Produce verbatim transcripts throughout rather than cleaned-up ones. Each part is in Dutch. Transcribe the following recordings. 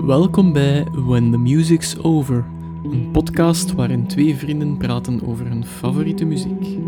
Welkom bij When the Music's Over, een podcast waarin twee vrienden praten over hun favoriete muziek.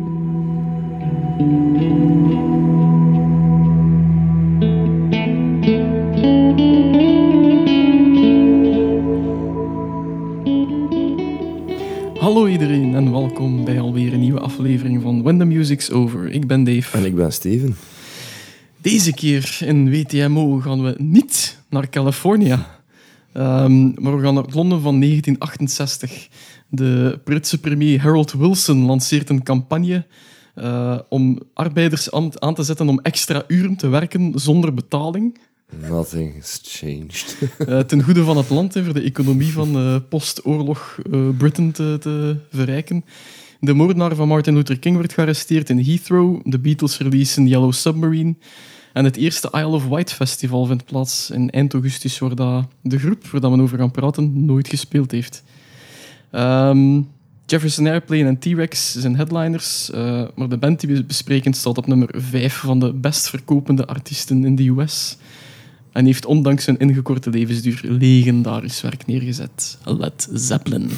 Hallo iedereen en welkom bij alweer een nieuwe aflevering van When the Music's Over. Ik ben Dave. En ik ben Steven. Deze keer in W T M O gaan we niet naar Californië, um, maar we gaan naar Londen van negentien achtenzestig. De Britse premier Harold Wilson lanceert een campagne uh, om arbeiders aan, aan te zetten om extra uren te werken zonder betaling. Nothing has changed. uh, ten goede van het land, hè, voor de economie van uh, post-oorlog uh, Britain te, te verrijken. De moordenaar van Martin Luther King werd gearresteerd in Heathrow. De Beatles releasen Yellow Submarine. En het eerste Isle of Wight festival vindt plaats in eind augustus, waar dat de groep, waar dat we over gaan praten, nooit gespeeld heeft. Um, Jefferson Airplane en T-Rex zijn headliners, uh, maar de band die we bespreken staat op nummer vijf van de best verkopende artiesten in de U S. En heeft ondanks hun ingekorte levensduur legendarisch werk neergezet. Led Zeppelin.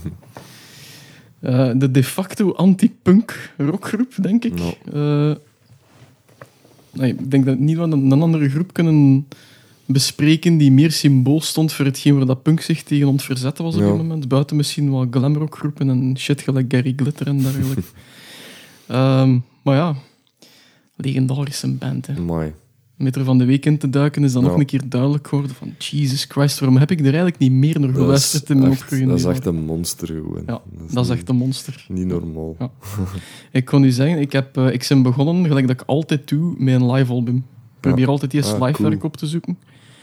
uh, de de facto anti-punk rockgroep, denk ik. No. Uh, nee, ik denk dat niet wat een, een andere groep kunnen bespreken die meer symbool stond voor hetgeen waar dat punk zich tegen ont verzetten was op ja. dat moment. Buiten misschien wat glamrockgroepen en shit gelijk Gary Glitter en dergelijke. um, maar ja, legendarische band. Hè. Mooi. Met er van de week in te duiken is dan ja. nog een keer duidelijk geworden van Jesus Christ, waarom heb ik er eigenlijk niet meer naar geluisterd in mijn opgroeiende Dat is echt een monster gewoon. Ja, dat is, dat is niet, echt een monster. Niet normaal. Ja. Ik kon u zeggen, ik, heb, uh, ik ben begonnen, gelijk dat ik altijd doe, met een live album. Ik probeer ja. altijd eerst ah, live werk cool. op te zoeken.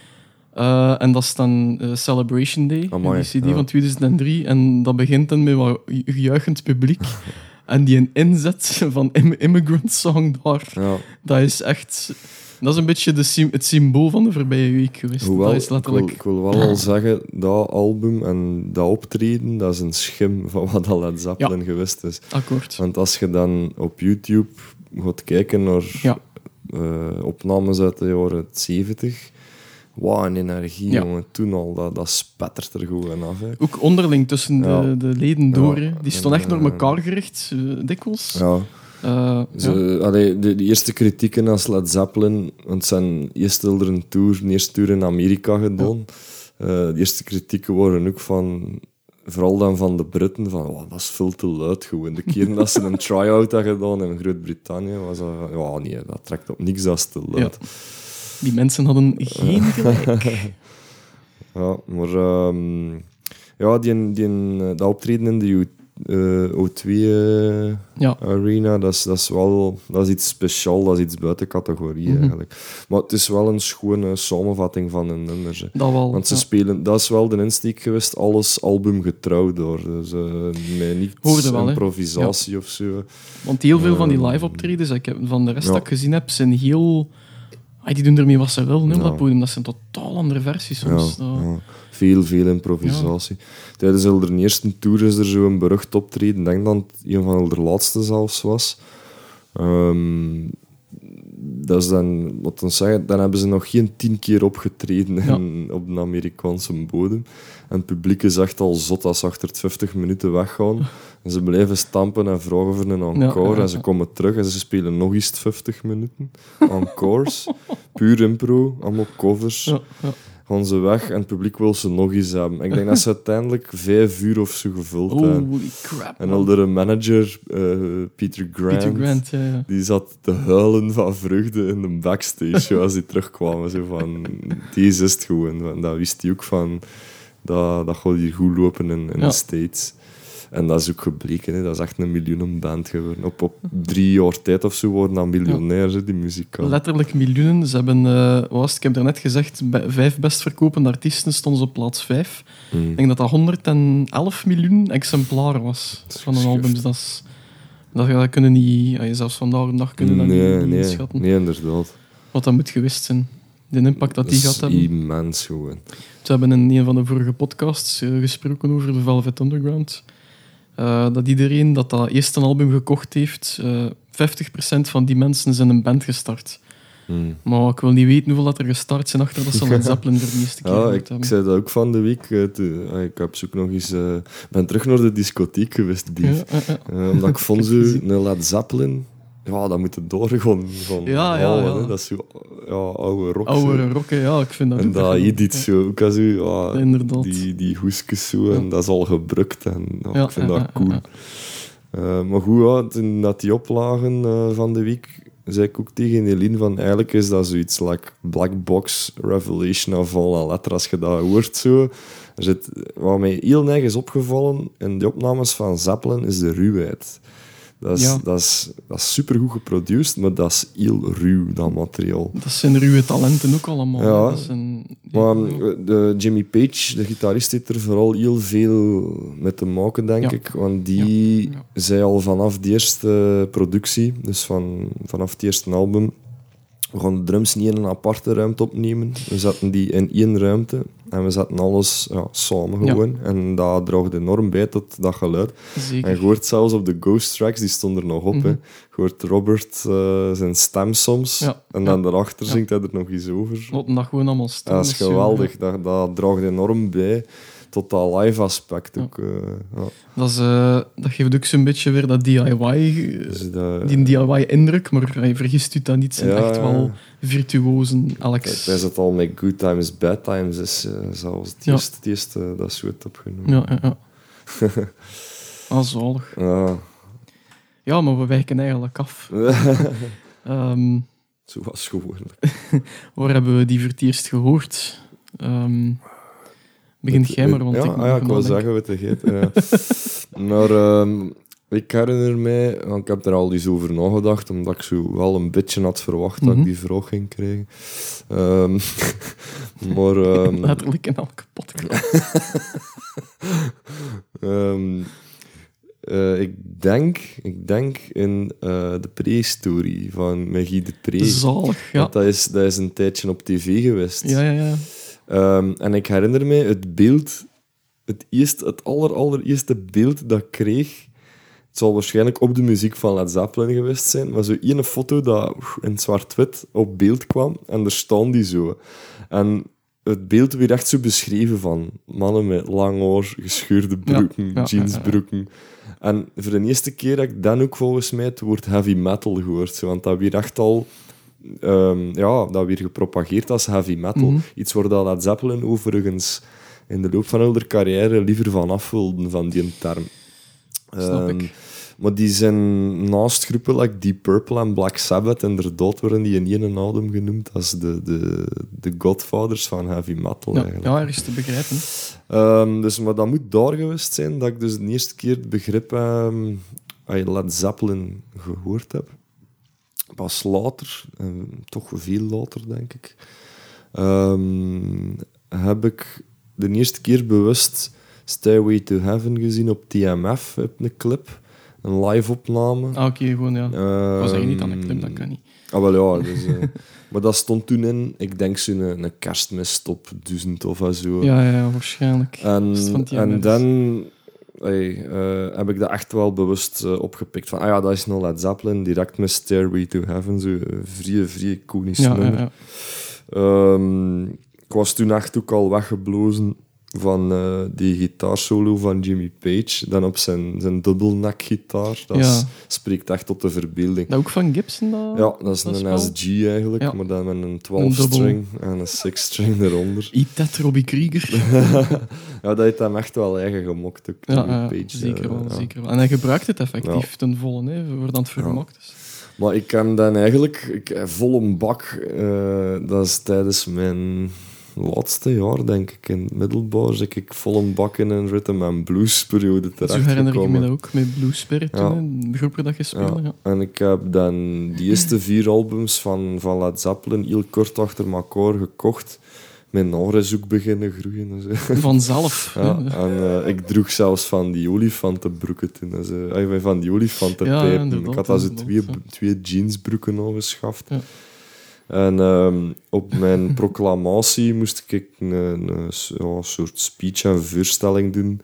Uh, en dat is dan uh, Celebration Day, Amai, die cd ja. van tweeduizend drie. En dat begint dan met wat juichend publiek. En die een inzet van Im- Immigrant Song daar, ja. dat is echt... Dat is een beetje de, het symbool van de voorbije week geweest. Hoewel, dat is letterlijk... ik, wil, ik wil wel al zeggen, dat album en dat optreden, dat is een schim van wat al Led Zeppelin ja. geweest is. Akkoord. Want als je dan op YouTube gaat kijken naar ja. uh, opnames uit de jaren zeventig... Wauw, een energie, ja. jongen. Toen al, dat, dat spettert er gewoon af. Hè. Ook onderling tussen ja. de, de leden door. Ja. Die stonden echt naar elkaar gericht, uh, dikwijls. Ja. Uh, Ze, ja. allee, de, de eerste kritieken als Led Zeppelin, want zijn eerste een tour, een eerste tour in Amerika gedaan. Ja. Uh, de eerste kritieken waren ook van, vooral dan van de Britten, van oh, dat is veel te luid gewoon. De keer dat ze een try-out hadden gedaan in Groot-Brittannië, was dat, ja, nee, dat trekt op niks, dat is te luid. Ja. Die mensen hadden geen gelijk. ja, maar um, ja, die, die, dat optreden in de U Uh, O twee uh, ja. Arena, dat is, dat is wel dat is iets speciaals, dat is iets buiten categorie mm-hmm. eigenlijk. Maar het is wel een schone samenvatting van een nummer. Dat wel. Want ze ja. spelen, dat is wel de insteek geweest, alles albumgetrouw door. Dus uh, met niet wel, improvisatie ja. of zo. Want heel veel uh, van die live optredens, ik heb, van de rest ja. dat ik gezien heb, zijn heel... Ah, die doen ermee wat ze willen, ja. op dat podium. Dat zijn totaal andere versies soms. Ja, ja. Veel, veel improvisatie. Ja. Tijdens de eerste tour is er zo'n berucht optreden. Ik denk dat het een van de laatste zelfs was. Um, dat is dan, wat dan, zeggen, dan hebben ze nog geen tien keer opgetreden ja. in, op een Amerikaanse bodem. En het publiek is echt al zot als ze achter het vijftig minuten weggaan. En ze blijven stampen en vragen voor een encore. Ja, ja, ja. En ze komen terug en ze spelen nog eens vijftig minuten. Encores. Puur impro. Allemaal covers. Ja, ja. Gaan ze weg en het publiek wil ze nog eens hebben. Ik denk dat ze uiteindelijk vijf uur of zo gevuld oh, hebben. Holy crap. En al de manager, uh, Peter Grant, Peter Grant ja, ja. die zat te huilen van vreugde in de backstage als die terugkwamen. Zo van, deze is het gewoon. En dat wist hij ook van, dat, dat gaat hier goed lopen in, in ja. de States. En dat is ook gebleken, hè. Dat is echt een miljoenenband geworden. Op, op drie jaar tijd of zo worden dan miljonairs, ja. die muzikanten. Letterlijk miljoenen. Ze hebben, uh, wat was het? Ik heb daarnet gezegd, vijf best verkopende artiesten stonden ze op plaats vijf. Mm. Ik denk dat dat honderdelf miljoen exemplaren was van een album. Dat, is, dat, dat kunnen niet, ja, zelfs vandaag de dag kunnen dat nee, niet, niet nee, inschatten. Nee, inderdaad. Wat dat moet geweest zijn. De impact dat, dat die gehad hebben. Dat is immens gewoon. Ze hebben in een van de vorige podcasts uh, gesproken over de Velvet Underground. Uh, dat iedereen dat dat eerste album gekocht heeft, uh, vijftig procent van die mensen zijn een band gestart. Hmm. Maar ik wil niet weten hoeveel dat er gestart zijn achter dat ze Led Zeppelin voor de eerste keer Ja, gehoord ik, ik hebben. zei dat ook van de week. eh, te- ah, ik heb zoek nog eens... eh, ben terug naar de discotheek geweest, Ja, Bief. ja, ja. Eh, omdat ik vond Ik zo heb het gezien. een Led Zeppelin... Ja, dat moet het doorgaan van Ja, ja, halen, ja. hè. Dat is zo ja, oude rock. zo. Oudere rokken, ja, ik vind dat En ook dat wel- edit zo, ook als u, ja, Inderdaad. die, die hoesjes zo, en Ja. dat is al gebruikt. En ja, Ja, ik vind ja, dat ja, cool. ja. Eh, maar goed, ja, toen dat die oplagen eh, van de week, zei ik ook tegen Eline van eigenlijk is dat zoiets like Black Box Revelation of all letter als je dat hoort zo. Er zit, wat mij heel nergens is opgevallen in die opnames van Zeppelin is de ruwheid. Dat is, Ja. dat is, dat is supergoed geproduceerd, maar dat is heel ruw, dat materiaal. Dat zijn ruwe talenten ook allemaal. Ja. hè. Dat zijn, die- Maar de Jimmy Page, de gitarist, heeft er vooral heel veel mee te maken, denk Ja. ik. Want die Ja, ja. zei al vanaf de eerste productie, dus van, vanaf het eerste album, we gaan de drums niet in een aparte ruimte opnemen. We zetten die in één ruimte en we zetten alles ja, samen Ja. gewoon. En dat draagt enorm bij tot dat geluid. Zeker. En je hoort zelfs op de Ghost tracks, die stonden er nog op. Mhm. hè. Je hoort Robert eh, zijn stem soms. Ja. En dan Ja. daarachter Ja. zingt hij er nog iets over. Laten dat gewoon allemaal staan. Dat is zo, geweldig. ja. Dat, dat draagt enorm bij tot dat live aspect Ja. ook. eh, ja. Dat, is, eh, dat geeft ook zo'n beetje weer dat D I Y, eh, Dus dat, die D I Y-indruk, maar hij vergist u dat niet. Het zijn Ja, echt ja. wel virtuosen, Kijk, Alex. wij zitten al met Good Times, Bad Times, is uh, zelfs het Ja. eerste, het eerste dat is goed opgenomen. Ja, ja, ja. Ah, zalig. Ja. Ja, maar we wijken eigenlijk af. Ehm, Zo was gewoonlijk. waar hebben we die voor het eerst gehoord? Ehm begin jij maar, want ja, ik ah moet ja, nog ik wil nadenken. zeggen wat te geven. Ja. Maar ehm, ik herinner mij, want ik heb er al eens over nagedacht, omdat ik zo wel een beetje had verwacht dat Mhm. ik die vraag ging krijgen. Ehm, maar ehm, Letterlijk in elke podcast. ehm, eh, ik, denk, ik denk in eh, de prehistorie van Maggie de Pre. Zalig, ja. Want dat is, dat is een tijdje op tv geweest. Ja, ja, ja. Ehm, en ik herinner me het beeld, het, eerste, het aller, allereerste beeld dat ik kreeg. Het zal waarschijnlijk op de muziek van Led Zeppelin geweest zijn, maar zo één foto dat oef, in zwart-wit op beeld kwam en er staan die zo. En het beeld werd echt zo beschreven van mannen met lang haar, gescheurde broeken, Ja, ja, jeansbroeken. En voor de eerste keer heb ik dan ook volgens mij het woord heavy metal gehoord. Zo, want dat werd echt al ehm, ja, dat werd gepropageerd als heavy metal. Mhm. Iets waar dat Led Zeppelin overigens in de loop van hun carrière liever van af wilden, van die term. Snap Ehm, ik. Maar die zijn naast groepen like Deep Purple en Black Sabbath, inderdaad worden die in één album genoemd als de, de, de godfathers van heavy metal. Ja, eigenlijk. ja, er is te begrijpen. Ehm, dus, maar dat moet daar geweest zijn dat ik dus de eerste keer het begrip ehm, Led Zeppelin gehoord heb. Pas later, en toch veel later denk ik, ehm, heb ik de eerste keer bewust Stairway to Heaven gezien op T M F, op een clip. Een live-opname. Ah, oké, gewoon, ja. Ehm, Ik was eigenlijk niet aan een clip, dat kan niet. Ah, wel ja. Dus, eh, maar dat stond toen in, ik denk zo'n een, een kerstmis op duizend of zo. Ja, ja, ja, waarschijnlijk. En, Is het van T M F? en dan hey, eh, heb ik dat echt wel bewust eh, opgepikt. Van, ah ja, dat is nog Led Zeppelin, direct met Stairway to Heaven. Zo eh, vrij, vrij iconisch Ja, ja, nummer. ja. Ehm, ik was toen echt ook al weggeblozen van eh, die gitaarsolo van Jimmy Page. Dan op zijn, zijn dubbelneckgitaar. Dat is- Ja. spreekt echt tot de verbeelding. Dat ook van Gibson? Dat... Ja, dat is dat een spel? S G eigenlijk, Ja. maar dan met een Een twaalf-string en een six-string eronder. I-Tet, Robbie Krieger. Ja, dat heeft hem echt wel eigen gemokt, ook, Ja, Jimmy ja, Page. zeker eh, wel, ja. zeker wel. En hij gebruikt het effectief Ja. ten volle, hè, voor dat het vermakt is. Maar ik heb dan eigenlijk ik, eh, vol een bak, eh, dat is tijdens mijn laatste jaar, denk ik, in het middelbaar, zit ik vol een bak in een rhythm and blues periode Zo terecht herinner ik me gekomen. dat ook, met Blue Spirit, Ja. toen, hè, de groep waar dat je speelde. Ja. En ik heb dan die eerste vier albums van, van Led Zeppelin heel kort achter elkaar gekocht. Mijn haar is ook beginnen groeien. En zo. Vanzelf. Ja, hè. en eh, ik droeg zelfs van die olifantenbroeken toen. Dus, uh, van die Ja, olifantenpijpen. inderdaad, ik had al zo inderdaad, twee, ja. twee jeansbroeken aangeschaft. Ja. En ehm, op mijn proclamatie moest ik een, een, ja, soort speech en voorstelling doen.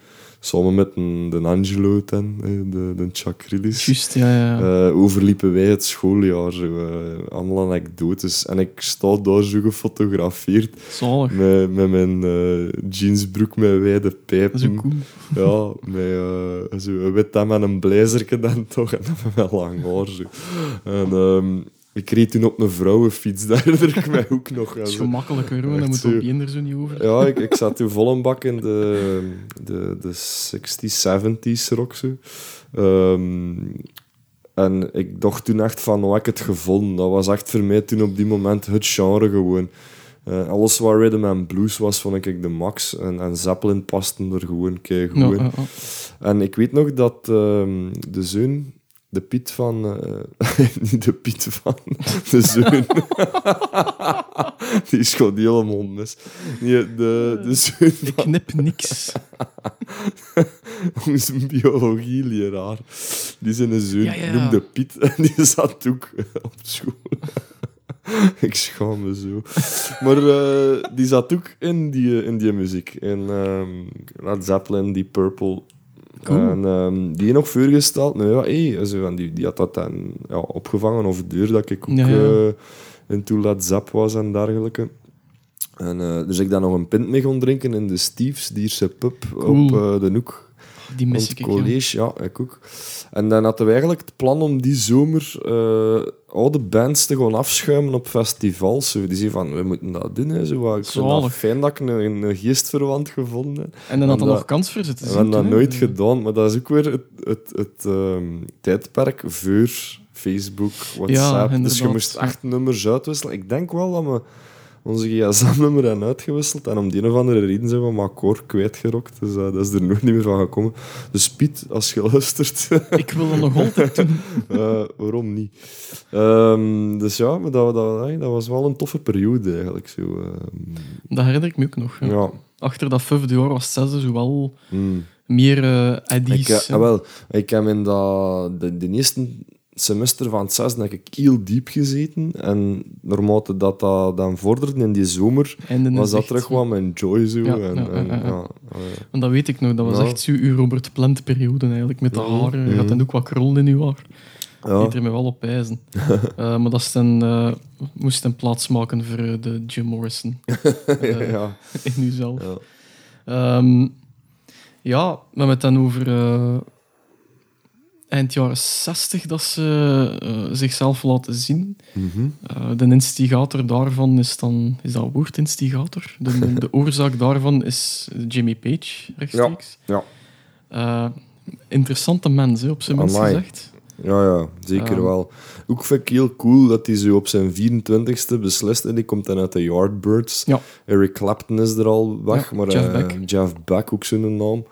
samen met een, de Angelo ten, de, de Chuck Rillis. Juist, ja, ja. Uh, overliepen wij het schooljaar. Zo, uh, allemaal anekdotes. En ik sta daar zo gefotografeerd. Zalig. Met, met mijn uh, jeansbroek met wijde pijpen. Zo cool. Ja, met uh, zo een wit hemd en een blazerke dan toch. En dan met lang haar. Zo. En um, ik reed toen op een vrouwenfiets. Daar herinner ik mij ook nog. Dat is gemakkelijker, hoor. Dan moet zo. op je er zo niet over. Ja, ik, ik zat toen vol een bak in de, de, de zestig, zeventig rock. Zo. Um, en ik dacht toen echt van, hoe heb ik het gevonden? Dat was echt voor mij toen op die moment het genre gewoon. Uh, alles wat rhythm en blues was, vond ik de max. En, en Zeppelin paste er gewoon keigoed Ja, in. ja, ja. En ik weet nog dat um, de zoon, de Piet van... Uh, niet de Piet van... De zoon. Die is gewoon helemaal mis. Nee, de, de zoon van... Ik knip niks. Onze biologieleraar. Die zijn zoon Ja, ja. noemde Piet. En die zat ook op school. Ik schaam me zo. Maar uh, die zat ook in die, in die muziek. In um, Led Zeppelin, Deep Purple. Cool. En um, die nog voorgesteld. Nou ja, hey, zo, en die, die had dat dan ja, opgevangen of deur dat ik ook Ja, ja. uh, into Led Zepp was en dergelijke. En, uh, dus ik dan nog een pint mee kon drinken in de Steve's Dierse pub Cool. op uh, de Hoek. Die Op mis het ik, ja. college, ja, ik ook. En dan hadden we eigenlijk het plan om die zomer uh, oude bands te gaan afschuimen op festivals. Zo. Die zeiden van, we moeten dat doen. Hè. Zo, wat. Ik vind dat Zalig. fijn dat ik een, een geestverwant gevonden heb. En dan had En er dat- nog kans voor ze te We zien. hebben dat toen, hè. nooit gedaan, maar dat is ook weer het, het, het um, tijdperk voor Facebook, WhatsApp. Dus je inderdaad. moest echt nummers uitwisselen. Ik denk wel dat we onze G S M-nummer hebben uitgewisseld en om die een of andere reden zijn we mijn akkoord kwijtgerokt. Dus uh, dat is er nooit niet meer van gekomen. Dus Piet, als je luistert, Ik wil dat nog altijd doen. uh, waarom niet? Um, dus ja, maar dat, dat, dat was wel een toffe periode eigenlijk. Zo, um, Dat herinner ik me ook nog. Ja. ja. Achter dat vijfde jaar was het zesde zo wel Mm. meer uh, addies. Ik, uh, hè. ah, wel, ik heb in dat, de, de eerste semester van het zesde heb ik heel diep gezeten. En naarmate dat, dat dan vorderde in die zomer, En dan was is dat echt, terug wat mijn joy. Zo. Ja, en, ja, en, ja, ja. ja, uh, Want dat weet ik nog, dat was Ja. echt zo uw Robert Plant-periode eigenlijk, met de Mhm, haren. Je had mhm. dan ook wat krul in uw haar. ja. Ik er me wel op ijzen. uh, maar dat is dan, uh, moest dan plaats maken voor uh, de Jim Morrison ja, ja, in uzelf. ja. Um, ja, we hebben het dan over uh, eind jaren zestig dat ze uh, zichzelf laten zien. Mhm. Uh, de instigator daarvan is dan... Is dat woord, instigator? De, de oorzaak daarvan is Jimmy Page, rechtstreeks. Ja. Uh, interessante mens, hè, op zijn minst Amai. gezegd. Ja, ja, zeker Ja. wel. Ook vind ik heel cool dat hij zo op zijn vierentwintigste beslist. En die komt dan uit de Yardbirds. Ja. Eric Clapton is er al weg, Ja, maar Jeff eh, Beck. Jeff Beck, ook zo'n naam.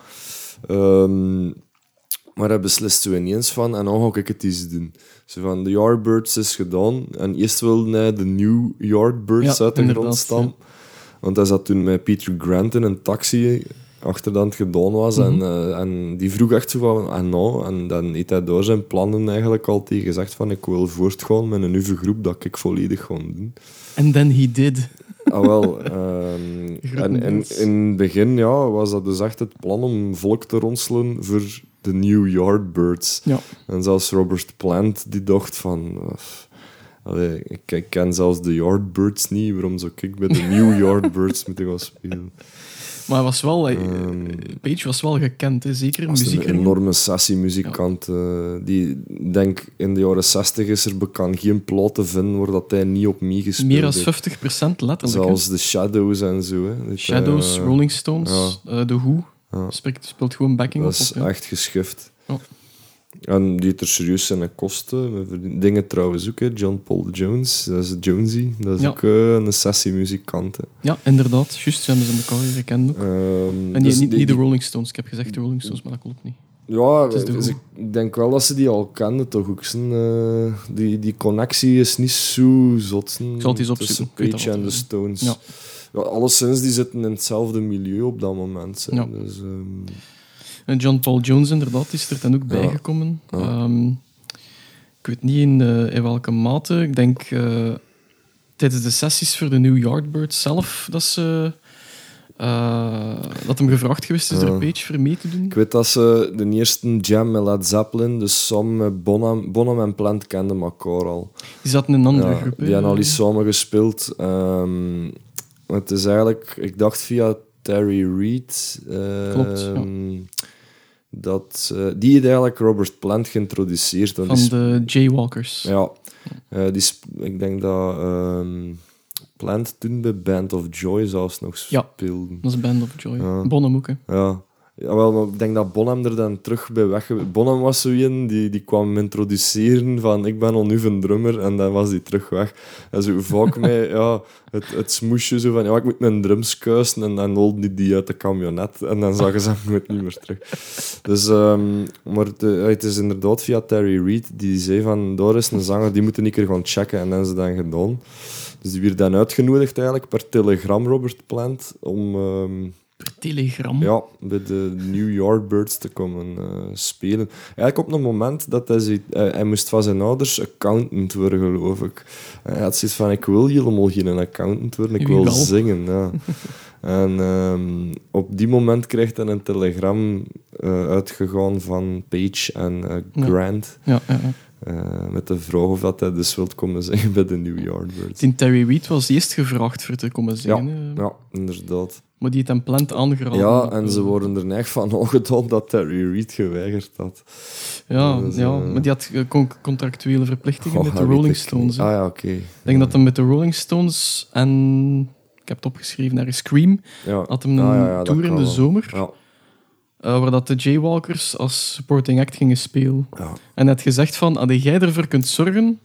Ehm, maar hij beslist zo ineens van, en dan ga ik het eens doen. Zo van, de Yardbirds is gedaan. En eerst wilde hij de New Yardbirds Ja, uit de grond inderdaad, staan. Want hij zat toen met Peter Grant in een taxi achter dat het gedaan was. Mhm. en, uh, en die vroeg echt zo van, en nou, en dan heeft hij door zijn plannen eigenlijk al tegen gezegd van, ik wil voortgaan met een nieuwe groep dat ik volledig ga doen. And then he did. Ah, wel. ehm, en in, Grotendeels. in het begin ja, was dat dus echt het plan om volk te ronselen voor de New Yardbirds. Ja. En zelfs Robert Plant die dacht van... Uh, allee, ik, ik ken zelfs de Yardbirds niet, waarom zou ik bij de New Yardbirds moeten gaan spelen? Maar hij was wel... hij- Ehm, Page was wel gekend, hè, zeker in Dat is een muziek. enorme sessiemuzikant. eh, die, ik denk, in de jaren zestig is er bekend geen plaat te vinden waar dat hij niet op meegespeeld Meer dan heeft. vijftig procent letterlijk. hè. Zelfs de Shadows en zo. Hè. Dat, Shadows, eh, Rolling Stones, uh, The Who. ja. Speelt, speelt gewoon backing Dat op. is op, ja. echt geschift. Ja. En die heeft er serieus zijn kosten. Dingen trouwens ook, hè. John Paul Jones, dat is Jonesy. Dat is Ja. ook eh, een sessiemuzikant. hè. Ja, inderdaad. Juist, ze hebben ze elkaar hier gekend ook. Ehm, En nee, dus niet, die- niet de die- Rolling Stones. Ik heb gezegd de Rolling Stones, maar dat klopt niet. Ja, is de dus Who. ik, ik denk wel dat ze die al kenden, toch ook. Zijn, eh, die, die connectie is niet zo zot zijn Ik zal het eens opzoeken. tussen Ik weet dat Page wel en de te Stones. Ja. Ja, alleszins, die zitten in hetzelfde milieu op dat moment. hè. Ja. Dus, ehm, En John Paul Jones, inderdaad, is er dan ook bijgekomen. Ja. Ehm, ik weet niet in, eh, in welke mate. Ik denk eh, tijdens de sessies voor de New Yardbirds zelf dat ze Uh, dat hem gevraagd geweest is Ja. door Page voor mee te doen. Ik weet dat ze de eerste jam met Led Zeppelin, dus samen met Bonham, Bonham en Plant kenden elkaar al. Die zaten in een andere Ja, groep. hè. die hebben al eens samen gespeeld. Um, het is eigenlijk, ik dacht via Terry Reid. Uh, Klopt, ja. Dat, uh, die heeft eigenlijk Robert Plant geïntroduceerd. Van die de Jaywalkers. Ja, uh, die sp- ik denk dat um, Plant toen bij Band of Joy zelfs nog Ja. speelde. Dat is Band of Joy. Ja. Bonham ook, hè. Ja. Jawel, maar ik denk dat Bonham er dan terug bij weg... Bonham was zo een, die, die kwam me introduceren van ik ben al nu een drummer en dan was hij terug weg. En zo vaak mij, ja, het, het smoesje zo van ja, ik moet mijn drums kuisen en dan holde die die uit de camionet en dan zagen ze hem nooit niet meer terug. Dus, um, maar de, het is inderdaad via Terry Reid die zei van daar is een zanger, die moeten een keer gaan checken en dan hebben ze dat gedaan. Dus die werd dan uitgenodigd eigenlijk per telegram, Robert Plant, om... Um, Per telegram. ja, bij de New Yardbirds te komen uh, spelen. Eigenlijk op een moment dat hij... zei- hij, hij moest van zijn ouders accountant worden, geloof ik. Hij had zoiets van, ik wil helemaal geen accountant worden, ik Wie wil wel? zingen. Ja. En um, op die moment kreeg hij een telegram uh, uitgegaan van Page en uh, Ja. Grant. Ja, ja, ja. Uh, met de vraag of dat hij dus wilt komen zingen bij de New Yardbirds. Die Terry Reid was eerst gevraagd voor te komen zingen. hè. Ja, inderdaad. Maar die het een Plant aangeraden. Ja, en ze worden er echt van aangedaan dat Terry Reid geweigerd had. Ja, Dus, ja, uh, maar die had eh, con- contractuele verplichtingen Oh, met de dat weet Rolling ik Stones. niet. hè. Ah ja, oké. Ik denk dat hem met de Rolling Stones en... Ik heb het opgeschreven, naar Scream. Ja. Had hem een Ah, ja, ja, dat tour in kan de wel. zomer, Ja. eh, waar dat de Jaywalkers als supporting act gingen spelen. Ja. En hij had gezegd van, als jij ervoor kunt zorgen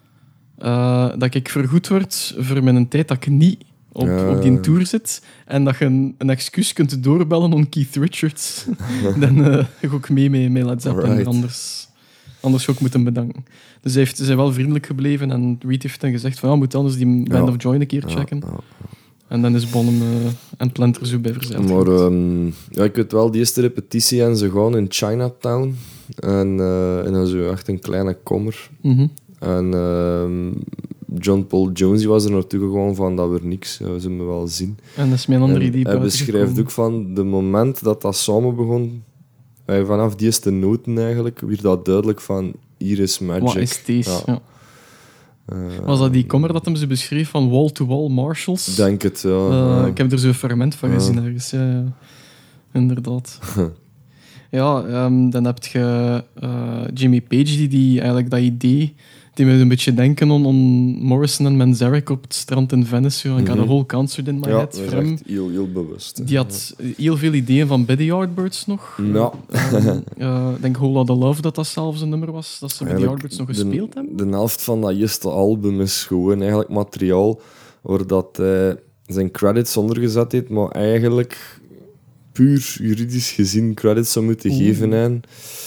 eh, dat ik vergoed word voor mijn tijd dat ik niet op, Ja. op die tour zit, en dat je een, een excuus kunt doorbellen aan Keith Richards, dan eh, ga ik mee met, met Led Zeppelin. Alright. Anders, anders ga ik moeten bedanken. Dus hij heeft, ze zijn wel vriendelijk gebleven en Reid heeft dan gezegd van, ja, moet anders die Band Ja. of Joy een keer checken. Ja, ja. En dan is Bonham uh, en Plant er zo bij verzeild. Maar um, ja, ik weet wel, die eerste repetitie en ze gaan in Chinatown. En, uh, en dan zo echt een kleine kommer. Mhm. En um, John Paul Jones die was er naartoe gegaan van dat weer niks, ja, we zullen wel zien. En dat is mijn andere En idee. hij beschrijft ook van de moment dat dat samen begon, eh, vanaf die eerste noten eigenlijk, werd dat duidelijk van hier is magic. Wat is deze? Ja. Ja. Uh, Was dat die kommer dat hem ze beschreef van wall-to-wall Marshalls? denk het, ja. Uh, ja. Ik heb er zo'n fragment van Ja. gezien ergens. Ja, ja. Inderdaad. ja, um, dan heb je uh, Jimmy Page, die, die eigenlijk dat idee... Die me een beetje denken aan, aan Morrison en Manzarek op het strand in Venice. Ik had Mhm. een whole concert in my Ja, head. dat is voor hem. echt heel, heel bewust. hè. Die had heel veel ideeën van bij de Yardbirds nog. Ja. Um, uh, ik denk Whole Lotta Love dat dat zelfs een nummer was, dat ze bij de Eigenlijk Yardbirds nog de- gespeeld hebben. De helft van dat eerste album is gewoon eigenlijk materiaal waar dat hij zijn credits ondergezet heeft, maar eigenlijk puur juridisch gezien credits zou moeten Oeh. geven aan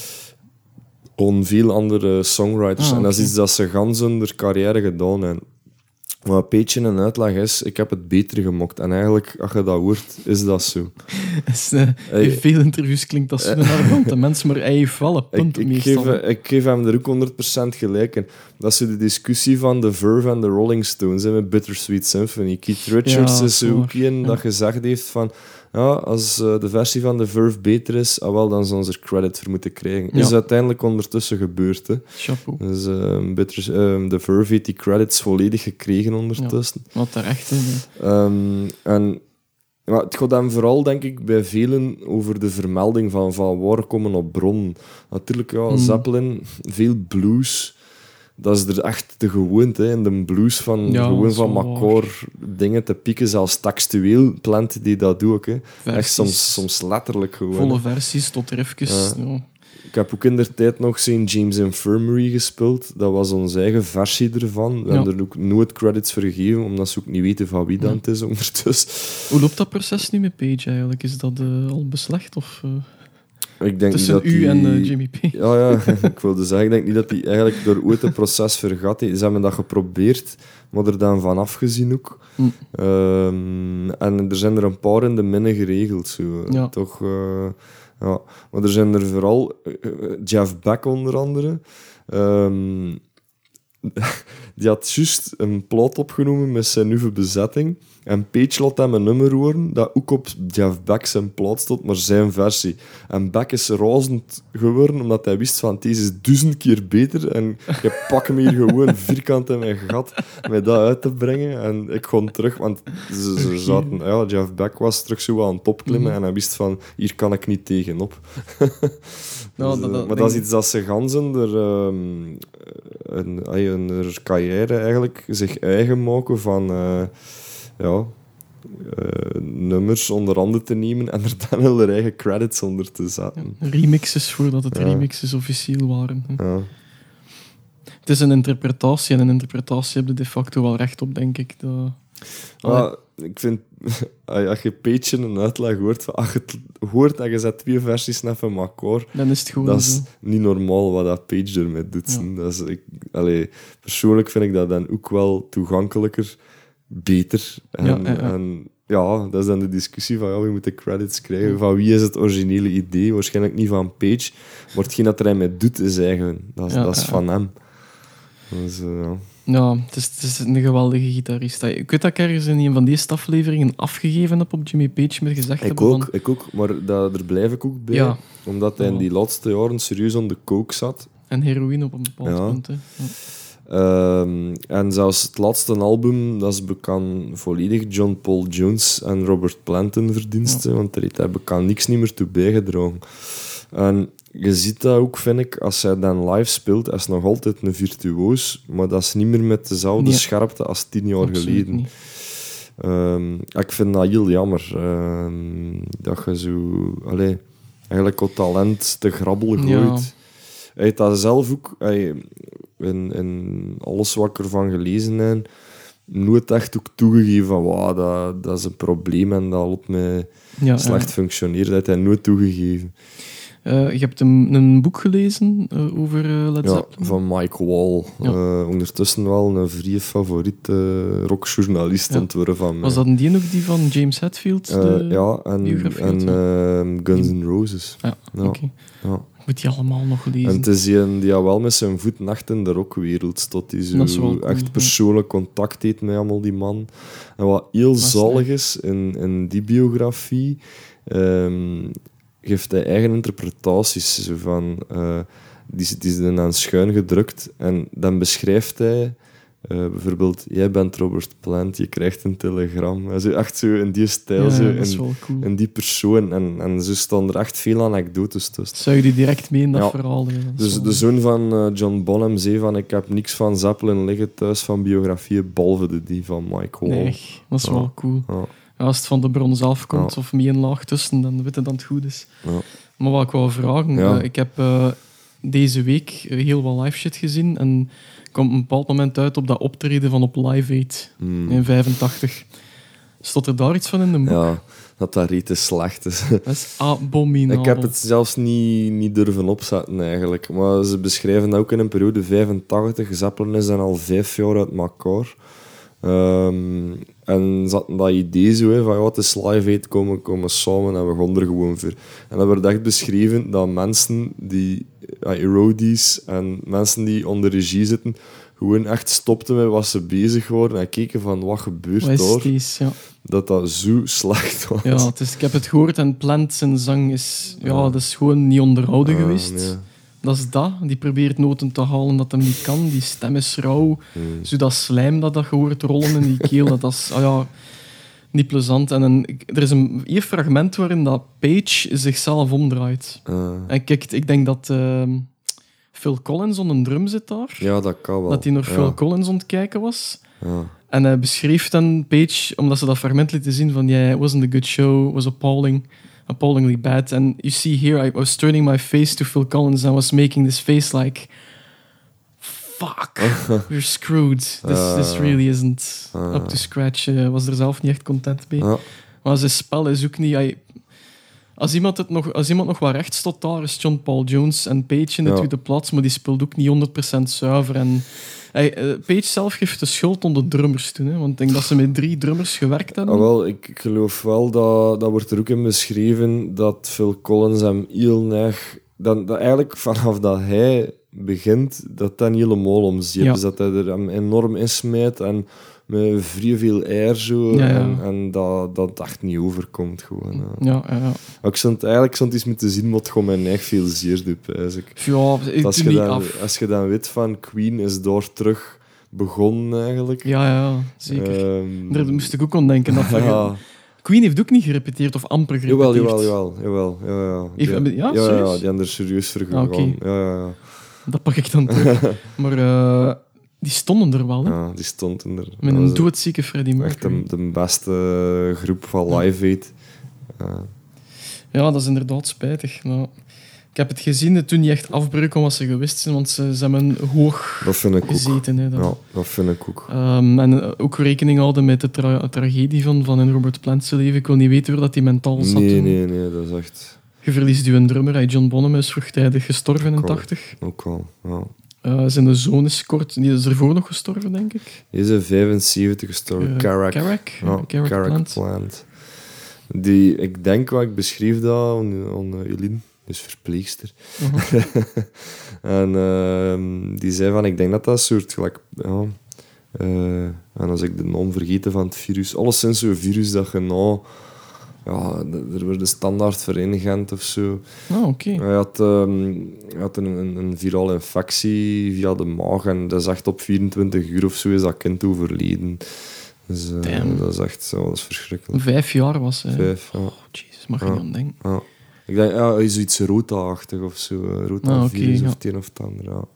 aan veel andere songwriters. Ah, En dat is oké. iets dat ze gans onder carrière gedaan hebben. Maar een beetje een uitleg is, ik heb het beter gemokt. En eigenlijk, als je dat hoort, is dat zo. Dus, uh, in veel interviews klinkt dat zo'n arrogante mens, maar hij heeft wel een punt Ik, ik, meestal. geef, ik geef hem er ook honderd procent gelijk in. Dat is zo de discussie van The Verve en de Rolling Stones hè, met Bittersweet Symphony. Keith Richards Ja, is zo ook waar. een Ja. dat gezegd heeft van ja, als uh, de versie van The Verve beter is, ah, wel, dan zullen ze er credit voor moeten krijgen. Ja. Is uiteindelijk ondertussen gebeurd. Hè. Chapeau. Dus uh, Bitters, uh, The Verve heeft die credits volledig gekregen ondertussen. Wat terecht, hè. Um, en ja, het gaat hem vooral, denk ik, bij velen over de vermelding van, van waar komen op bron. Natuurlijk, ja, Hmm. Zeppelin, veel blues. Dat is er echt de gewoonte, hè, in de blues van Ja, gewoon dat is van wel elkaar dingen te pieken, zelfs textueel. Plant die dat doet ook. Hè. Echt Versies. soms, soms letterlijk gewoon. Volle hè. versies tot er even... Ja. Ja. Ik heb ook in der tijd nog Saint James Infirmary gespeeld. Dat was onze eigen versie ervan. We Ja. hebben er ook nooit credits voor gegeven, omdat ze ook niet weten van wie dat Ja. het is ondertussen. Hoe loopt dat proces nu met Page eigenlijk? Is dat uh, al beslecht? Of, uh, Ik denk tussen niet dat u die... en uh, Jimmy Page? Ja, ja, ik wilde zeggen, ik denk niet dat hij eigenlijk door ooit een proces vergat heeft. Ze hebben dat geprobeerd, maar er dan van afgezien ook. Hm. Um, en er zijn er een paar in de minne geregeld. Zo. Ja. Toch, uh, ja. Maar er zijn er vooral... Uh, Jeff Beck onder andere. Um, die had juist een plaat opgenomen met zijn nieuwe bezetting. En Page laat hem een nummer horen dat ook op Jeff Beck zijn plaat stond, maar zijn versie. En Beck is razend geworden, omdat hij wist van deze is duizend keer beter. En je pak hem hier gewoon vierkant in mijn gat met dat uit te brengen. En ik gewoon terug, want ze, ze zaten... Ja, Jeff Beck was terug zo aan het opklimmen mm-hmm. en hij wist van, hier kan ik niet tegenop. Nou, dus, dat, dat, maar dat is iets dat ze ganzen er, um, een, een, een carrière eigenlijk zich eigen maken van... Uh, ja... Uh, nummers onder handen te nemen en er dan hun eigen credits onder te zetten. Ja, remixes voordat het ja. remixes officieel waren. Ja. Het is een interpretatie en een interpretatie heb je de facto wel recht op, denk ik. Dat... Ah, ik vind, als je Page een uitleg hoort, als je het hoort en je zet twee versies naar van elkaar, dan is het gewoon dat is zo. niet normaal wat dat Page ermee doet. Ja. Dat is, ik, allee, persoonlijk vind ik dat dan ook wel toegankelijker, beter. En ja, ja, ja. En, ja, dat is dan de discussie van ja, wie moet de credits krijgen. Van wie is het originele idee? Waarschijnlijk niet van Page. Maar hetgeen dat hij mee doet, is eigen. Dat is, ja, dat is ja. van hem. Dus, uh, ja. Ja, het is, het is een geweldige gitarist. Ik weet dat ik ergens in een van deze afleveringen afgegeven heb op Jimmy Page met gezegd ik hebben ook, van... Ik ook, maar dat, daar blijf ik ook bij. Ja. Omdat hij in die laatste jaren serieus aan de coke zat. En heroïne op een bepaald ja. punt. Hè. Ja. Um, en zelfs het laatste album, dat is bekend volledig John Paul Jones en Robert Plant in verdiensten, ja. want daar heeft hij bekend niks niet meer toe bijgedragen. En je ziet dat ook, vind ik, als hij dan live speelt, hij is nog altijd een virtuoos, maar dat is niet meer met dezelfde nee. scherpte als tien jaar Absoluut geleden. Um, ik vind dat heel jammer. Um, dat je zo... Allez, eigenlijk wat talent te grabbel gooit. Ja. Hij heeft dat zelf ook... Hij, in, in alles wat ik ervan gelezen heb, nooit echt ook toegegeven van wow, dat, dat is een probleem en dat loopt mij ja, slecht ja. functioneert. Dat heeft hij nooit toegegeven. Uh, je hebt een, een boek gelezen uh, over uh, Led Zeppelin? Ja, van Mike Wall. Ja. Uh, ondertussen wel een vrije favoriete uh, rockjournalist ja. ontworpen van mij. Was dat die ook die van James Hetfield? Uh, ja, en, en uh, Guns N' Roses. Ja, ja. oké. Okay. Ja. Ik moet die allemaal nog lezen. En het is een die wel met zijn voet nacht in de rockwereld staat. Die zo cool, echt ja. persoonlijk contact heeft met allemaal die man. En wat heel zalig is in, in die biografie... Um, geeft hij eigen interpretaties zo van, uh, die, die zijn aan schuin gedrukt en dan beschrijft hij uh, bijvoorbeeld, jij bent Robert Plant, je krijgt een telegram. Zo, echt zo in die stijl, ja, zo, dat is in, wel cool. in die persoon. En, en zo staan er echt veel anekdotes tussen. Zou je die direct mee in dat ja. verhaal doen? Dus de zoon van uh, John Bonham zei van, ik heb niks van Zeppelin liggen thuis van biografieën, behalve de die van Mike Wall. Nee, dat is ja. wel cool. Ja. Als het van de bron zelf komt, ja. of mee een laag tussen, dan weet je dat het goed is. Ja. Maar wat ik wou vragen, ja. uh, ik heb uh, deze week heel wat live shit gezien en kwam op een bepaald moment uit op dat optreden van op Live Aid mm. in vijfentachtig. Stond er daar iets van in de boek? Ja, dat dat riet is slecht is. Dat is abominabel. Ik heb het zelfs niet, niet durven opzetten eigenlijk. Maar ze beschrijven dat ook in een periode vijfentachtig. Zeppelin is dan al vijf jaar uit elkaar. Um, en ze hadden dat idee zo, hè, van ja, het is Live Aid, komen, komen samen en we gaan er gewoon voor. En dat werd echt beschreven dat mensen die, ja, roadies en mensen die onder regie zitten, gewoon echt stopten met wat ze bezig waren en keken van wat gebeurt wat daar. Steeds, ja. Dat dat zo slecht was. Ja, het is, ik heb het gehoord en Plant zijn zang is, ja, ja. dat is gewoon niet onderhouden uh, geweest. Nee. Dat is dat. Die probeert noten te halen dat hem niet kan. Die stem is rauw. Hmm. Zo dat slijm dat, dat je hoort rollen in die keel, dat, dat is ah ja, niet plezant. En een, er is een, een fragment waarin dat Page zichzelf omdraait. Uh. En kijk, ik denk dat uh, Phil Collins on een drum zit daar. Ja, dat kan wel. Dat hij naar ja. Phil Collins aan het kijken was. Ja. En hij beschreef dan Page, omdat ze dat fragment lieten zien van yeah, it wasn't a good show, it was appalling. appallingly bad. And you see here, I was turning my face to Phil Collins and I was making this face like, fuck, we're screwed. This, uh, this really isn't uh, up to scratch. Uh, was er zelf niet echt content mee. Uh. Maar zijn spel is ook niet... I, als, iemand het nog, als iemand nog wat recht staat daar, is John Paul Jones en Page in de ja. tweede plaats, maar die speelt ook niet honderd procent zuiver. En Hey, uh, Page zelf geeft de schuld aan de drummers toen, hè, want ik denk dat ze met drie drummers gewerkt hebben. Ah, wel, ik geloof wel, dat, dat wordt er ook in beschreven, dat Phil Collins hem heel neig... Dat, dat eigenlijk vanaf dat hij begint, dat dat niet helemaal omzeep Ja. is. Dat hij er hem enorm insmijt en met vrij veel air zo. Ja, ja. En, en dat dat echt niet overkomt gewoon. Ja. Ja, ja, ja. Maar ik stond eigenlijk stond iets moeten zien wat gewoon mijn echt veel zeer doet. Eigenlijk. Ja, ik Als doe je, niet dan, af. als je dan weet van Queen is daar terug begonnen eigenlijk. Ja, ja, zeker. Ehm, Daar moest ik ook aan denken. Dat van- ja. Queen heeft ook niet gerepeteerd, of amper gerepeteerd. Jawel, jawel, jawel, jawel. Ja, ja. Heeft- Die- ja, ja, ja, serieus? die hebben er serieus voor Ah, gegaan. oké. Ja, ja, ja. Dat pak ik dan terug. Maar eh, die stonden er wel, hè. Ja, die stond er. Met Dat een was doodzieke Freddie echt Mercury. de, de beste groep van Live Aid. Ja. Ja, dat is inderdaad spijtig. Nou, ik heb het gezien, het toen niet echt afbreuken wat ze gewist zijn, want ze, ze hebben hoog Dat vind ik ook. gezeten. Hè, dan. Ja, dat vind ik ook. Ehm, en eh, ook rekening houden met de tra- tragedie van, van in Robert Plant zijn leven. Ik wil niet weten waar dat hij mentaal zat Nee, toen. nee, nee, dat is echt Je verliest je een drummer. Hij John Bonham is vroegtijdig gestorven in Cool. tachtig. ook wel. Ja. Eh, zijn zoon is kort, die is ervoor nog gestorven, denk ik. Deze is vijfenzeventig gestorven. Eh, Carrack. Carrack, Ja, Carrack Carrack Plant. Plant. Die, ik denk wat ik beschreef dat aan, aan uh, Eline, dus verpleegster. Uh-huh. En ehm, die zei van, ik denk dat dat een soort gelijk, ja, eh, en als ik de naam vergeten van het virus, alleszins zo'n virus dat je nou, ja, d- er wordt een standaard voor in Gent of zo. Oh, oké. Hij had, ehm, hij had een, een, een virale infectie via de maag en dat is echt op vierentwintig uur of zo is dat kind overleden. Dus eh, Damn. dat is echt zo, dat is verschrikkelijk. Vijf jaar was hij. Vijf, ja. Oh, jezus, mag je Ja. niet aan denken. Ja. Ik denk, ja, hij is iets rota-achtig of zo. eh, Rota-virus Ah, oké, of ja. het een of het ander, ja.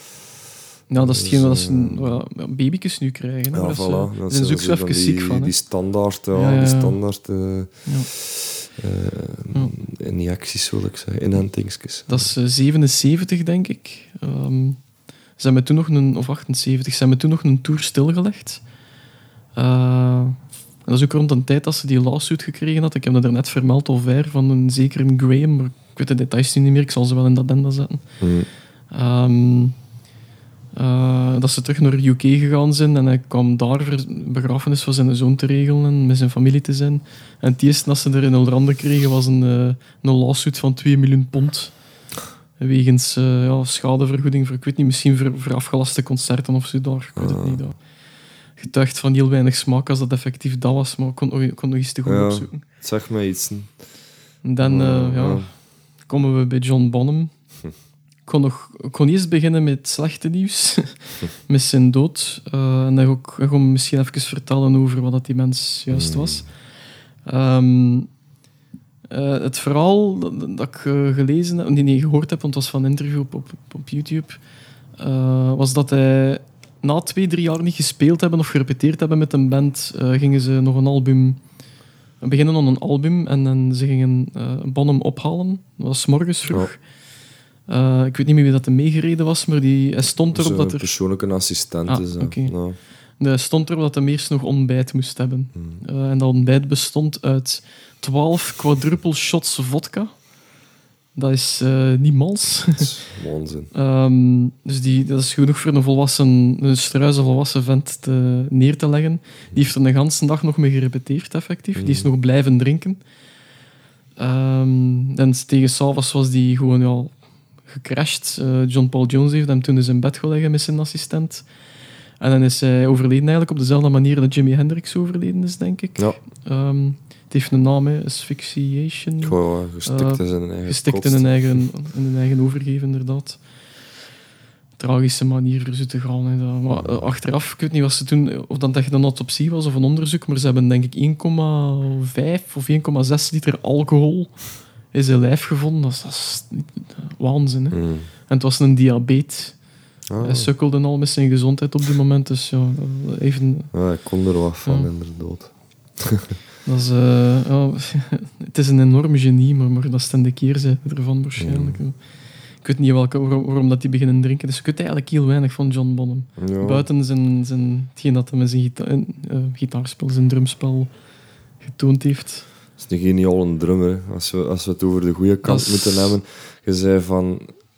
Nou, dat is Dus, hetgeen wat ze eh, well, ja, baby's nu krijgen. Hè, Ja, waar voilà. ze- Dat Daar zijn zijn ze ook zo zo van even die, ziek van. Hè. Die standaard, ja, Ja, ja, ja. die standaard eh, Ja. eh, Ja. injecties, wil ik zeggen, inentingsjes. Dat is eh, zevenenzeventig, denk ik. Ehm, ze hebben toen nog een, of achtenzeventig, ze hebben toen nog een tour stilgelegd. Eh, en dat is ook rond een tijd dat ze die lawsuit gekregen had. Ik heb dat er net vermeld, al ver, van een zekere Graham, maar ik weet de details nu niet meer, ik zal ze wel in dat addenda zetten. Mm. Ehm, eh, dat ze terug naar U K gegaan zijn en hij kwam daar voor een begrafenis van zijn zoon te regelen en met zijn familie te zijn. En het eerste dat ze er in Ulrande kregen was een, eh, een lawsuit van twee miljoen pond. Wegens eh, ja, schadevergoeding voor, ik weet niet, misschien voor, voor afgelaste concerten of zo daar. Ik weet het Ah. niet. Dat. Getuigd van heel weinig smaak als dat effectief dat was, maar ik kon, nog- ik kon nog eens te goed Ja. opzoeken. Zeg maar iets. hè. En dan eh, Ja, ja, ja. komen we bij John Bonham. Ik kon, nog, ik kon eerst beginnen met het slechte nieuws, met zijn dood. Eh, en dan ga ik, ik ga misschien even vertellen over wat dat die mens juist was. Ehm, eh, het verhaal dat, dat ik eh, gelezen heb, nee, nee, gehoord heb, want het was van een interview op, op, op YouTube, eh, was dat hij na twee, drie jaar niet gespeeld hebben of gerepeteerd hebben met een band, eh, gingen ze nog een album beginnen aan een album en dan ze gingen uh, Bonham ophalen. Dat was 's morgens vroeg. Uh, ik weet niet meer wie dat er meegereden was, maar die, hij stond erop Zo'n dat er... persoonlijke assistent Ah, is dat. oké. Ja. Hij stond erop dat hij eerst nog ontbijt moest hebben. Hmm. Uh, en dat ontbijt bestond uit twaalf quadruple shots vodka. Dat is uh, niet mals. Dat is waanzin. um, dus die, dat is genoeg voor een volwassen, een struise volwassen vent te, neer te leggen. Die heeft er de hele dag nog mee gerepeteerd, effectief. Die is nog blijven drinken. Um, en tegen s'avonds was die gewoon ja, gecrashed. Uh, John Paul Jones heeft hem toen in zijn bed gelegd met zijn assistent. En dan is hij overleden eigenlijk op dezelfde manier dat Jimi Hendrix overleden is, denk ik. Ja. Um, het heeft een naam, hè. Asphyxiation. Gewoon gestikt Uh, in zijn eigen Gestikt kost. in een eigen, in een eigen overgeven, inderdaad. Tragische manier voor ze te gaan. Hè. Dat, maar uh, achteraf, ik weet niet wat ze toen, of dat echt een autopsie was of een onderzoek, maar ze hebben denk ik één komma vijf of één komma zes liter alcohol in zijn lijf gevonden. Dat is, dat is waanzin. Hè. Mm. En het was een diabetes. Ah. Hij sukkelde al met zijn gezondheid op die moment, dus ja, even... Ja, ik kon er wat van, Ja. inderdaad. Dat is, uh, ja, het is een enorm genie, maar, maar dat is ten de keerzijde ervan waarschijnlijk. Mm. Ik weet niet welke, waarom, waarom dat die beginnen drinken. Dus ik weet eigenlijk heel weinig van John Bonham. Ja. Buiten zijn, zijn, hetgeen dat hij met zijn gita uh, gitaarspel, zijn drumspel getoond heeft. Het is een geniale drummer. Hè. Als we, als we het over de goede kant Dat is- moeten hebben. Je zei van...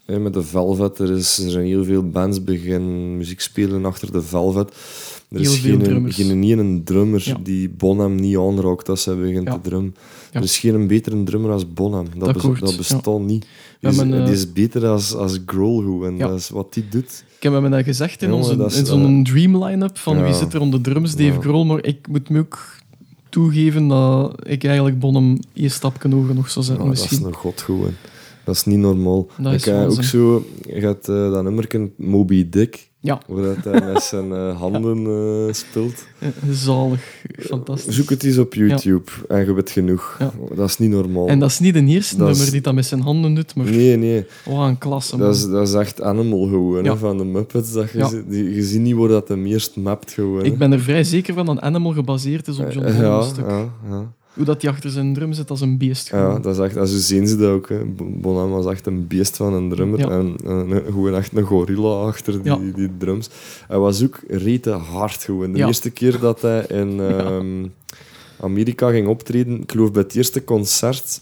hè, met de Velvet. Er, is, er zijn heel veel bands beginnen muziek spelen achter de Velvet. Er is Heel veel geen, drummers. geen ene drummer Ja. die Bonham niet aanraakt als hij begint Ja. te drummen. Ja. Er is geen betere drummer als Bonham. Dat, Dat bes- klopt, dat bestaat niet. Ja, Die is, men, eh, die is beter als, als Grohl. En Ja. dat is wat hij doet. Ik heb hem dat gezegd in, Jongen, onze, dat is, in zo'n eh, dream line-up van ja. wie zit er onder de drums, Dave Ja. Grohl, maar ik moet me ook toegeven dat ik eigenlijk Bonham één stapje hoger nog zou zetten. Ja, dat is misschien. een god gewoon. Dat is niet normaal. Dat is ik heb ook waanzin. zo... Je gaat eh, dat nummer Moby Dick, Ja, waar dat hij met zijn eh, handen eh, speelt. eh, zalig. Fantastisch. Zoek het eens op YouTube en je weet genoeg. Ja. Dat is niet normaal. En dat is niet de eerste Dat is- nummer die dat met zijn handen doet, maar Nee, nee. oh, een klasse. Dat man. is, dat is echt Animal gewoon, Ja. hè, van de Muppets. Dat je, Ja. zi- die, je ziet niet waar dat hem eerst mapt gewoon. Ik hè. ben er vrij zeker van dat Animal gebaseerd is op John Eh, Bonham ja, een stuk. ja, ja. Hoe dat hij achter zijn drum zit als een beest. Ja, gewoon. dat is echt, en zo zien ze dat ook. Hè. Bonham was echt een beest van een drummer. Ja. En, en een- gewoon echt een gorilla achter die, Ja. die drums. Hij was ook rete hard gewoon. De Ja. eerste keer dat hij in ehm, Amerika ging optreden, ik geloof bij het eerste concert,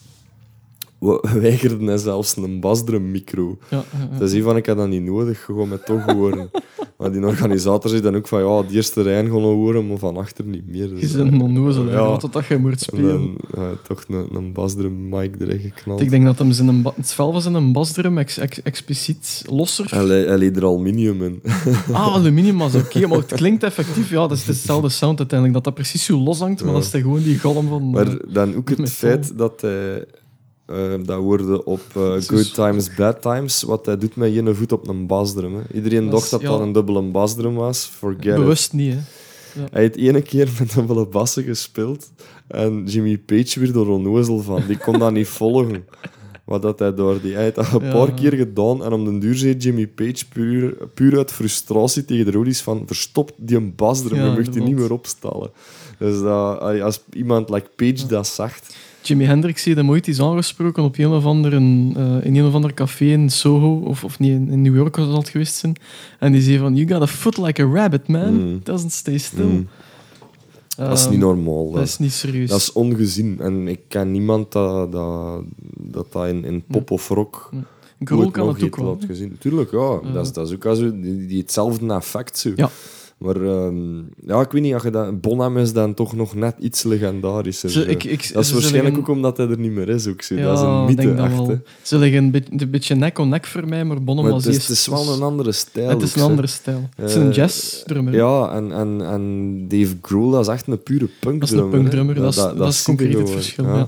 we- weigerde hij zelfs een basdrummicro. Ja, ja, ja. Dat is een van, ik heb dat niet nodig, gewoon met toch horen. Maar die organisator zei dan ook van, ja, die eerste rij gaan we horen, maar van achter niet meer. Dus, Je bent een onnozel, ja. ja. Wat dat je moet En spelen. dan ja, toch een, een basdrum mic erin geknald. Ik denk dat hem zijn ba- het spel was in een basdrum ex, ex- expliciet losser. Hij, le- hij leed er aluminium in. Ah, aluminium was oké, maar het klinkt effectief. Ja, dat is hetzelfde sound uiteindelijk. Dat dat precies zo los hangt, maar Ja. dat is dan gewoon die galm van... Maar eh, dan ook het met feit dat hij... eh, dat hoorde op eh, is- Good Times, Bad Times, wat hij doet met één voet op een basdrum. Hè. Iedereen Dat dacht is- dat ja. dat een dubbele basdrum was. Forget it. bewust niet, hè. Hij heeft ene keer met dubbele bassen gespeeld en Jimmy Page werd er onnozel van. Die kon dat niet volgen. Wat dat hij door die. Hij heeft dat een Ja. paar keer gedaan en om den duur zei Jimmy Page puur, puur uit frustratie tegen de Rodies van verstop die een basdrum, Ja, je mag die niet inderdaad. meer opstellen. Dus dat, als iemand like Page dat zegt... Jimi Hendrix heeft hem ooit eens aangesproken op een of andere, eh, in een of ander café in Soho, of, of niet, in New York zal het geweest zijn. En die zei van, you got a foot like a rabbit, man. Mm. Doesn't stay still. Mm, dat is Ehm, niet normaal. Dat Dat, is niet serieus. dat is ongezien. En ik ken niemand dat dat, dat, dat in, in pop of rock... Grohl ooit kan nog het ook heeft wel. laten gezien. Tuurlijk, ja. Ja. Dat, is, dat is ook al zo, die, die hetzelfde effect. Zo. Ja. Maar ehm, ja, ik weet niet, als je dat, Bonham is dan toch nog net iets legendarischer. Ze- zo. ik- ik- dat is ze waarschijnlijk zullen- ook omdat hij er niet meer is. Ook, zo. Ja, dat is een ik mythe, denk dat echt. wel. hè. Ze liggen een, beetje- een beetje nek on nek voor mij, maar Bonham Maar was het is, eerst... het is wel een andere stijl. Het is ook, een zo. andere stijl. Het is een Eh, jazz-drummer. Ja, en, en, en Dave Grohl, dat is echt een pure punkdrummer. Dat is een punkdrummer, hè. dat, is, dat, is zie je concreet het gewoon, verschil. ja. Ja.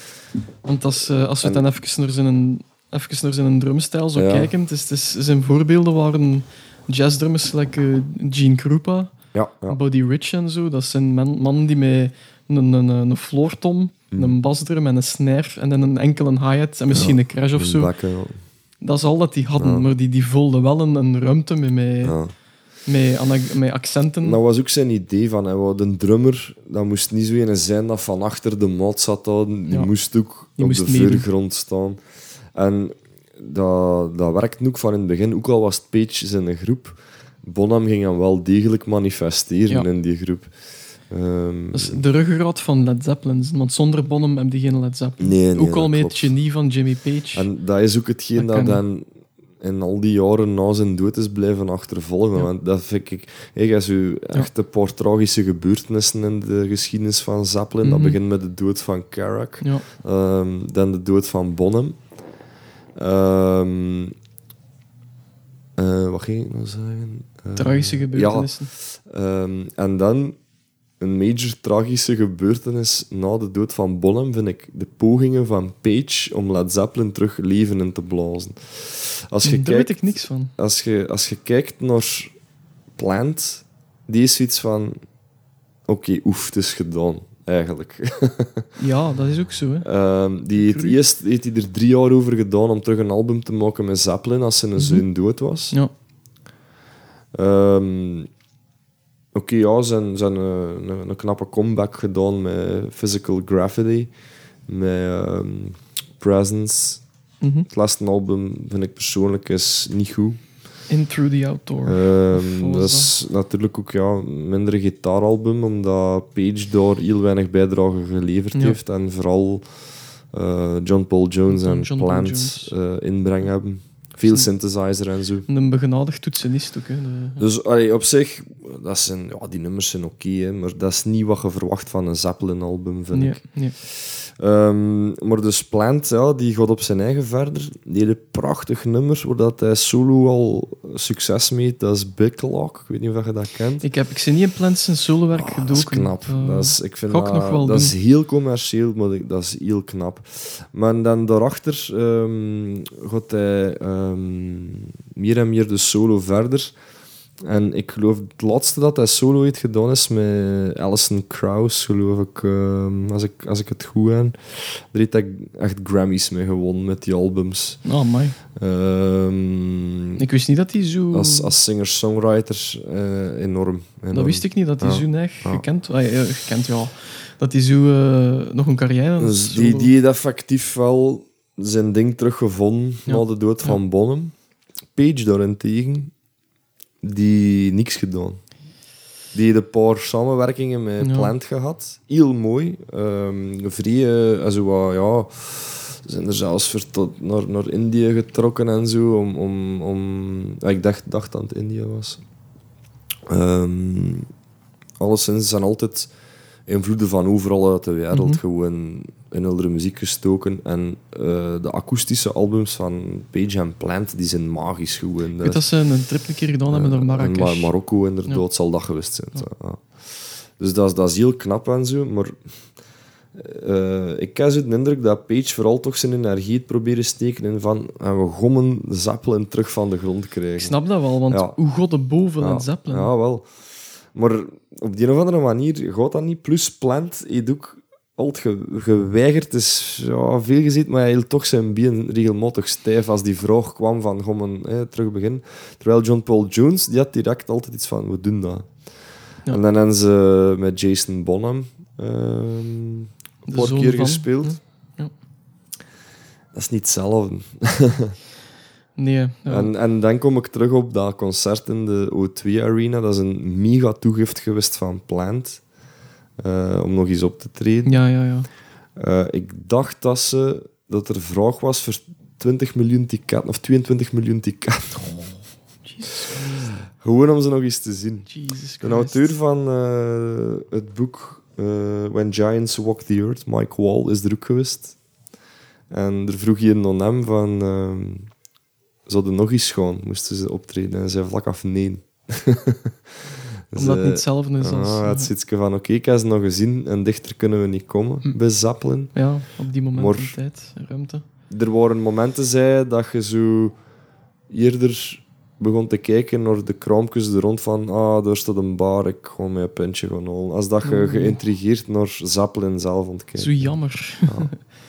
Want als, eh, als we En- dan even naar zijn, even naar zijn drumstijl zo Ja. kijken, het is, het is, zijn voorbeelden waren jazzdrummers like eh, Gene Krupa, Ja, ja. Buddy Rich en zo. Dat zijn man- mannen die met een, een, een floortom, Mm. een basdrum en een snare en dan een enkele hi-hat en misschien Ja. een crash of Een zo. bakken, ja. Dat is al dat die hadden, Ja. maar die, die vulden wel een, een ruimte met, met, Ja. met, ana- met accenten. Dat was ook zijn idee van, hij wou de drummer, dat moest niet zo een zijn dat van achter de mat zat houden. Die Ja. moest ook Die op moest de meedoen. voorgrond staan. En dat, dat werkte ook van in het begin, ook al was het Page zijn groep. Bonham ging hem wel degelijk manifesteren Ja. in die groep. Ehm, Dat is de ruggengraat van Led Zeppelin. Want zonder Bonham heb je geen Led Zeppelin. nee, nee, ook al dat met klopt. het genie van Jimmy Page. En dat is ook hetgeen Dat dat, kan dan in al die jaren na zijn dood is blijven achtervolgen. Ja. Want dat vind ik... Ik heb zo echt een paar tragische gebeurtenissen in de geschiedenis van Zeppelin. Dat Mhm. begint met de dood van Carrack. Ja. Ehm, dan de dood van Bonham. Ehm, eh, wat ging ik nou zeggen? Eh, Tragische gebeurtenissen. Ja, ehm, en dan een major tragische gebeurtenis na de dood van Bonham vind ik de pogingen van Page om Led Zeppelin terug leven in te blazen. Als je Daar kijkt, weet ik niks van. Als je, als je kijkt naar Plant, die is zoiets van... Oké, oef, het is gedaan, eigenlijk. Ja, dat is ook zo. Hè. Ehm, die heeft Cru- eerst heeft hij er drie jaar over gedaan om terug een album te maken met Zeppelin als zijn Mhm. zoon dood was. Ja. Ehm, Oké, ja, ze hebben, ze hebben een, een, een knappe comeback gedaan met Physical Graffiti, met ehm, Presence. Mhm. Het laatste album vind ik persoonlijk is niet goed. In Through the Outdoor. Ehm, Of wat dat was is natuurlijk ook ja, een minder gitaaralbum, omdat Page daar heel weinig bijdrage geleverd Ja. heeft en vooral eh, John Paul Jones en John Paul Plant Jones. eh, inbreng hebben. Veel synthesizer en zo. Een begenadigd toetsenist ook. Hè. De, Dus allee, op zich, dat zijn, ja, die nummers zijn oké, okay, maar dat is niet wat je verwacht van een Zeppelin-album, vind nee, ik. Nee. Um, maar dus Plant, ja, die gaat op zijn eigen verder. Die hele prachtig nummer, waar dat hij solo al succes mee. Dat is Big Lock. Ik weet niet of je dat kent. Ik heb ik zie niet in Plant zijn solowerk oh, gedoken. Dat is knap. Uh, dat is, ik vind ga ik dat, nog wel dat doen. is heel commercieel, maar ik- dat is heel knap. Maar dan daarachter um, gaat hij um, meer en meer de solo verder. En ik geloof het laatste dat hij solo heeft gedaan is met Alison Krauss, geloof ik, um, als ik, als ik het goed heb. Daar heeft hij echt Grammys mee gewonnen met die albums. Oh, amai. Um, Ik wist niet dat hij zo... als, als singer-songwriter uh, enorm, enorm. Dat wist ik niet, dat hij Ja. zo neig Ja. gekend... Ah, ja, gekend, ja. Dat hij zo uh, nog een carrière... Dus zo- die, die heeft effectief wel zijn ding teruggevonden Ja. na de dood Ja. van Bonham. Page daarentegen, die niks gedaan. Die heeft een paar samenwerkingen met Ja. Plant gehad. Heel mooi. Um, vrij, uh, also, uh, ja, ze zijn er zelfs voor tot naar, naar Indië getrokken en zo. Om, om, om, ja, ik dacht, dacht dat het Indië was. Um, alleszins, ze zijn altijd invloeden van overal uit de wereld Mhm. gewoon in hun muziek gestoken. En uh, de akoestische albums van Page en Plant, die zijn magisch gewoon. Ik weet dat ze een trip een keer gedaan hebben naar Marrakesh. In Mar- Marokko inderdaad Ja. zal dat geweest zijn. Ja. Ja. Dus dat is, dat is heel knap en zo, maar uh, ik heb zo de indruk dat Page vooral toch zijn energie het proberen steken in van en we gommen Zeppelin terug van de grond krijgen. Ik snap dat wel, want Ja. hoe god de boven ja. aan Zeppelin. Ja, wel. Maar op die of andere manier gaat dat niet. Plus Plant heeft ook altijd ge- geweigerd. Het is ja, veel gezien, maar hij hield toch zijn been regelmatig stijf als die vraag kwam van gaan we hè, terug beginnen. Terwijl John Paul Jones, die had direct altijd iets van we doen dat. Ja. En dan hebben ze met Jason Bonham um, een De paar zoon keer van. gespeeld. Ja. Ja. Dat is niet hetzelfde. Nee, ja. En, en dan kom ik terug op dat concert in de O twee Arena. Dat is een mega toegift geweest van Plant. Uh, om nog eens op te treden. ja, ja, ja. Uh, ik dacht dat, ze, dat er vraag was voor twintig miljoen ticketten. Of tweeëntwintig miljoen ticketten. Jesus, Gewoon om ze nog eens te zien. Jesus De Christ. auteur van uh, het boek uh, When Giants Walk the Earth, Mike Wall, is er ook geweest. En er vroeg je aan hem van... Uh, zouden nog eens gaan, moesten ze optreden. En hij zei vlak af nee. Dus, Omdat het uh, niet hetzelfde is als... ah, het is iets van, oké, okay, ik heb ze nog gezien en dichter kunnen we niet komen Hm. bij Zeppelin. Ja, op die moment Maar- in tijd, ruimte. Er waren momenten, zei, dat je zo eerder begon te kijken naar de kraampjes er rond van ah, daar staat een bar, ik ga mij een pintje gaan halen. Als dat je Mm. geïntrigeerd naar Zeppelin zelf ontkijkt. Zo jammer. Ja.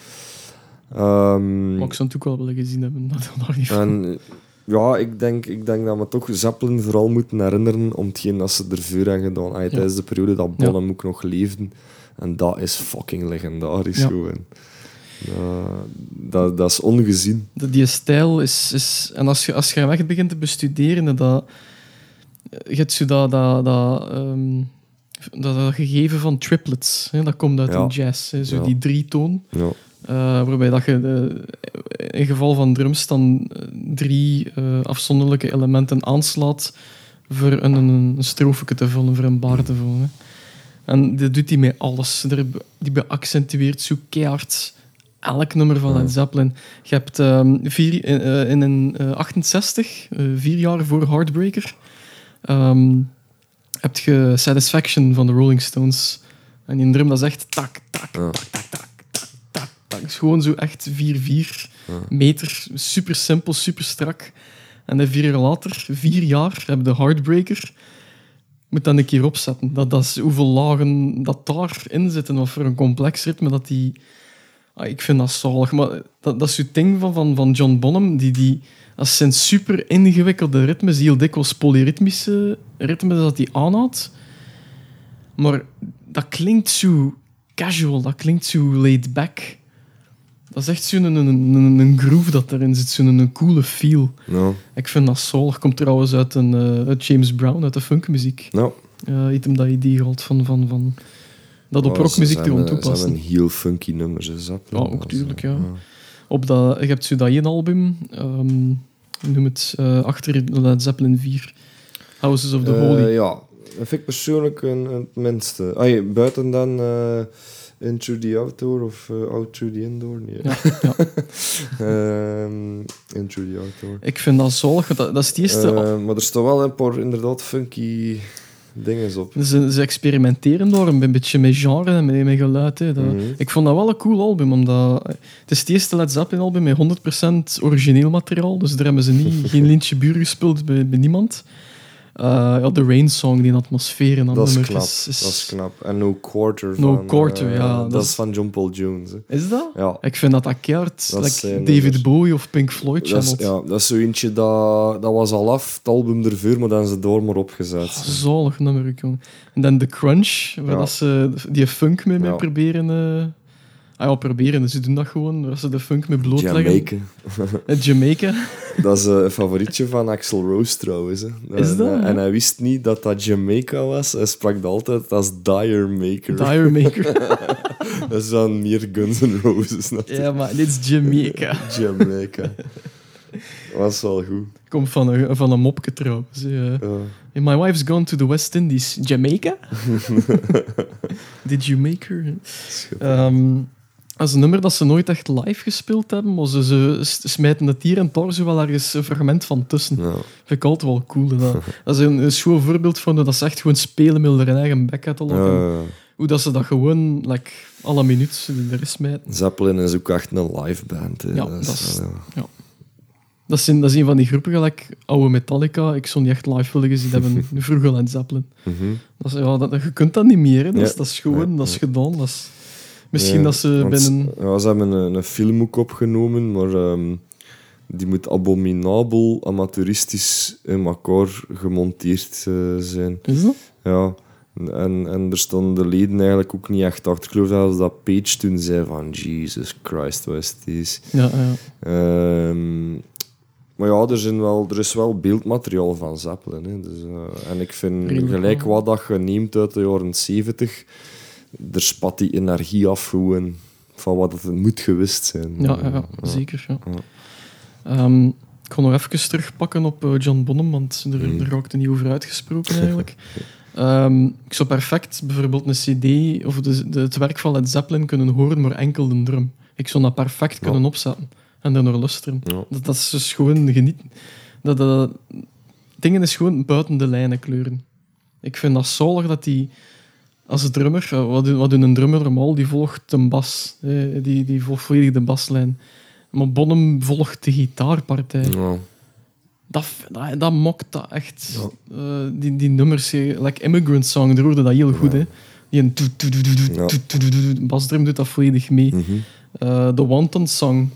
Ehm, Maar ik zou het ook wel willen gezien hebben. Dat daar niet van. en ja, ik denk, ik denk dat we toch Zeppelin vooral moeten herinneren om hetgeen dat ze ervoor hebben gedaan. Ah, tijdens de periode dat Bonham ook nog leefde. En dat is fucking legendarisch Ja. gewoon. Uh, dat, dat is ongezien. De- Die stijl is... is en als je, als je hem echt begint te bestuderen, dat... Je hebt zo dat... dat, dat, ehm, dat, dat gegeven van triplets. Hè, dat komt uit Ja. de jazz. Hè, zo Ja. die drietoon. Ja. Uh, waarbij dat je uh, in geval van drums dan uh, drie uh, afzonderlijke elementen aanslaat voor een, een, een strofeke te vullen, voor een bar te vullen. Hè. En dat doet hij met alles. Er- Die beaccentueert zo keihard elk nummer van Ja. Led Zeppelin. Je hebt um, vier, uh, in een uh, achtenzestig, uh, vier jaar voor Heartbreaker, um, heb je Satisfaction van de Rolling Stones. En die drum dat is echt tak, tak, Ja. tak, tak, tak. Dat is gewoon zo echt vier vier Ja. meter. Super simpel, super strak. En dan vier jaar later, vier jaar, hebben de Heartbreaker. Moet dat een keer opzetten. Dat, dat is hoeveel lagen dat daarin zitten. Wat voor een complex ritme dat die... Ah, ik vind dat zalig. Maar dat, dat is zo'n ding van, van, van John Bonham. Die, die, dat zijn super ingewikkelde ritmes. Die heel dikwijls polyritmische ritmes dat hij aanhoudt. Maar dat klinkt zo casual. Dat klinkt zo laid back. Dat is echt zo'n een, een, een, een groove dat erin zit. Zo'n een, een coole feel. Ja. Ik vind dat zalig. Komt trouwens uit, een, uh, uit James Brown, uit de funkmuziek. Ja. Uh, iets hem dat idee gehad van, van, van dat op Ja, rockmuziek ze te gaan hebben- Ze toepassen. hebben heel funky nummers, hè, Zeppelin. Ja, ook Dat is, tuurlijk, eh, ja. Op dat, je hebt zo dat één album, um, noem het, uh, achter Led Zeppelin vier. Houses of the uh, Holy. Ja, dat vind ik persoonlijk een, een het minste. Ah, ja, buiten dan uh, Into the Outdoor of uh, Out to the Indoor. Nee. Ja, ja. um, Into the Outdoor. Ik vind dat zalig, dat, dat is het eerste... Uh, maar er staan wel een paar inderdaad funky dingen op. Ze, ze experimenteren daar een beetje met genre en met, met geluid. Hè. Dat, mm-hmm. Ik vond dat wel een cool album, omdat... Het is het eerste Led Zeppelin album met honderd procent origineel materiaal, dus daar hebben ze niet, geen lintje buur gespeeld bij, bij niemand. Uh, ja, de Rain Song, die atmosfeer en dat is knap, is, is... dat is knap. En No Quarter No van... Quarter, uh, ja. Dat, dat is van John Paul Jones. Hè. Is dat? Ja. Ik vind dat dat keert like David Bowie of Pink Floyd dat is, ja, dat is zo eentje dat... Dat was al af, het album ervoor, maar dan hebben ze door maar opgezet. Oh, zalig nummer, jong. En dan The Crunch, waar ja. dat ze die funk mee, mee ja. proberen... Uh... Ah ja, proberen. Ze doen dat gewoon. Als ze de funk met blootleggen. Jamaica. Jamaica. Dat is een favorietje van Axl Rose trouwens. Hè. Is dat? En, en hij wist niet dat dat Jamaica was. Hij sprak dat altijd als Dire Maker. Dire Maker. Dat is dan meer Guns N' Roses natuurlijk. Ja, maar dit is Jamaica. Jamaica. Dat was wel goed. Komt van een, van een mopje trouwens. Uh, uh. My wife's gone to the West Indies. Jamaica? Did you make her? Um, Dat is een nummer dat ze nooit echt live gespeeld hebben, maar ze, ze smijten het hier en daar zo wel ergens een fragment van tussen. Ja. Vind ik altijd wel cool. Dat, dat is een, een schoon voorbeeld van dat ze echt gewoon spelen met hun eigen back-catalog. Ja, ja, ja. Hoe dat ze dat gewoon like, alle minuut er smijten. Zeppelin is ook echt een live band. Hè. Ja, dat is, dat is, ja. ja. Dat is, een, dat is een van die groepen, gelijk oude Metallica. Ik zou niet echt live willen gezien hebben, vroeger Led Zeppelin. Mm-hmm. Dat is, ja, dat, je kunt dat niet meer. Hè. Dat, ja. is, dat is gewoon, ja. dat is gedaan. Dat is... Misschien ja, dat ze binnen... Ja, ze hebben een, een film ook opgenomen, maar um, die moet abominabel amateuristisch in elkaar gemonteerd uh, zijn. Is dat? Ja. En, en er stonden de leden eigenlijk ook niet echt achter. Ik geloof zelfs dat Page toen zei van Jesus Christ, wat is dit? Ja, ja. Um, maar ja, er, zijn wel, er is wel beeldmateriaal van Zeppelin. Hè. Dus, uh, en ik vind Redelijk gelijk wel. Wat dat je neemt uit de jaren zeventig... Er spat die energie af gewoon van wat het moet geweest zijn. Ja, ja, ja. zeker. Ja. Ja. Um, ik ga nog even terugpakken op uh, John Bonham, want er, mm. er raakte niet over uitgesproken eigenlijk. um, ik zou perfect bijvoorbeeld een cd of de, de, het werk van Led Zeppelin kunnen horen, maar enkel de drum. Ik zou dat perfect ja. kunnen opzetten en er naar luisteren. Ja. Dat, dat is dus gewoon genieten. Dat, dat, dingen is gewoon buiten de lijnen kleuren. Ik vind dat zalig dat die... Als een drummer, wat doet, wat doet een drummer normaal? Die volgt een bas. Eh, die, die volgt volledig de baslijn. Maar Bonham volgt de gitaarpartij. Ja. Dat, dat, dat mokt dat echt. Ja. Uh, die, die nummers, like Immigrant Song, daar hoorde dat heel goed. Ja. Hè? Die een ja. basdrum doet dat volledig mee. Mm-hmm. Uh, de Wanton Song,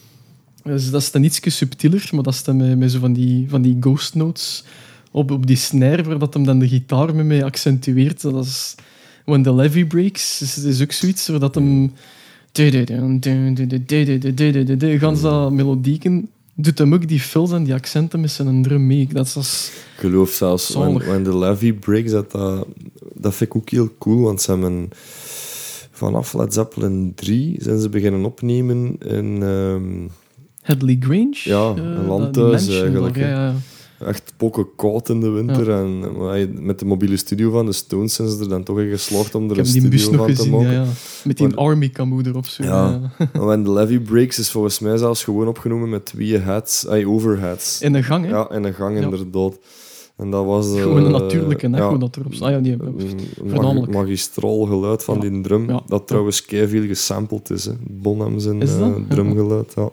dus dat is dan ietsje subtieler, maar dat is dan met, met zo van die, van die ghost notes op, op die snare, waar dat hem dan de gitaar mee, mee accentueert. Dat is... When the Levee Breaks is, is ook zoiets waar dat hem... Gans dat melodieken doet hem ook die fills en die accenten met zijn drum mee. Dat is ik geloof zelfs when, when the Levee Breaks, dat, dat, dat vind ik ook heel cool, want ze hebben vanaf Led Zeppelin drie zijn ze beginnen opnemen in... Um, Hadley Grange? Ja, een landhuis eigenlijk. Ja, ja. Echt pokken koud in de winter. Ja. En met de mobiele studio van de Stones zijn ze er dan toch in geslaagd om er een studio van gezien, te maken. Ja, ja. Met die maar, Army Camo erop. Zo, ja. ja. When the Levee Breaks is volgens mij zelfs gewoon opgenomen met twee hats, ay, overheads. In een gang, hè? Ja, in een gang, ja. inderdaad. En dat was... Uh, gewoon een natuurlijke echo ja, dat erop staat. Ah, ja, die, mag, magistraal geluid van ja. die drum, ja. dat trouwens keiveel gesampled is. Hè. Bonham zijn uh, drumgeluid, ja.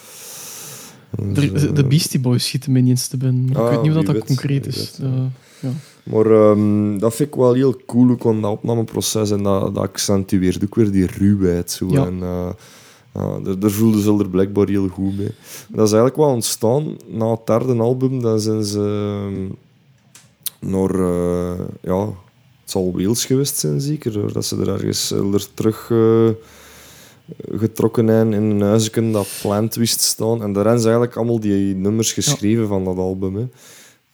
De, de Beastie Boys schieten mij niet eens te binnen. Maar ah, ik weet niet of dat, dat concreet is. Weet, uh, ja. Maar um, dat vind ik wel heel cool, ook aan dat opnameproces. En dat, dat accentueert ook weer die ruwheid. Zo. Ja. En, uh, uh, daar, daar voelden ze er blijkbaar heel goed mee. Dat is eigenlijk wel ontstaan. Na het derde album dan zijn ze uh, naar... Uh, ja, het zal Wales geweest zijn, zeker. Dat ze er ergens uh, er terug... Uh, getrokken zijn in een huisje dat Plant wist staan. En daar hebben ze eigenlijk allemaal die nummers geschreven ja. van dat album. Hè.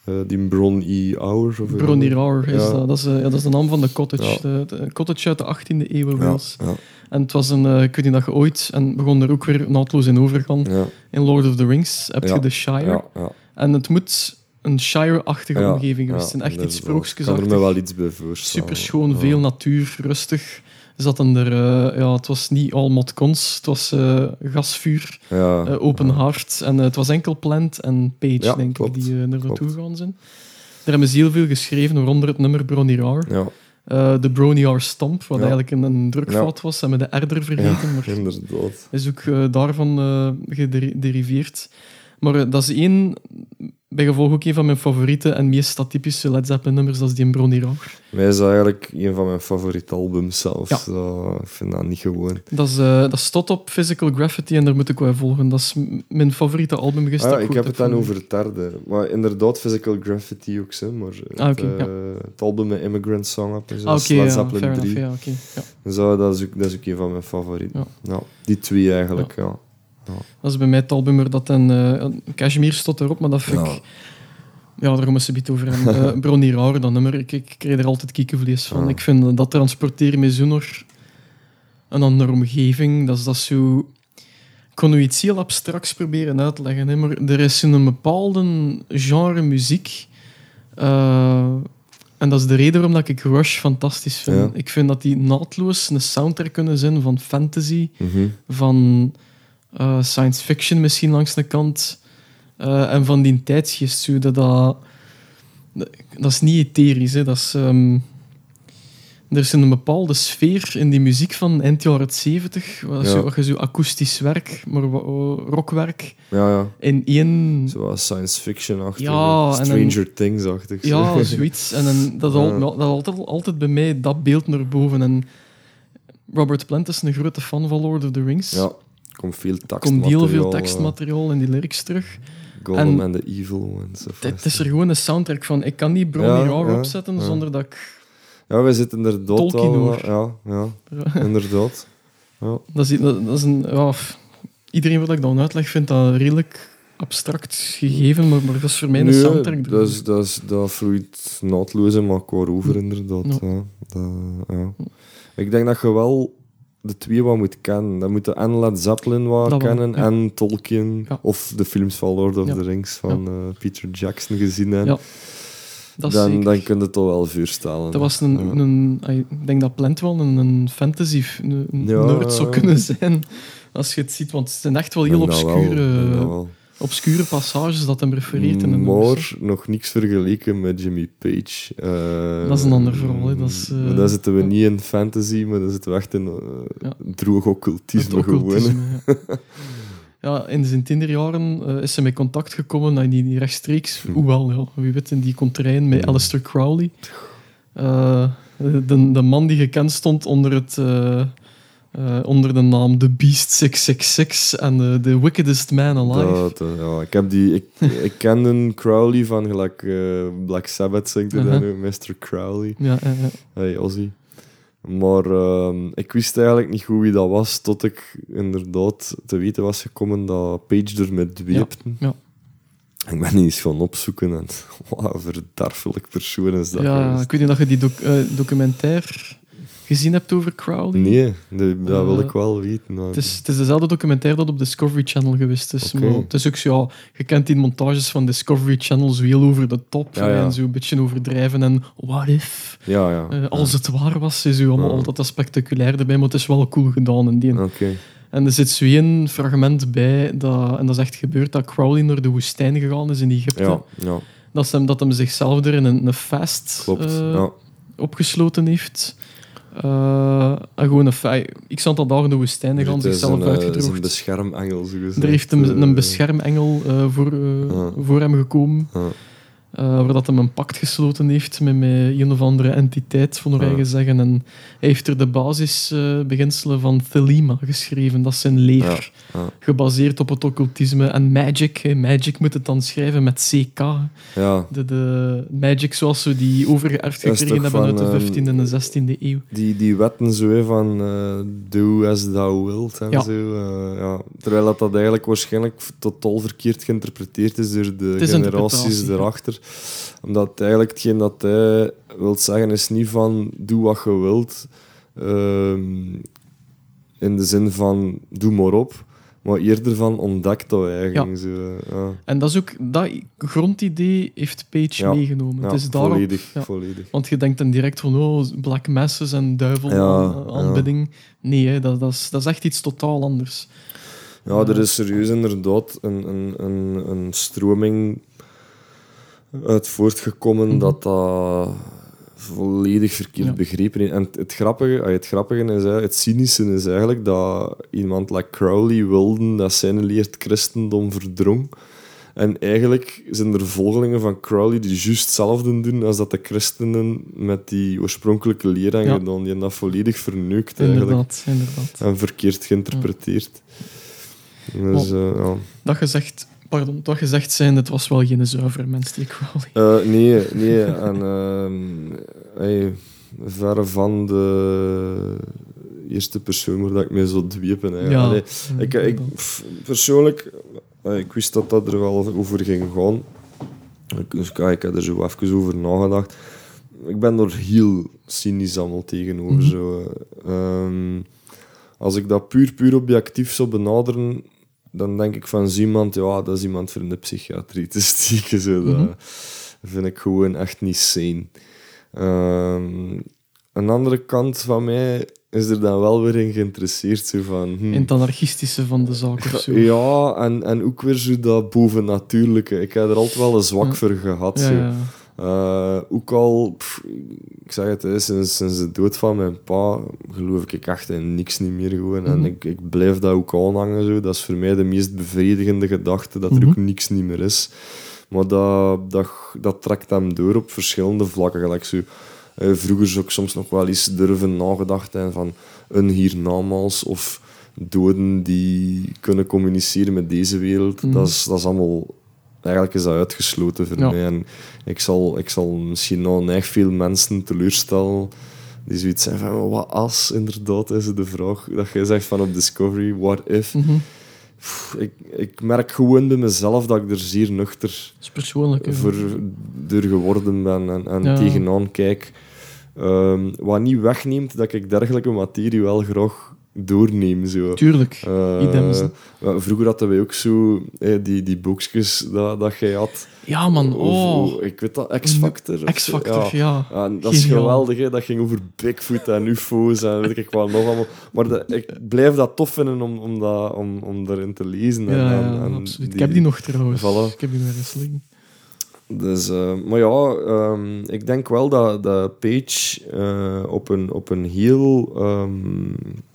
Uh, die Bron E. Hour. Of Bron E. Hour is ja. dat. Dat is, uh, ja, dat is de naam van de cottage. Ja. De, de cottage uit de achttiende eeuw was. Ja, ja. En het was een... Uh, ik weet niet dat je ooit... En begon er ook weer naadloos in overgaan. Ja. In Lord of the Rings heb ja. je de Shire. Ja, ja. En het moet een Shire-achtige ja, omgeving geweest zijn. Ja, echt iets sprookjesachtig. Ik kan er me wel iets bij voorstellen. Superschoon, ja. veel natuur, rustig. Zaten er, uh, ja, het was niet al modcons, het was uh, gasvuur, ja, uh, open ja. hart. En uh, het was enkel Plant en Page, Ja, denk klopt, ik, die uh, er naartoe klopt. gegaan zijn. Daar hebben ze heel veel geschreven, waaronder het nummer Bron E. Hour. Ja, Uh, de Bron E. Hour Stamp, wat Ja. eigenlijk een, een drukfout Ja. was, en met de R er vergeten. ja, maar inderdaad. is ook uh, daarvan uh, gederiveerd. Maar uh, dat is één, bij gevolg ook een van mijn favoriete en meest atypische Led Zeppelin nummers, dat is die Bron E. Hour. Mij is dat eigenlijk een van mijn favoriete albums zelfs. Ja. Uh, ik vind dat niet gewoon. Dat, is, uh, dat staat op Physical Graffiti en daar moet ik wel volgen. Dat is m- mijn favoriete album geweest. Ah, dat ja, ik ooit heb het dan van- over het derde. Maar inderdaad, Physical Graffiti ook, hè, maar het, Ah, oké, uh, ja. het album met Immigrant Song Up en zo, Ah, oké, Led ja, Zeppelin fair drie. enough, ja, oké, ja. Zo, dat, is ook, dat is ook een van mijn favorieten. Ja. Ja, die twee eigenlijk, ja. Dat is bij mij het album er dat en uh, Cashmere stond erop, maar dat vind Ja. ik... Ja, daar moet ze het over hebben. Uh, Bron E. Hour, dat nummer, ik, ik krijg er altijd kiekenvlees van. Ja. Ik vind uh, dat transporteren met zo nog een andere omgeving. Dat is, dat is zo... Ik kon nu iets heel abstracts proberen uit te leggen, hè, maar er is een bepaalde genre muziek. Uh, en dat is de reden waarom dat ik Rush fantastisch vind. Ja. Ik vind dat die naadloos een soundtrack kunnen zijn van fantasy, Mhm. van uh, science fiction misschien langs de kant. Uh, en van die tijdsgeest. Zo, dat, dat, dat is niet etherisch. Hè. Dat is, um, er is een bepaalde sfeer in die muziek van eind jaren zeventig. Wat Ja. zo, wat je zo akoestisch werk, maar wa- wa- rockwerk. Ja, ja. In één... Zoals science fiction-achtig. Ja, en Stranger dan- Things-achtig. Ja, zoiets. En dan, dat al, Ja. dat altijd, altijd bij mij dat beeld naar boven. En Robert Plant is een grote fan van Lord of the Rings. Ja, er komt veel Er tekstmateriaal. komt heel veel eh, tekstmateriaal in die lyrics terug. Gollum En- and the Evil Ones. of Het wat. is er gewoon een soundtrack van. Ik kan niet Bron Ja, E. Hour ja, opzetten ja. zonder dat ik... Ja, wij zitten er dood Tolkien al. hoor. Ja, ja, inderdaad. Ja. Dat is, dat, dat is een... Ja, f- iedereen wat ik dan uitleg vindt dat redelijk abstract gegeven, maar, maar dat is voor mij een Nee, soundtrack. dat, is, dat, is, dat vloeit naadloos in elkaar over, inderdaad. Ja. Ja. Dat, ja. Ik denk dat je wel de twee wat moet kennen. Dan moet je en Led Zeppelin wat Dat wel, kennen, ja. en Tolkien, Ja. of de films van Lord of Ja. the Rings van eh, Peter Jackson gezien hebben. Ja, dat is dan, zeker. dan kun je het toch wel voorstellen. Dat was een, Ja. een... Ik denk dat Plant wel een, een fantasy een, een Ja, nerd zou ja. kunnen zijn. Als je het ziet, want het zijn echt wel heel Ik denk dat wel, obscure, ik denk dat wel. obscure passages dat hem refereert in een nummer. Maar nog niks vergeleken met Jimmy Page. Eh, Dat is een ander verhaal, hè. Dat is, eh, maar daar zitten we niet in fantasy, maar daar zitten we echt in uh, Ja. droog occultisme, Het gewoon. occultisme, ja. Ja, in zijn tinderjaren uh, is ze met contact gekomen, nou, niet niet rechtstreeks, Hm. hoewel, ja, wie weet, in die contrain met Hm. Aleister Crowley. Uh, de, de man die gekend stond onder, het, uh, uh, onder de naam The Beast zes zes zes en uh, The Wickedest Man Alive. Dat, eh, ja, ik, heb die, ik, ik kende Crowley van gelijk uh, Black Sabbath, zingt hij Uh-huh. dan nu, mister Crowley. Ja, ja, ja. Hey, Ozzy. Maar ehm, ik wist eigenlijk niet goed wie dat was, tot ik inderdaad te weten was gekomen dat Page er met dweepte. ja. Ik ben die eens gaan opzoeken en wat een verderfelijk persoon is dat Ja, geweest. ik weet niet of je die doc- uh, documentaire gezien hebt over Crowley. Nee, dat, dat wil Uh, ik wel weten. Maar... Het is, het is dezelfde documentaire dat op Discovery Channel geweest is. Oké. Maar het is ook zo, ja, je kent die montages van Discovery Channel zo heel over de top Ja, ja. en zo een beetje overdrijven en what if, Ja, ja. eh, als het waar was, is zo allemaal Ja. altijd dat spectaculair erbij, maar het is wel cool gedaan in die. Oké. En er zit zo één fragment bij, dat, en dat is echt gebeurd, dat Crowley naar de woestijn gegaan is in Egypte. Ja, ja, Dat, ze hem, dat hem zichzelf er in een, een fast klopt. eh, ja. opgesloten heeft. Uh, en gewoon een fa- x aantal dagen in de woestijn gegaan, Het is zichzelf een, eh, is uitgedroogd. een beschermengel, zo gezegd. Er heeft hem, Eh, een beschermengel uh, voor, uh, Ja. voor hem gekomen, ja. uh, waar dat hem een pact gesloten heeft met, met een of andere entiteit, van haar Ja. eigen zeggen. En hij heeft er de basisbeginselen van Thelema geschreven. Dat is zijn leer, Ja, ja. gebaseerd op het occultisme. En magic, hè. Magic moet het dan schrijven met C K. Ja, De, de magic zoals we die overgeërfd Dat is gekregen toch hebben van, uit de ehm, vijftiende en de zestiende eeuw. die, die wetten zo hè, van eh, do as thou wilt en Ja. zo. eh, ja. Terwijl dat, dat eigenlijk waarschijnlijk totaal verkeerd geïnterpreteerd is door de is generaties interpretatie, ja. erachter. Omdat eigenlijk hetgeen dat hij wil zeggen is niet van doe wat je wilt, um, in de zin van doe maar op, maar eerder van ontdek dat eigenlijk. Ja. Zo, ja. En dat is ook dat grondidee heeft Page Ja. meegenomen. Ja, Het is daarop, volledig, ja. volledig. Want je denkt dan direct van oh, black masses en duivel Ja, aan, aanbidding. Nee, hè, dat, dat, is, dat is echt iets totaal anders. Ja, er is serieus inderdaad een, een, een, een stroming uit voortgekomen Mhm. dat dat volledig verkeerd Ja. begrepen is. En het, het grappige, ah, het grappige is, hè, het cynische is eigenlijk dat iemand like Crowley wilde dat zijn leer het christendom verdrong. En eigenlijk zijn er volgelingen van Crowley die juist hetzelfde doen als dat de christenen met die oorspronkelijke leer hebben Ja. gedaan. Die hebben dat volledig verneukt eigenlijk. Inderdaad, inderdaad. En verkeerd geïnterpreteerd. Dus, uh, ja. Dat gezegd, pardon, dat gezegd zijn, het was wel geen zuivere mens, die Crowley. Uh, nee, nee. En uh, hey, verre van de eerste persoon waar dat ik mee zou dwepen. Hey. Ja, Allee, ik, ik, pff, persoonlijk, uh, ik wist dat dat er wel over ging gaan. Dus kijk, ik heb er zo even over nagedacht. Ik ben er heel cynisch allemaal tegenover. Mm-hmm. Zo. Um, als ik dat puur, puur objectief zou benaderen, dan denk ik van iemand, ja, dat is iemand voor in de psychiatrie te steken. Zo. Mm-hmm. Dat vind ik gewoon echt niet sane. Um, een andere kant van mij is er dan wel weer in geïnteresseerd. Zo van, hm. In het anarchistische van de zaak of zo. Ja, en, en ook weer zo dat bovennatuurlijke. Ik heb er altijd wel een zwak Ja. voor gehad. Ja, Zo. ja. Uh, ook al, pff, ik zeg het, hè, sinds, sinds de dood van mijn pa geloof ik echt in niks niet meer gewoon. Mm-hmm. En ik, ik blijf dat ook aanhangen. Zo. Dat is voor mij de meest bevredigende gedachte, dat er Mm-hmm. ook niks niet meer is. Maar dat, dat, dat trekt hem door op verschillende vlakken. Gelijk zo, uh, vroeger zou ik soms nog wel eens durven nagedacht hebben van een hiernamaals of doden die kunnen communiceren met deze wereld. Mm-hmm. Dat is, dat is allemaal... Eigenlijk is dat uitgesloten voor Ja. mij. En ik zal, ik zal misschien nog echt veel mensen teleurstellen die zoiets zijn van, wat als, inderdaad, is de vraag dat jij zegt van op Discovery, what if? Mm-hmm. Pff, ik, ik merk gewoon bij mezelf dat ik er zeer nuchter Dat is persoonlijk. hè. voor, door geworden ben en, en Ja. tegenaan kijk. Um, wat niet wegneemt dat ik dergelijke materie wel graag doorneem. Zo. Tuurlijk. Uh, Idem, ze. vroeger hadden wij ook zo eh, die, die boekjes dat, dat jij had. Ja, man. Oh. Of, ik weet dat, X-Factor. of zo. X-Factor, ja. Ja, en dat is Geniaal. geweldig, hè. Dat ging over Bigfoot en U F O's en weet ik wat nog allemaal. Maar dat, ik blijf dat tof vinden om, om, dat, om, om daarin te lezen. En, Ja, en, ja, en absoluut. Ik heb die nog trouwens. Voilà. Ik heb die nog eens liggen. Dus, uh, maar ja, um, ik denk wel dat, dat Page uh, op, een, op een heel um,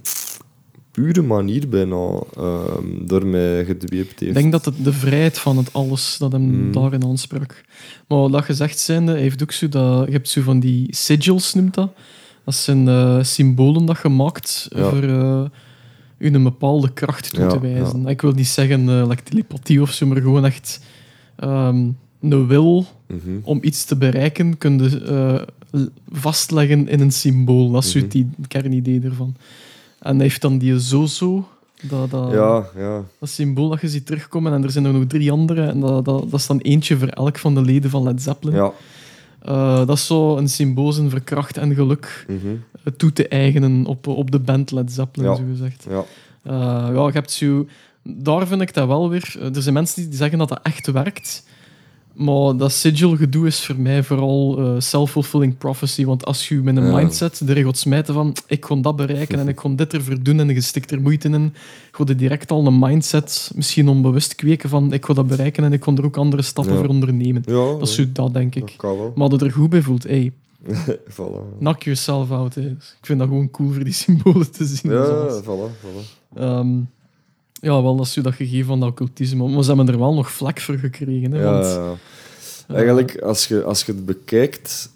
pure manier bijna um, door mij gedweept heeft. Ik denk dat het de vrijheid van het alles dat hem Mm. daarin aansprak. Maar dat gezegd zijnde, hij heeft ook zo dat... Je hebt zo van die sigils, noemt dat. Dat zijn uh, symbolen dat je maakt Ja. voor uh, u een bepaalde kracht toe Ja, te wijzen. ja. Ik wil niet zeggen uh, like telepathie of zo, maar gewoon echt um, een wil Mm-hmm. om iets te bereiken, kun je uh, vastleggen in een symbool. Dat is zo Mhm. het i- kernidee ervan. En hij heeft dan die zo-zo, dat, dat, Ja, ja. dat symbool dat je ziet terugkomen. En er zijn er nog drie andere. En dat, dat, dat is dan eentje voor elk van de leden van Led Zeppelin. Ja. Uh, dat is zo een symbool zijn voor kracht en geluk Mm-hmm. uh, toe te eigenen op, op de band Led Zeppelin, Ja. zo gezegd. Ja. Uh, ja, je hebt zo... Daar vind ik dat wel weer... Er zijn mensen die zeggen dat dat echt werkt. Maar dat sigil-gedoe is voor mij vooral uh, self-fulfilling prophecy. Want als je met een Ja. mindset erin gaat smijten van ik ga dat bereiken en ik ga dit ervoor doen en je stikt er moeite in, ga je direct al een mindset, misschien onbewust kweken van ik ga dat bereiken en ik ga er ook andere stappen Ja. voor ondernemen. Ja, Dat is zo dat, denk ik. dat kan wel. Maar dat er goed bij voelt, hey, Voilà. knock yourself out. Hey. Ik vind dat gewoon cool voor die symbolen te zien. Ja, zoals. voilà, voilà. Ehm, ja, wel, dat is zo dat gegeven van dat occultisme. Maar ze hebben er wel nog vlak voor gekregen. Hè, Ja, want, ja. Eigenlijk, als je, als je het bekijkt...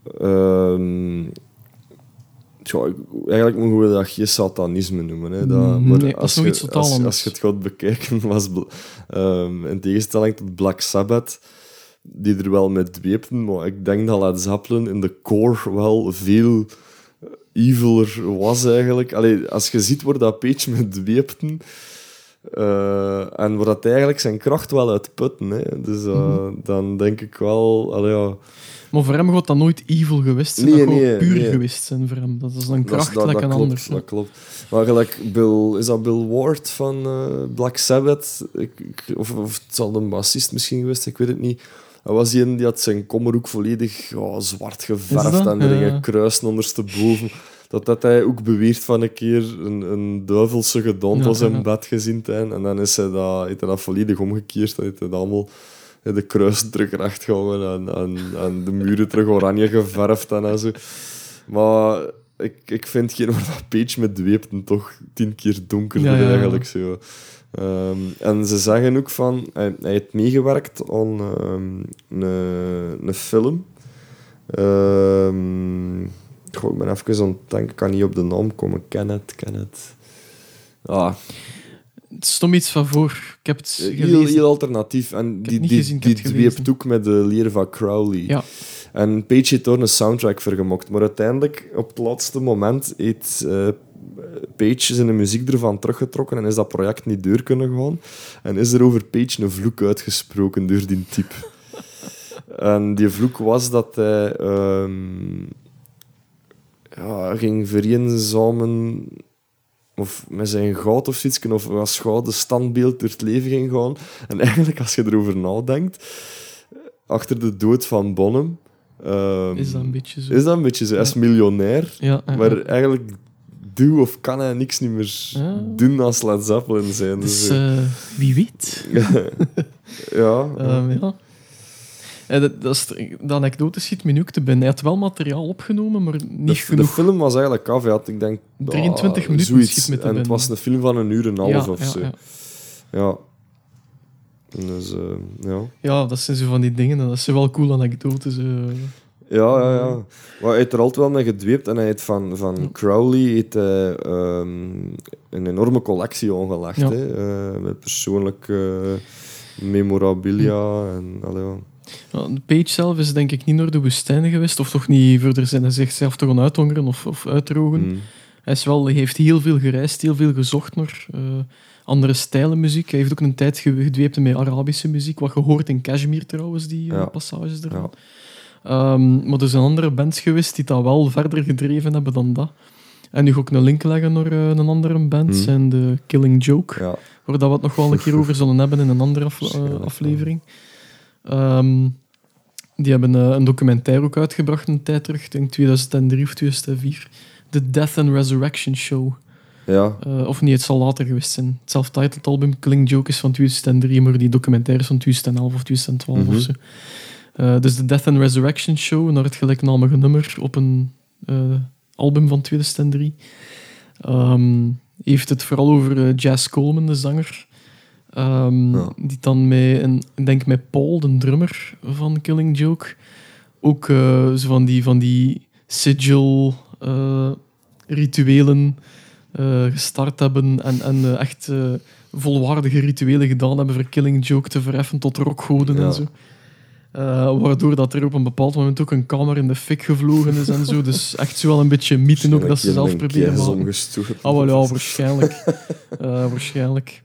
ehm, ja, eigenlijk mogen we dat geen satanisme noemen. Hè. Dat, Nee, maar dat is als nog je, iets totaal als, anders. als je het gaat bekijken, was bl- ehm, in tegenstelling tot Black Sabbath, die er wel met dweepten, maar ik denk dat Led Zeppelin in de core wel veel eviler was eigenlijk. Allee, als je ziet waar dat Page met dweepten, Uh, en waar dat eigenlijk zijn kracht wel uit putten. Hè. Dus uh, mm-hmm. dan denk ik wel... Allee, ja. Maar voor hem gaat dat nooit evil geweest zijn. Nee, dat nee, gaat puur nee. geweest zijn voor hem. Dat is een kracht dat, dat, like dat een klopt, ander. Dat klopt. Maar gelijk Bill... Is dat Bill Ward van uh, Black Sabbath? Ik, ik, of, of het zal een bassist misschien geweest, ik weet het niet. Hij was die, die had zijn kommer ook volledig oh, zwart geverfd en er dingen kruisen ondersteboven. Dat had hij ook beweerd van een keer een, een duivelse gedont als ja, ja. in bed gezien te hebben. En dan is hij dat, heeft hij dat volledig omgekeerd. Hij heeft dat allemaal de kruisen terug recht gehouden en, en, en de muren terug oranje geverfd en, en zo. Maar ik, ik vind geen waar dat Page met dweepten toch tien keer donkerder ja, ja, ja. eigenlijk zo. Um, en ze zeggen ook van... Hij, hij heeft meegewerkt aan um, een, een film. Um, goh, ik ben even aan het denken, ik kan niet op de naam komen. Kenneth, Kenneth... Ah. Het stond iets van voor. Ik heb het gelezen. Heel, heel alternatief. En die, die, gezien, die dweept ook met de leer van Crowley. Ja. En Page heeft daar een soundtrack voor gemaakt. Maar uiteindelijk, op het laatste moment, heeft uh, Page zijn muziek ervan teruggetrokken en is dat project niet door kunnen gaan. En is er over Page een vloek uitgesproken door die type. En die vloek was dat hij um, ja, ging vereenzamen... of met zijn goud of zoiets, of als gouden standbeeld door het leven ging gaan. En eigenlijk, als je erover nadenkt, achter de dood van Bonham... Um, is dat een beetje zo? Is dat een beetje zo. Hij is miljonair, ja, ja, maar ja. eigenlijk doe of kan hij niks niet meer ja. doen als Led Zeppelin zijn. Dus, dus uh, wie weet. ja. Um, ja. En dat, dat is, de anekdote schiet me nu ook te binnen. Hij had wel materiaal opgenomen, maar niet de, genoeg. De film was eigenlijk af. Hij had, ik denk, drieëntwintig ah, minuten zoiets. schiet me te En binnen. het was een film van een uur en een half ja, of ja, zo. Ja. ja. Dus, uh, ja. Ja, dat zijn zo van die dingen. Dat zijn wel cool anekdotes. Uh. Ja, ja, ja. Maar hij heeft er altijd wel mee gedweept. En hij heeft van, van Crowley heeft, uh, um, een enorme collectie aangelegd. Ja. Hè? Uh, met persoonlijke uh, memorabilia. En, allee, ja. Ja, Page zelf is denk ik niet door de woestijn geweest. Of toch niet verder zijn zichzelf te gaan uithongeren of, of uitdrogen. Mm. Hij is wel, hij heeft heel veel gereisd, heel veel gezocht naar uh, andere stijlen muziek. Hij heeft ook een tijd gedweept met Arabische muziek. Wat je hoort in Kashmir trouwens, die uh, ja. passages ervan. Ja. Um, maar er zijn andere bands geweest die dat wel verder gedreven hebben dan dat. En nu ga ik een link leggen naar uh, een andere band, mm. zijn de Killing Joke. Ja. Waar dat we het nog wel een keer over zullen hebben in een andere afle- uh, aflevering. Um, die hebben uh, een documentaire ook uitgebracht een tijd terug, ik denk tweeduizend drie of tweeduizend vier. The Death and Resurrection Show. Ja. Uh, of niet, het zal later geweest zijn. Het self-titled album Killing Joke is van tweeduizend drie, maar die documentaire is van tweeduizend elf of tweeduizend twaalf mm-hmm. of zo. Uh, dus de Death and Resurrection Show, naar het gelijknamige nummer op een uh, album van tweeduizend drie. Um, heeft het vooral over uh, Jazz Coleman, de zanger. Um, ja. Die dan met, een, ik denk met Paul, de drummer van Killing Joke, ook uh, zo van die, van die sigil uh, rituelen uh, gestart hebben en, en uh, echt uh, volwaardige rituelen gedaan hebben voor Killing Joke te verheffen tot rockgoden ja. en zo. Uh, waardoor dat er op een bepaald moment ook een kamer in de fik gevlogen is en zo. Dus echt zo wel een beetje mythen ook dat ze zelf proberen maken. Ah, wel, ja, waarschijnlijk. Uh, waarschijnlijk.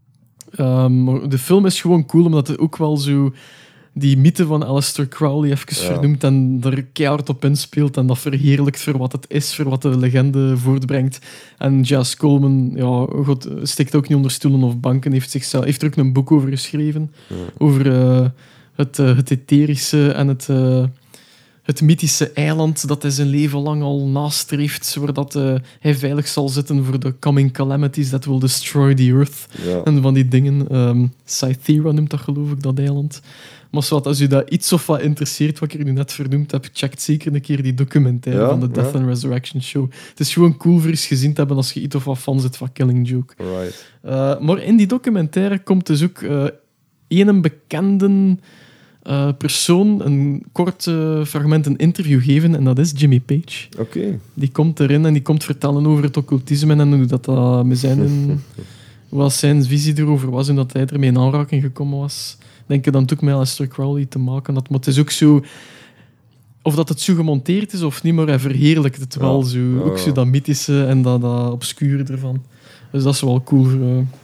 Um, de film is gewoon cool, omdat het ook wel zo die mythe van Aleister Crowley even ja. vernoemt en er keihard op inspeelt en dat verheerlijkt voor wat het is, voor wat de legende voortbrengt. En Jazz Coleman ja, God, stikt ook niet onder stoelen of banken, heeft, zichzelf, heeft er ook een boek over geschreven, ja. over uh, het, uh, het etherische en het... Uh, Het mythische eiland dat hij zijn leven lang al nastreeft, zodat uh, hij veilig zal zitten voor de coming calamities that will destroy the earth. Ja. En van die dingen. Um, Cythera noemt dat, geloof ik, dat eiland. Maar zodat, als u dat iets of wat interesseert, wat ik er nu net vernoemd heb, checkt zeker een keer die documentaire ja, van de Death ja. and Resurrection Show. Het is gewoon cool voor eens gezien te hebben als je iets of wat fan zit van Killing Joke. Right. Uh, maar in die documentaire komt dus ook uh, een bekende... Uh, persoon een kort uh, fragment een interview geven en dat is Jimmy Page. Okay. Die komt erin en die komt vertellen over het occultisme en hoe dat, uh, met zijn, wat zijn visie erover was en dat hij ermee in aanraking gekomen was. Denk je dan ook met Aleister Crowley te maken had. Maar het is ook zo... Of dat het zo gemonteerd is of niet, maar hij verheerlijkt het wel. Ja. Zo, ook zo dat mythische en dat, dat obscure ervan. Dus dat is wel cool voor, uh,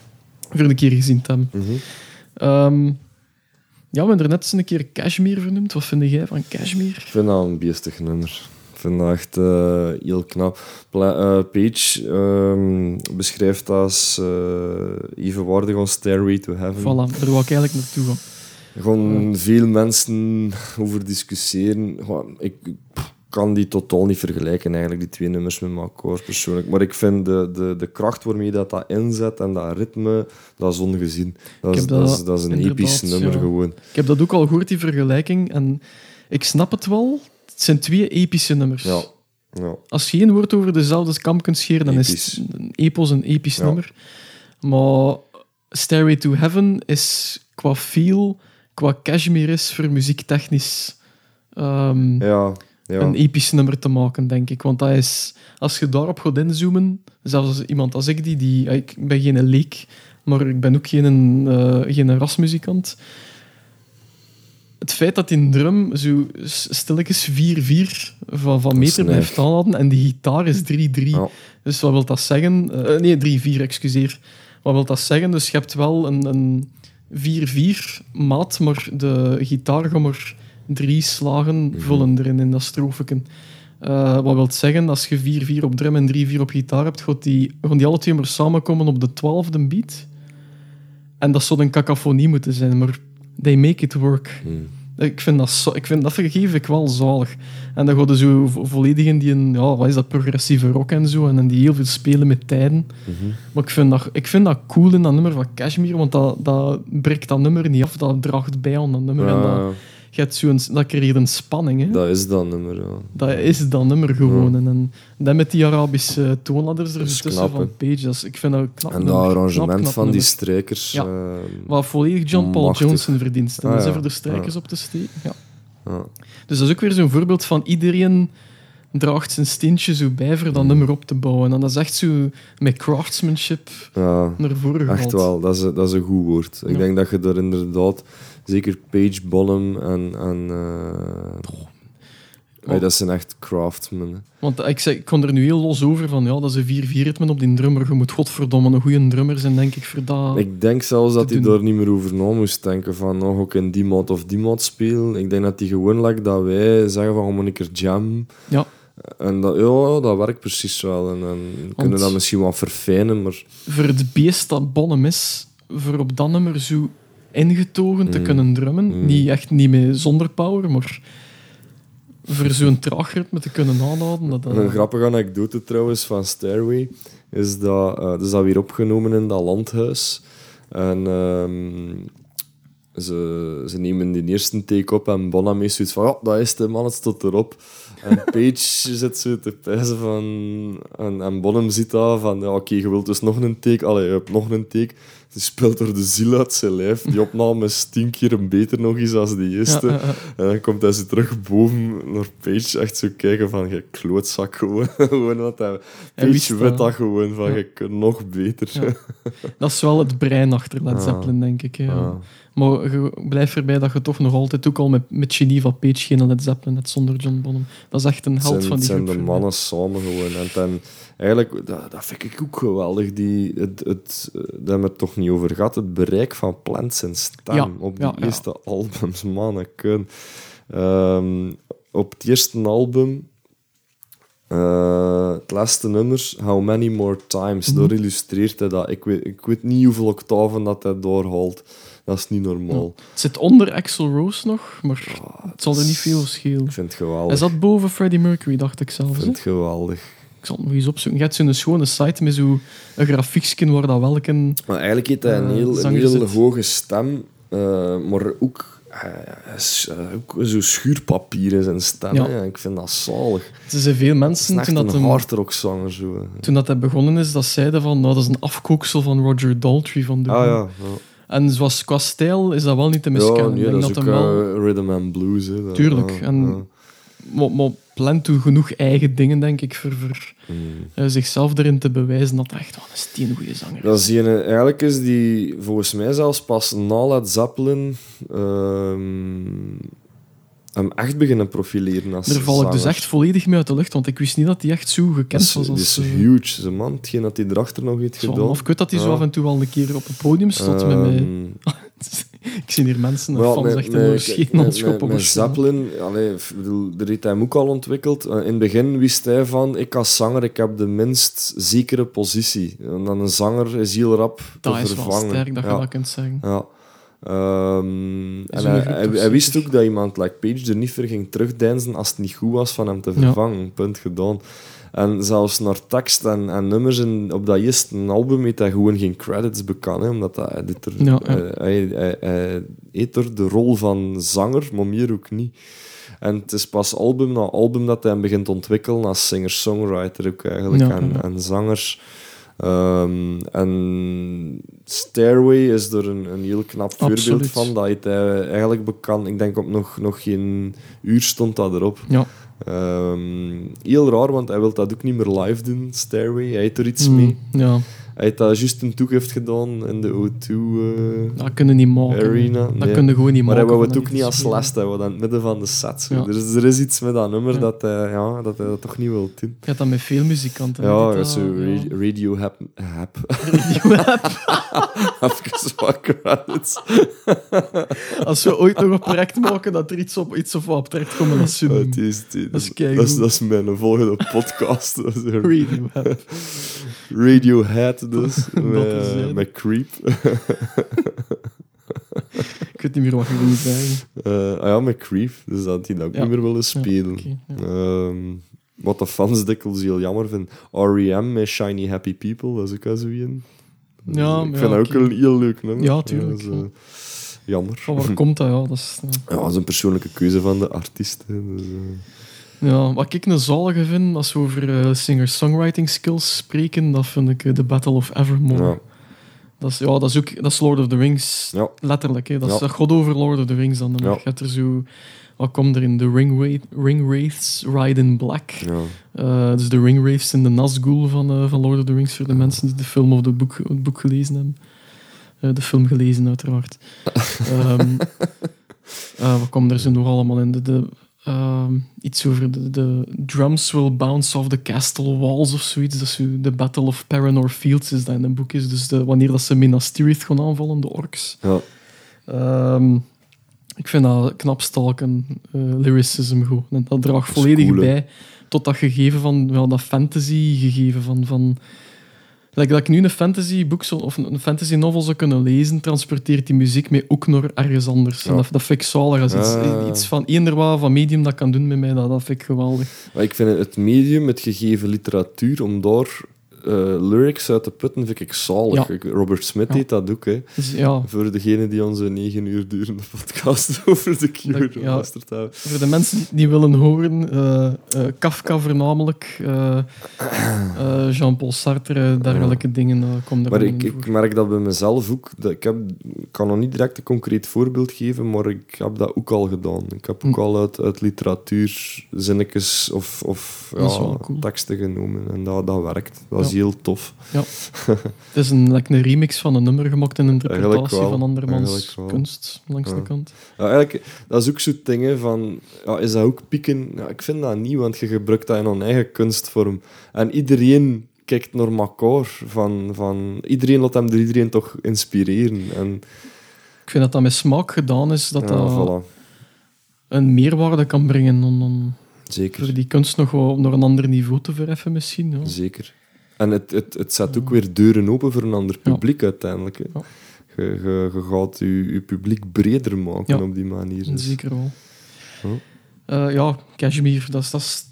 voor een keer gezien te hebben. Mhm. Um, ja, we hebben er net eens een keer Kashmir vernoemd. Wat vind jij van Kashmir? Ik vind dat een beestig nummer. Ik vind dat echt uh, heel knap. Pla- uh, Page um, beschrijft dat als uh, evenwaardig aan Stairway to Heaven. Voilà, daar wou ik eigenlijk naartoe gaan. Gewoon Ja. veel mensen over discussiëren. Gewoon, ik kan die totaal niet vergelijken, eigenlijk, die twee nummers met elkaar persoonlijk. Maar ik vind de, de, de kracht waarmee dat, dat inzet en dat ritme, dat is ongezien. Dat is, dat dat is, dat is een inderdaad, episch nummer ja. gewoon. Ik heb dat ook al gehoord, die vergelijking. En ik snap het wel. Het zijn twee epische nummers. Ja. Ja. Als je één woord over dezelfde kam kunt scheren, dan Episch. is het een epos een episch Ja. nummer. Maar Stairway to Heaven is qua feel, qua Kashmir is voor muziektechnisch um, Ja. Ja. een episch nummer te maken, denk ik. Want dat is, als je daarop gaat inzoomen, zelfs als iemand als ik, die, die ja, ik ben geen leek, maar ik ben ook geen, uh, geen rasmuzikant. Het feit dat die drum zo stilletjes vier vier van, van meter Snijf. blijft aanhouden en die gitaar is drie drie. Ja. Dus wat wil dat zeggen? Uh, nee, drie vier, excuseer. Wat wil dat zeggen? Dus je hebt wel een, een vier vier maat, maar de gitaar gaat maar drie slagen Mm-hmm. vullen erin, in dat strofeken. Uh, wat wil zeggen? Als je vier vier op drum en drie vier op gitaar hebt, gaan die, gaan die alle twee maar samenkomen op de twaalfde beat. En dat zou een cacophonie moeten zijn, maar they make it work. Mm. Ik vind dat, zo, ik vind, dat vergeef ik wel zalig. En dan gaan ze zo vo- volledig in die, een, ja, wat is dat, progressieve rock en zo, en, en die heel veel spelen met tijden. Mm-hmm. Maar ik vind, dat, ik vind dat cool in dat nummer van Kashmir, want dat, dat breekt dat nummer niet af, dat draagt bij aan dat nummer. En Ja, dat, je hebt zo'n, dat creëert een spanning. Hè. dat is dat nummer, ja. Dat is dat nummer gewoon. Ja. En, en dat met die Arabische toonladders er Dat is tussen knap, van Page, dat is, ik vind dat een knap En dat nummer. arrangement Knap, knap van die nummer. strijkers... Ja. eh, Wat volledig John Paul machtig. Jones zijn verdiensten Ah, is, hè, ja. voor de strijkers Ja. op te steken. Ja. ja. Dus dat is ook weer zo'n voorbeeld van iedereen draagt zijn steentje zo bij voor dat Mm. nummer op te bouwen. En dat is echt zo met craftsmanship ja. naar voren gehaald. Echt wel, dat is, dat is een goed woord. Ik Ja. denk dat je er inderdaad, zeker Page, Bonham en... en uh, Oh. dat zijn echt craftsmen. Hè. Want ik, zeg, ik kon er nu heel los over van, ja, dat is een vier vier ritme op die drummer. Je moet godverdomme een goede drummer zijn, denk ik, voor dat... Ik denk zelfs dat te hij doen. daar niet meer over na moest denken van, oh, ik in die maat of die maat spelen. Ik denk dat hij gewoon, like, dat wij zeggen van, gewoon een keer jam. Ja. En dat, ja, dat werkt precies wel. En dan kunnen we dat misschien wat verfijnen, maar... Voor het beest dat Bonham is, voor op dat nummer zo ingetogen te Mm. kunnen drummen. Mm. Niet echt niet mee zonder power, maar voor zo'n traag ritme te kunnen aanhouden. Dat, dat... Een grappige anekdote trouwens van Stairway is dat, uh, dat is dat weer opgenomen in dat landhuis. En ehm, ze, ze nemen die eerste take op en Bonham is zoiets van, ja, dat is de man, het staat erop. En Page zit zo te pijzen van... En, en Bonham ziet dat van, ja, oké, je wilt dus nog een take. Allee, je hebt nog een take. Die speelt door de ziel uit zijn lijf. Die opname is tien keer beter nog eens als die eerste. Ja, ja, ja. En dan komt hij zo terug boven naar Page, echt zo kijken van, je klootzak gewoon. gewoon wat hij... Page wist weet dat. dat gewoon, van, Ja. je kunt nog beter. Ja. Dat is wel het brein achter Led Ah. Zeppelin, denk ik. hè, Ja. Ah. Maar je blijft erbij dat je toch nog altijd, ook al met, met genie van Page, geen Led Zeppelin net zonder John Bonham. Dat is echt een Het held zijn, van het die zijn groep. de voor mij. mannen samen gewoon. En dan, eigenlijk, dat, dat vind ik ook geweldig. Die, het, het, daar hebben we het toch niet over gehad. Het bereik van Plant zijn stem Ja, op die ja, ja. eerste albums. Mannen kunnen. Um, op het eerste album, uh, het laatste nummer, How Many More Times, Mhm. daar illustreert hij dat. Ik weet, ik weet niet hoeveel octaven dat hij doorhaalt. Dat is niet normaal. Het zit onder Axl Rose nog, maar Ah, het zal er dat niet is- veel schelen. Ik vind het Hij geweldig. zat boven Freddie Mercury, dacht ik Ik zelfs. vind hè. het geweldig. Ik zal het nog eens opzoeken. Je hebt zo'n schone site met zo'n grafiekje waar dat welke... Maar eigenlijk heeft hij een Eh, heel, een zanger heel zit. hoge stem, uh, maar ook, uh, hij is, uh, ook zo schuurpapier in zijn stem. Ja. Hè. Ik vind dat zalig. Er zijn veel Het is mensen, echt toen dat, een hem, hardrockzanger. Zo. toen dat hij begonnen is, dat zeiden van, nou, dat is een afkooksel van Roger Daltrey van de Ah Who. ja. ja. En zoals qua stijl is dat wel niet te Ja, miskennen. nee, Ik denk dat is dat ook hem wel... uh, rhythm and blues. Hè. Dat- Tuurlijk. ja, En- ja. Maar, maar Plant doet genoeg eigen dingen, denk ik, voor, voor Mm. eh, zichzelf erin te bewijzen dat hij echt wel een steengoede zanger Dat is. is die, ene- eigenlijk is die volgens mij zelfs pas na Led Zeppelin. ehm hem echt beginnen profileren als Daar val ik dus zanger. echt volledig mee uit de lucht, want ik wist niet dat hij echt zo Dat gekend is, was. dat Als, is eh, huge, ze man. Hetgeen dat hij erachter nog heeft zo, gedaan. of ik weet dat hij zo Ja. af en toe wel een keer op het podium stond met mij. Ehm, Ik zie hier mensen, Maar ja, fans met- echt met- een scheen met- onschop met- op met een staan. Zeppelin, allee, ik bedoel, daar heeft hij hem ook al ontwikkeld. In het begin wist hij van, ik als zanger, ik heb de minst zekere positie. En dan een zanger is heel rap te Dat is vervangen. wel sterk dat je ja. dat kunt zeggen. Ja. Ehm, en Zo'n hij, groep hij, toch hij wist zeker? ook dat iemand like Page er niet voor ging terugdeinzen als het niet goed was van hem te vervangen. Punt gedaan. En zelfs naar tekst en, en nummers in, op dat eerste album heeft hij gewoon geen credits bekend, hè, omdat hij, hij, doet er, Ja, ja. hij, hij, hij, hij heeft er de rol van zanger, maar meer ook niet. En het is pas album na album dat hij hem begint te ontwikkelen als singer-songwriter ook eigenlijk, Ja, en, ja. en zanger. Ehm, en Stairway is er een, een heel knap voorbeeld Absoluut. van. Dat heeft hij eigenlijk bekend. Ik denk op nog, nog geen uur stond dat erop. Ja. Ehm, heel raar, want hij wil dat ook niet meer live doen, Stairway. Hij heeft er iets Mm, mee. ja, Hij heeft dat juist een toegift gedaan in de O twee eh, dat kunnen niet maken. Arena. Dat Nee. kunnen gewoon niet Maar hij maken. wou het van ook dat niet te als spelen. last, hij wou dat in het midden van de set. Zo. Ja. Dus er is iets met dat nummer Ja. dat, hij, ja, dat hij dat toch niet wil doen. Je hebt dat met veel muzikanten. Ja, hè, dat dit, is zo eh, radio, radio hap. hap. ja. Even wat credits. Als we ooit nog een project maken dat er iets op, iets op wat terecht komt, dat is zo Oh, doen. die is, die, Dat is dat, keigoed. is, dat is mijn volgende podcast. Dat is een Radiohead. Radiohead dus. Dat met, is, eh, ja. met Creep. Ik weet niet meer wat je wil zeggen. Eh, ah ja, met Creep. Dus dat die dat ook Ja. niet meer willen spelen. Oké, ja. Ehm, wat de fans dikwijls heel jammer vinden. R E M met Shiny Happy People, dat is ook al zo een. Ja, ik maar vind ja, dat ook oké. een heel leuk nummer. Ja, tuurlijk, dat is, eh, ja. jammer. Van waar komt dat? Ja, dat is, ja. Ja, dat is een persoonlijke keuze van de artiest. Hè. Dus, eh, Ja, wat ik een zalige vind, als we over eh, singer-songwriting skills spreken, dat vind ik eh, The Battle of Evermore. ja. Dat is, ja, dat is ook dat is Lord of the Rings, Ja. letterlijk. Hè. Dat is Ja. dat God over Lord of the Rings dan. Ja. Je hebt er zo... Wat komt er in? De Ringwraith, Ringwraiths Ride in Black. Ja. Eh, dus de Ringwraiths in de Nazgul van, eh, van Lord of the Rings, voor de mensen die de film of de boek, het boek gelezen hebben. Eh, de film gelezen, uiteraard. Ehm eh, wat komt er zo nog allemaal in? De, de, ehm, iets over de, de drums will bounce off the castle walls of zoiets. Dat is zo de Battle of Paranor Fields is dat in een boek is. Dus de, wanneer dat ze Minas Tirith gaan aanvallen, de orks. Ja. Ehm, ik vind dat knapstalken uh, lyricism goed. En dat draagt volledig cool, hè? bij tot dat gegeven van wel dat fantasy gegeven van, van like, dat ik nu een fantasy boek zo, of een fantasy novel zou kunnen lezen, transporteert die muziek mij ook naar ergens anders. Ja. En dat, dat vind ik zalig. Als iets, Ah. iets van eender wat van medium dat kan doen met mij, dat, dat vind ik geweldig. Maar ik vind het, het medium, het gegeven literatuur, om daar eh, lyrics uit te putten, vind ik zalig. Ja. Ik- Robert Smith Ja. deed dat ook, hè. Dus ja, Voor degene die onze negen uur durende podcast over de Cure Dat- ja. geluisterd hebben. voor de mensen die het niet willen horen, eh, eh, Kafka voornamelijk, eh, eh, Jean-Paul Sartre, dergelijke dingen, uh, komt er Maar allemaal ik, in ik voor. merk dat bij mezelf ook. Dat ik, heb, ik kan nog niet direct een concreet voorbeeld geven, maar ik heb dat ook al gedaan. Ik heb ook Hm. al uit, uit literatuur zinnetjes of, of Dat is ja, wel cool. teksten genomen. En dat, dat werkt. Dat is Ja. heel tof. Het is een, like een remix van een nummer gemaakt in interpretatie Eigenlijk wel. van andermans Eigenlijk wel. kunst, langs Ja. de kant. Ja, eigenlijk, dat is ook zo'n dingen van... Ja, is dat ook pieken? Ja, ik vind dat niet, want je gebruikt dat in een eigen kunstvorm. En iedereen kijkt naar elkaar. Van, van, iedereen laat hem door iedereen toch inspireren. En, Ik vind dat dat met smaak gedaan is, dat ja, dat voilà. een meerwaarde kan brengen om, om Zeker. voor die kunst nog wel naar een ander niveau te verheffen misschien. Ja. Zeker. En het, het, het zet ook weer deuren open voor een ander publiek uiteindelijk. Hè. Ja. Je, je, je gaat je, je publiek breder maken Ja. op die manier. Dus. Zeker wel. Ja. Eh, ja, Kashmir, dat is, dat is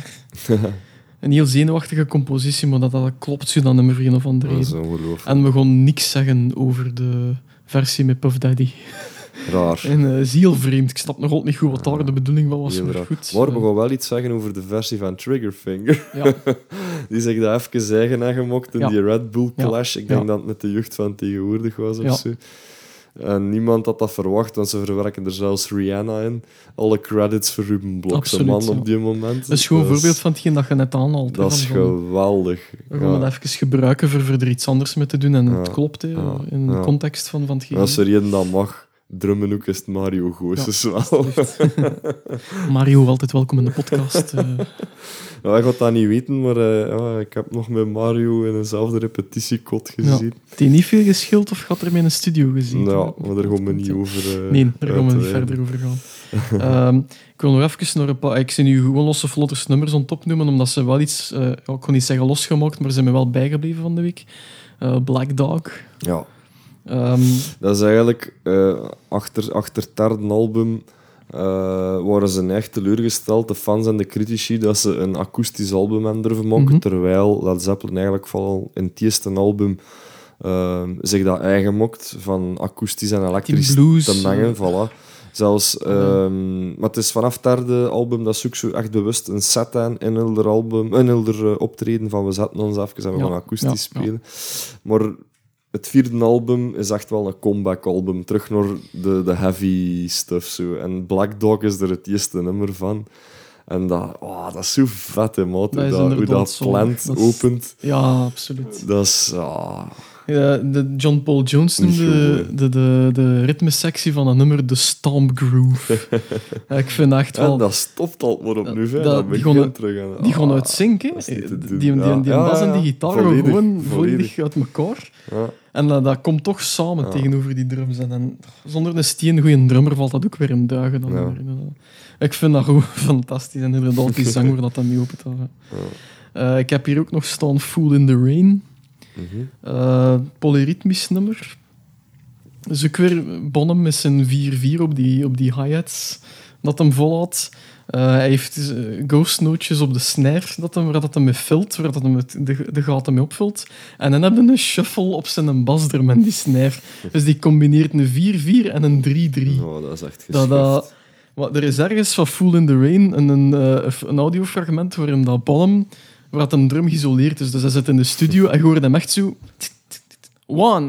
een heel zenuwachtige compositie, maar dat, dat klopt zo dan met een of andere Dat is reden. ongelooflijk. En we gaan niks zeggen over de versie met Puff Daddy. Raar. En uh, zielvreemd. Ik snap nog altijd niet goed wat daar de bedoeling van was, Heel maar raar. goed. Maar we eh, gaan wel iets zeggen over de versie van Triggerfinger. ja. Die zich daar even eigen aan gemaakt in Ja. die Red Bull Ja. clash. Ik denk Ja. dat het met de jeugd van tegenwoordig was of Ja. zo. En niemand had dat verwacht, want ze verwerken er zelfs Rihanna in. Alle credits voor Ruben Blokse Absoluut, man ja. op die moment. Dat is gewoon een Dat voorbeeld van hetgeen dat je net aanhaalt. hè, Dat is van- van- geweldig. We gaan Ja. het even gebruiken voor, voor er iets anders mee te doen. En Ja. het klopt, hè, Ja. in de Ja. context van, van hetgeen. Als er één dat mag, drummen ook is het Mario Goossens wel. Mario, altijd welkom in de podcast. Uh. Ja, ik had dat niet weten, maar uh, ja, ik heb nog met Mario in eenzelfde repetitiekot gezien. Ja. Het heeft niet veel geschild of gaat er mee in een studio gezien? Ja, maar daar gaan we niet over uh, Nee, daar gaan we niet verder over gaan. um, ik wil nog even naar een paar... Ik zie nu gewoon losse vlotters nummers aan het opnoemen, omdat ze wel iets... Uh, ik kon niet zeggen losgemaakt, maar ze zijn me wel bijgebleven van de week. Uh, Black Dog. Ja. Um, dat is eigenlijk... Uh, achter, achter het derde album uh, waren ze echt teleurgesteld, de fans en de critici, dat ze een akoestisch album hebben durven maken, mm-hmm. terwijl Led Zeppelin eigenlijk vooral in het eerste album uh, zich dat eigen mokt van akoestisch en elektrisch te mengen. Voilà. Zelfs, um, maar het is vanaf het derde album dat ze ook zo echt bewust een set aan in hun album, in hun optreden van we zetten ons even en we gaan ja, akoestisch ja, spelen. Ja. Maar het vierde album is echt wel een comeback-album, terug naar de, de heavy stuff. Zo. En Black Dog is er het eerste nummer van. En dat, oh, dat is zo vet, hè, maat. Dat dat, hoe dat plant dat is, opent. Ja, absoluut. Dat is... Oh. Ja, de John Paul Jones noemde de, de, de, de ritmesectie van een nummer de Stomp Groove. Ja, ik vind echt wel... En dat stopt al maar op nu, dat, dat die gaan terug aan. Die gaan uit sync, hè. Die, die, die, ja. die bas en die gitaar volledig, gewoon volledig, volledig uit elkaar. Ja. En dat, dat komt toch samen ja. tegenover die drums. En, en zonder een steen goede drummer valt dat ook weer in duigen. Dan ja. weer, ik vind dat gewoon fantastisch. En inderdaad, die zang waar dat dan niet opent. Ja. Uh, ik heb hier ook nog staan Fool in the Rain. Mm-hmm. Uh, polyritmisch nummer. Dus ook weer Bonham met zijn vier vier op die, op die hi-hats dat hem volhoudt. Uh, hij heeft uh, ghost nootjes op de snare dat hem, waar dat hem mee vult, waar dat hem de, de gaten mee opvult. En dan hebben we een shuffle op zijn basdrum en die snare. Dus die combineert een vier vier en een drie drie. Oh, dat is echt dat, dat, wat, Er is ergens van Fool in the Rain een, een, uh, een audiofragment waarin dat Bonham, waar dat een drum geïsoleerd is. Dus hij zit in de studio en je hoort hem echt zo... One.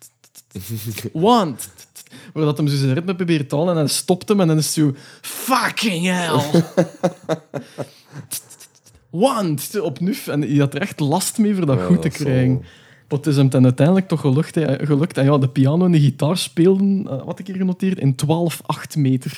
One. Waar dat hem zo zijn ritme probeert te halen en hij stopt hem en dan is het zo... Fucking hell. One. Opnieuw. En hij had er echt last mee voor dat ja, goed te krijgen. Maar het is hem dan uiteindelijk toch gelukt. Hè. gelukt. En ja, de piano en de gitaar speelden, uh, wat ik hier genoteerd, in twaalf komma acht meter.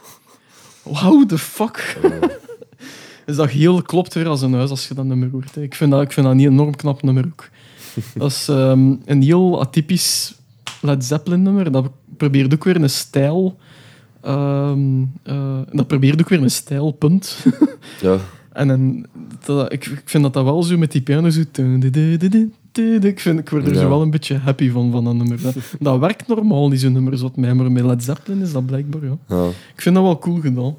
Wow, the fuck. Dus dat geheel klopt weer als een huis als je dat nummer hoort. Hè. Ik vind dat, ik vind dat niet een enorm knap nummer ook. Dat is um, een heel atypisch Led Zeppelin nummer. Dat probeert ook weer een stijl... Um, uh, dat probeert ook weer een stijl, punt. Ja. En een, dat, ik, ik vind dat dat wel zo met die piano zo... Ik, vind, ik word er ja. zo wel een beetje happy van, van dat nummer. Dat, dat werkt normaal niet, zo'n nummer zoals mij, maar met Led Zeppelin is dat blijkbaar, ja. ja. Ik vind dat wel cool gedaan.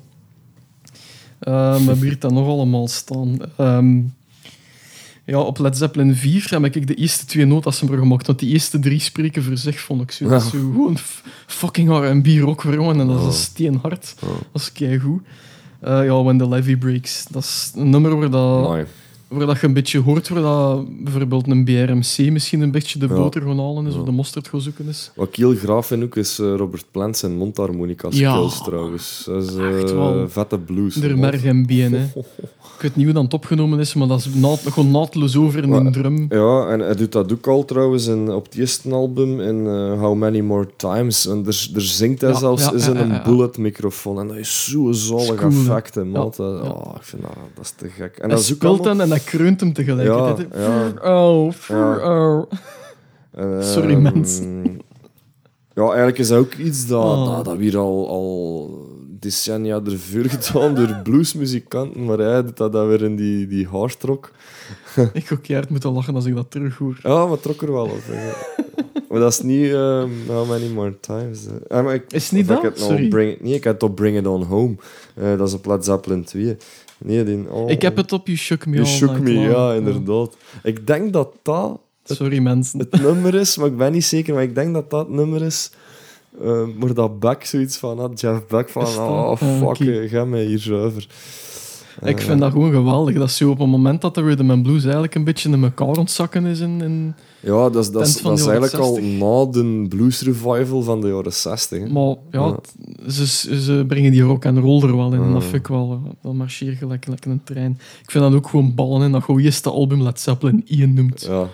Uh, maar wie heeft dat nog allemaal staan? Um, ja, op Led Zeppelin vier heb ik de eerste twee notas hebben gemaakt, want die eerste drie spreken voor zich, vond ik zo. Ja. Dat is zo gewoon f- fucking R en B rock voor jongen, en dat is oh. steenhard. Oh. Dat is keigoed. Uh, ja, When the Levee Breaks. Dat is een nummer waar dat... Mooi. Waar dat je een beetje hoort, waar dat bijvoorbeeld een B R M C misschien een beetje de ja. boter gaan halen is, ja. of de mosterd gaan zoeken is. Wat ik heel graaf vind ook, is uh, Robert Plant zijn mondharmonica skills ja. trouwens. Dat is uh, vette blues. Er merg en bien, hè. Ik weet niet hoe dat het opgenomen is, maar dat is naad, gewoon naadloos over in een drum. Ja, en hij doet dat ook al trouwens in, op het eerste album, in uh, How Many More Times. En er, er zingt hij ja, zelfs ja, is in ja, een ja, bullet-microfoon. En dat is zo'n zalig effect, hè, maat. Ja, ja. Oh, ik vind dat, dat is te gek. En hij dat is speelt dan en hij kreunt hem tegelijkertijd. Ja, ja. Oh, ja. oh. Uh, Sorry, mensen. Ja, eigenlijk is dat ook iets dat, oh. dat, dat weer al... al decennia ervoor gedaan door bluesmuzikanten, maar hij doet dat dan weer in die, die hardrock. Ik ga keihard moeten lachen als ik dat terughoor. Ja, maar trok er wel op. Maar dat is niet um, How Many More Times. Uh, maar ik, is het niet dat? Ik Sorry. Bring, nee, ik heb het op Bring It On Home. Uh, dat is op Led Zeppelin twee. Nee, die, oh, ik heb het op You Shook Me All You Shook Me, long. ja, inderdaad. Ja. Ik denk dat dat... Sorry, mensen. Het nummer is, maar ik ben niet zeker, maar ik denk dat dat het nummer is... Uh, maar dat Beck zoiets van had, Jeff Beck van, oh fuck, okay. ga mij hier zuiver. Uh, ik vind dat gewoon geweldig. Dat is zo op het moment dat de Rhythm and Blues eigenlijk een beetje in elkaar ontzakken is. In, in ja, dat is, dat is, dat is eigenlijk zestig. Al na de blues revival van de jaren zestig. Hè. Maar ja, ja. Ze, ze brengen die rock en roll er wel in. Uh. En dat vind ik wel, dat marcheert gelijk, gelijk een trein. Ik vind dat ook gewoon ballen in dat je eerste album Led Zeppelin één noemt. Ja.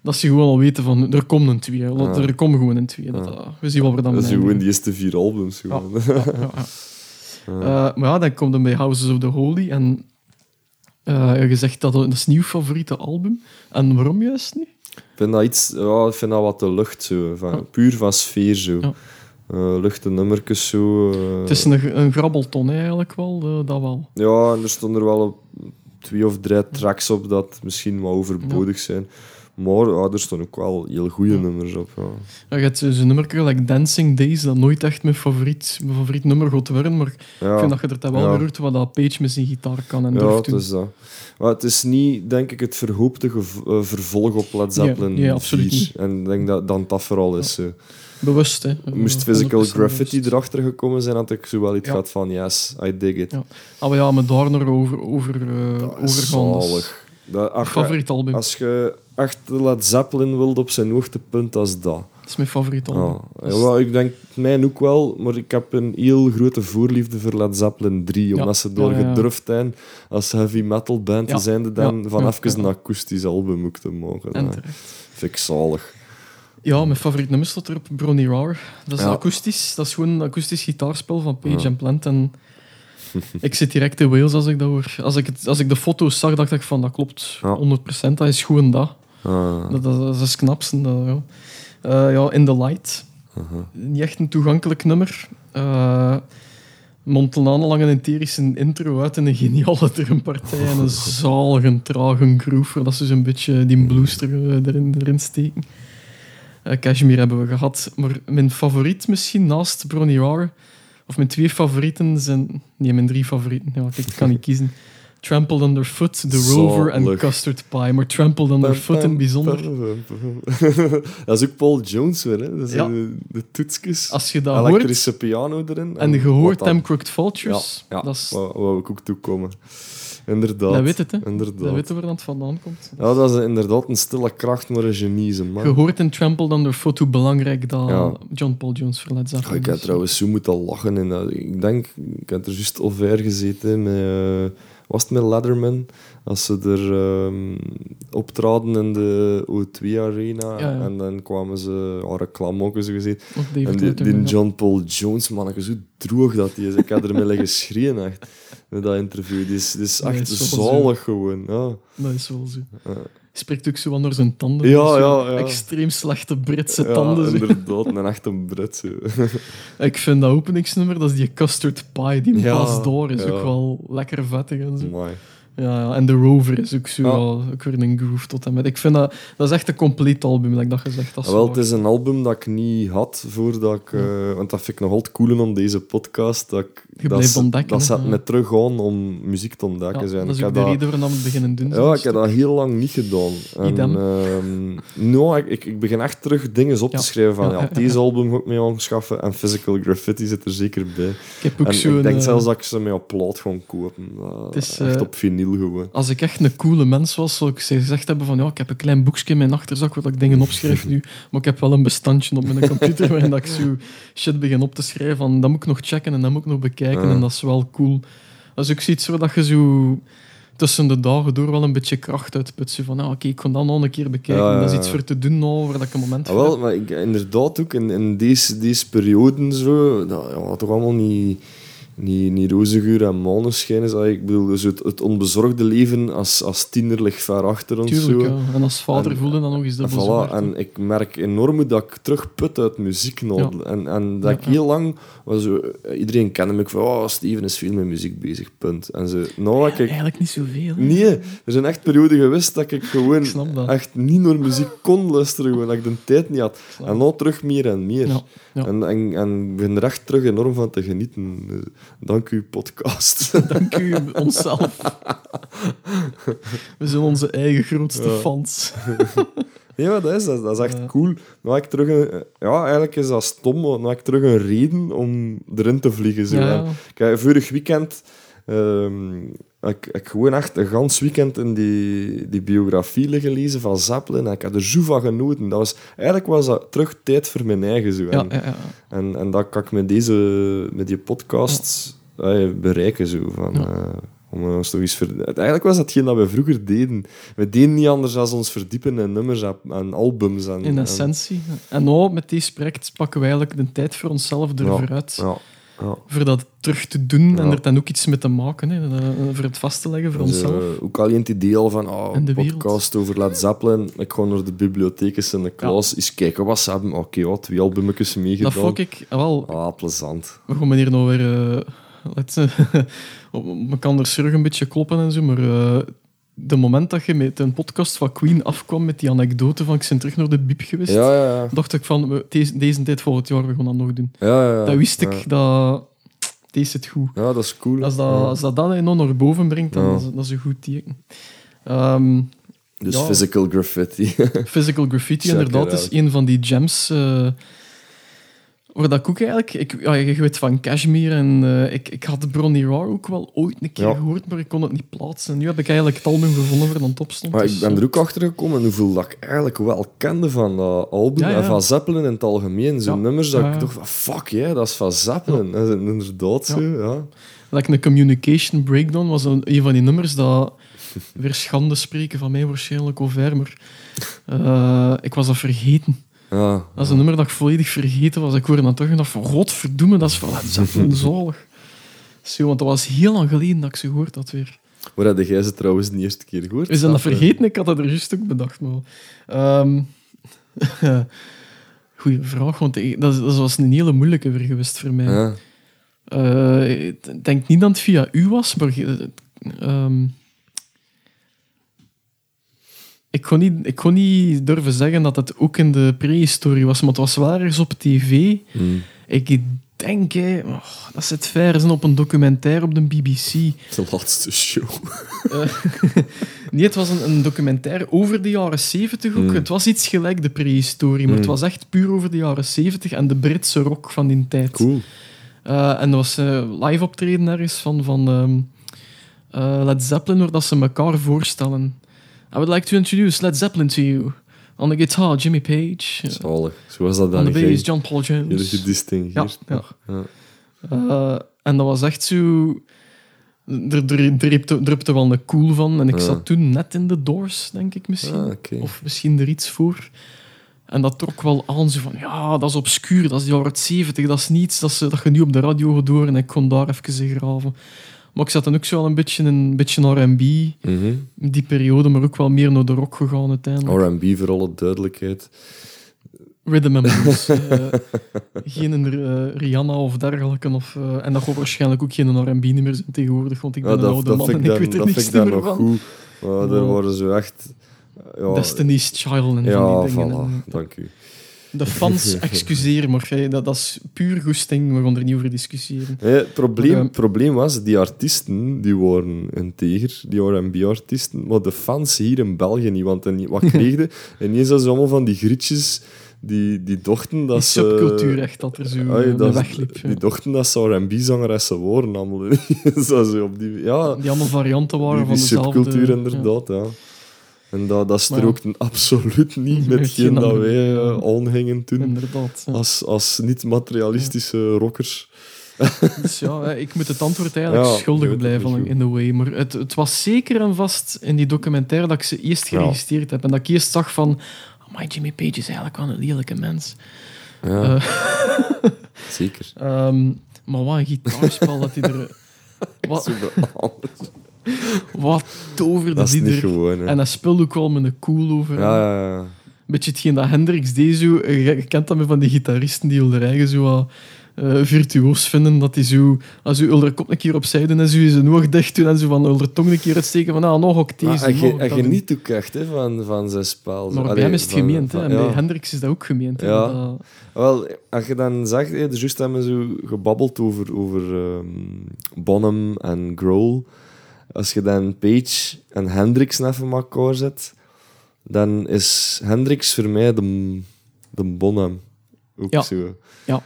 dat ze gewoon al weten van, er komt een twee. Laat- Ja. Er komt gewoon een twee. Dat, Ja. dat- we zien wat we dan Dat is eindigen. gewoon die eerste vier albums. Gewoon. Ja, ja, ja. Eh, maar ja, dan komt hij bij Houses of the Holy. En eh, je zegt dat dat is nieuw favoriete album. En waarom juist niet? Ik vind dat iets, ja, ik vind dat wat de lucht zo. Van, Ja. Puur van sfeer zo. Ja. Eh, luchte nummertjes zo. eh. Het is een, een grabbelton hè, eigenlijk wel, eh, dat wel. Ja, en er stonden er wel een- twee of drie tracks op dat misschien wat overbodig zijn. Maar ja, er stonden ook wel heel goede Ja. nummers op. Ja. Ja, je hebt zo'n nummer like Dancing Days, dat nooit echt mijn favoriet, mijn favoriet nummer gaat worden, maar Ja. ik vind dat je er toch wel Ja. weer hoort wat dat Page met zijn gitaar kan en Ja, durft het doen. is dat. Maar het is niet, denk ik, het verhoopte gev- eh, vervolg op Led Zeppelin Nee, nee, absoluut vier. niet. En ik denk dat, dat dat vooral is. eh. Bewust, hè. Moest Eh, Physical honderd procent Graffiti bewust. erachter gekomen zijn, had ik zo wel iets Ja. gehad van yes, I dig it. Ja. Ah, maar ja, met daar nog over, over, uh, Dat is overgaan. Dat is zalig. Dat, ach, favoriet album. als je echt Led Zeppelin wilt op zijn hoogtepunt, dat is dat. Dat is mijn favoriet album. Ja. Ja, wel, ik denk mij ook wel, maar ik heb een heel grote voorliefde voor Led Zeppelin drie, omdat ze door ja, ja, ja. gedurfd zijn als heavy metal band Ja. te zijn, dan Ja, van ja, even ja. een akoestisch album ook te maken. En Ja. terecht. Vind ik zalig. Ja, mijn favoriet nummer staat er op Bronny Roar. Dat is Ja. akoestisch. Dat is gewoon een akoestisch gitaarspel van Page Ja. and Plant. En ik zit direct in Wales als ik dat hoor. Als ik, het, als ik de foto's zag, dacht ik van dat klopt. Ja. honderd procent. Dat is gewoon dat. Ah, Dat, dat, dat is knapsen. Dat, ja. Eh, ja, In the Light. aha. Niet echt een toegankelijk nummer. Uh, Montelane lang een enterische intro uit en een geniale drumpartij en een zalige, trage groove, waar dat ze zo'n beetje die blues er, eh, erin, erin steken. Uh, Cashmere hebben we gehad. Maar mijn favoriet misschien, naast Bronny Roar, of mijn twee favorieten zijn... Nee, mijn drie favorieten. Ja, ik kan niet kiezen. Trampled Underfoot, The Rover en Zalig. Custard Pie. Maar Trampled Underfoot in het bijzonder. Dat is ook Paul Jones weer, hè? Dat is Ja. de, de toetsjes. Als je dat hoort Elektrische piano erin. en je hoort wat dan- Them Crooked Vultures, Ja, ja. dat, is, Wou, wou ik ook toekomen. Inderdaad. dat weet het, hè. Inderdaad. Dat weten we waar het vandaan komt. Ja, dat is inderdaad een stille kracht, maar een genie, ze, man. Je hoort in Trampled Underfoot hoe belangrijk dat Ja. John Paul Jones voor Led Ja, Zeppelin ik heb is. trouwens zo moeten lachen. In dat. Ik denk, ik heb er juist al ver gezeten met... eh, was het met Letterman? Als ze er ehm, optraden in de O twee Arena. Ja, ja. En dan kwamen ze... Ja, reclame ook zo gezien. Of David En die, Letterman, die ja. John Paul Jones, man, zo droog dat hij is. Ik had ermee liggen schreeuwen, echt. Met dat interview. Die is, die is Nee, echt is wel zalig gewoon. Ja. Dat is wel zo. Ja. Hij spreekt ook zo onder zijn tanden. Ja, Zo ja, ja. Extreem slechte Britse Ja, tanden. Zo. inderdaad. En echt een Brit. Zo. Ik vind dat openingsnummer, dat is die Custard Pie, die Ja, bas door, is ja. ook wel lekker vettig en zo. Amai. Ja, ja, en The Rover is ook zo, Ja. ja. ook weer een groove tot en met. Ik vind dat, dat is echt een compleet album, dat ik dat gezegd. Dat is Ah, wel, waar. het is een album dat ik niet had voordat ik... eh, want dat vind ik nog altijd cool aan deze podcast. Dat ik, Je dat blijft ze- ontdekken, Dat hè, zet ja. me terug aan om muziek te ontdekken. Ja, zo. En dat is ik ook heb de dat- reden waarom we het beginnen doen. Ja, zo'n ik heb stuk. dat heel lang niet gedaan. En, Idem. ehm, nou, ik, ik, ik begin echt terug dingen op Ja. te schrijven van Ja, ja, ja, ja, deze ja. album ga ik mee aanschaffen en Physical Graffiti zit er zeker bij. Ik heb ook En zo'n, ik denk eh, zelfs dat ik ze mee op plaat ga kopen. Uh, Het is, echt eh, op vinyl gewoon. Als ik echt een coole mens was, zou ik gezegd hebben van ja, ik heb een klein boekje in mijn achterzak waar ik dingen opschrijf nu, maar ik heb wel een bestandje op mijn computer waarin dat ik zo shit begin op te schrijven van dat moet ik nog checken en dat moet ik nog bekijken Ja. en dat is wel cool. Dat is ook zoiets waar dat je zo tussen de dagen door wel een beetje kracht uitput. Zo van, ah, oké, ik kan dat nog een keer bekijken. Ja, ja, Dat is ja. iets voor te doen nou, waar dat ik een moment Ah, voor wel, heb. maar ik, inderdaad ook in, in deze, deze perioden zo, dat, ja, toch allemaal niet, niet, niet roze geur en maneschijn is. Ah, ik bedoel, dus het, het onbezorgde leven als, als tiener ligt ver achter ons. Tuurlijk, zo. ja. En als vader En- voelde dan nog eens En, dubbel voilà, zo hard, hè. en ik merk enorm hoe dat ik terugput uit muziek nodig. Ja. En, en dat Ja, ik ja. heel lang... Was zo, iedereen kende me van, oh, Steven is veel met muziek bezig, punt. En zo, nou, ik, Eigenlijk niet zoveel. hè. nee, er zijn echt perioden geweest dat ik gewoon Ik snap dat. echt niet naar muziek kon luisteren, gewoon, dat ik de tijd niet had. snap En nou terug meer en meer. Ja, ja. En, en, en ik begin er echt terug enorm van te genieten. Dus dank u, podcast. Dank u onszelf. We zijn onze eigen grootste Ja. fans. Ja, maar dat is, dat, dat is echt Ja. cool. Nou heb ik terug een, ja, eigenlijk is dat stom, maar nou heb ik terug een reden om erin te vliegen. Zo. Ja. En ik heb vorig weekend... ehm, ik, ik gewoon echt een gans weekend in die, die biografie liggen lezen van Zeppelin. En ik heb er zo van genoten. Dat was, eigenlijk was dat terug tijd voor mijn eigen. Zo. Ja, En, ja, ja. en, en dat kan ik met, deze, met die podcast eh, bereiken. Zo. Van, Ja. eh, Om ons toch eens ver... Eigenlijk was dat hetgeen dat we vroeger deden. We deden niet anders dan ons verdiepen in nummers en albums. En, In essentie. En, en nou, met deze project pakken we eigenlijk de tijd voor onszelf ervoor ja, uit. Ja, ja. Voor dat terug te doen en Ja. er dan ook iets mee te maken. Hè. Uh, voor het vast te leggen voor Dus, onszelf. uh, ook alleen het idee al van oh, En een de wereld. podcast over Led Zeppelin. Ik ga naar de bibliotheek eens in de klas. Eens kijken wat ze hebben. Oké, okay, wat twee albummetjes meegedaan. Dat vond ik wel... Ah, plezant. We gaan hier nou weer... Uh, let, op elkaar terug een beetje kloppen en zo, maar... Uh, de moment dat je met een podcast van Queen afkwam met die anekdote van ik ben terug naar de bieb geweest, Ja, ja, ja. dacht ik van, we- deze, deze tijd volgend jaar, we gaan dat nog doen. Ja, ja, ja. Dat wist ik, Ja. dat... Deze zit goed. Ja, dat is cool. Als dat, Ja. als dat dan nog naar boven brengt, dan Ja. is dat is een goed teken. Ehm, Dus ja. physical graffiti. Physical graffiti, Check inderdaad, it is out. een van die gems. eh waar dat ik ook eigenlijk... Ik, ja, je weet van Cashmere en eh, ik, ik had Bronnie Raw ook wel ooit een keer Ja. gehoord, maar ik kon het niet plaatsen. En nu heb ik eigenlijk het album gevonden waar het dan top stond. Maar dus, ik ben eh, er ook achter gekomen hoeveel dat ik eigenlijk wel kende van dat album Ja, ja. en van Zeppelin in het algemeen. Zo'n Ja. nummers dat Ja, ik ja. dacht van fuck yeah, dat is van Zeppelin. Dat is inderdaad zo, ja. Like een Communication Breakdown was een, een van die nummers dat weer schande spreken van mij waarschijnlijk over, maar eh, ik was dat vergeten. Ja, Dat is een nummer dat ik volledig vergeten was. Ik hoorde dan toch en dacht van, godverdomme, dat is van Led Zeppelin, zalig. Zo, want dat was heel lang geleden dat ik ze gehoord had weer. waar had jij ze trouwens de eerste keer gehoord? We zijn dat Snap je? vergeten, ik had dat er juist ook bedacht. Maar, Ehm goeie vraag, want ik- dat, dat was een hele moeilijke weer geweest voor mij. Ja. Eh, ik denk niet dat het via u was, maar... ge- ehm, ik, kon niet, ik kon niet durven zeggen dat het ook in de prehistorie was, maar het was wel ergens op tv. Hmm. Ik denk, hè, oh, dat zit ver, is op een documentaire op de B B C. De laatste show. Nee, het was een, een documentaire over de jaren zeventig ook. Mm. Het was iets gelijk de prehistorie, maar Mm. het was echt puur over de jaren zeventig en de Britse rock van die tijd. Cool. Uh, en er was uh, live optreden ergens van, van um, uh, Led Zeppelin, waar dat ze elkaar voorstellen. I would like to introduce Led Zeppelin to you. On the guitar, Jimmy Page. Zalig. Zo was dat On dan. the bass, Heel John Paul Jones. gedistingueerd. Ja, Ja. Uh, en dat was echt zo... Er er- drupte drupte wel een cool van. En ik Ja. zat toen net in de Doors, denk ik misschien. Ah, oké. Of misschien er iets voor. En dat trok wel aan, zo van... Ja, dat is obscuur, dat is de jaren zeventig. Dat is niets dat, ze, dat je nu op de radio gaat horen. En ik kon daar even in graven. Maar ik zat dan ook zo wel een beetje in een beetje R en B. Mhm. Die periode, maar ook wel meer naar de rock gegaan uiteindelijk. R en B voor alle duidelijkheid. Rhythm and blues. eh, geen eh, Rihanna of dergelijke. Of, eh, en dat gaat waarschijnlijk ook geen R en B meer zijn tegenwoordig, want ik ben Ja, een dat oude dat man vind en ik ik dan, weet er dat niks vind ik dan meer nog van. goed. Maar er Ja. worden zo echt... Ja, Destiny's Child en ja, van die dingen. voilà. En Dank u. de fans, excuseer, maar hey, dat, dat is puur goesting. We gaan er niet over discussiëren. Ja, het probleem, Maar, het probleem was, die artiesten die waren integer, die R en B-artiesten, maar de fans hier in België niet. Want en, wat kreeg je? Ineens was allemaal van die grietjes die, die dachten dat Die ze... subcultuur echt dat er zo Ah, ja, uh, dat is- wegliep. Ja. Die dachten dat ze R en B-zangeressen waren. Allemaal. dat ze op die, ja, Die allemaal varianten waren die, van die dezelfde... subcultuur ja. inderdaad, ja. En dat, dat Maar ja. strookt absoluut niet met Met hetgeen geen dat andere wij dingen, uh, aanhingen toen. Inderdaad. Ja. Als, als niet-materialistische rockers. Dus ja, hè, ik moet het antwoord eigenlijk Ja, schuldig ik weet het blijven niet in the way. Maar het, het was zeker en vast in die documentaire dat ik ze eerst Ja. geregistreerd heb. En dat ik eerst zag van... Oh, my Jimmy Page is eigenlijk wel een lelijke mens. Ja, Eh, zeker. ehm, maar wat een gitaarspel dat hij er... Wat, Super anders. wat toverde Dat is die niet er. gewoon, hè. En hij speelde ook wel met een cool over. Ja, ja, ja. Beetje hetgeen dat Hendrix deed zo. Je, je kent dat met van die gitaristen die hun eigen zo wat uh, virtuoos vinden. Dat die zo... Als je hun kop een keer opzij doen en zo zijn oog dicht doen en zo van hun tong een keer uitsteken van ah, nog ook deze. Maar hij, nog ge- ook hij dat doen. geniet ook echt hè, van, van zijn spel. Maar bij Allee, hem is het van- gemeend, hè. van- En bij ja. Hendrix is dat ook gemeend. Hè. Ja. Dat- Wel, als je dan zegt, hè, dus juist hebben we zo gebabbeld over, over ehm, Bonham en Grohl. Als je dan Page en Hendrix even met elkaar zet, dan is Hendrix voor mij de, de Bonham. Ook Ja. zo. Ja.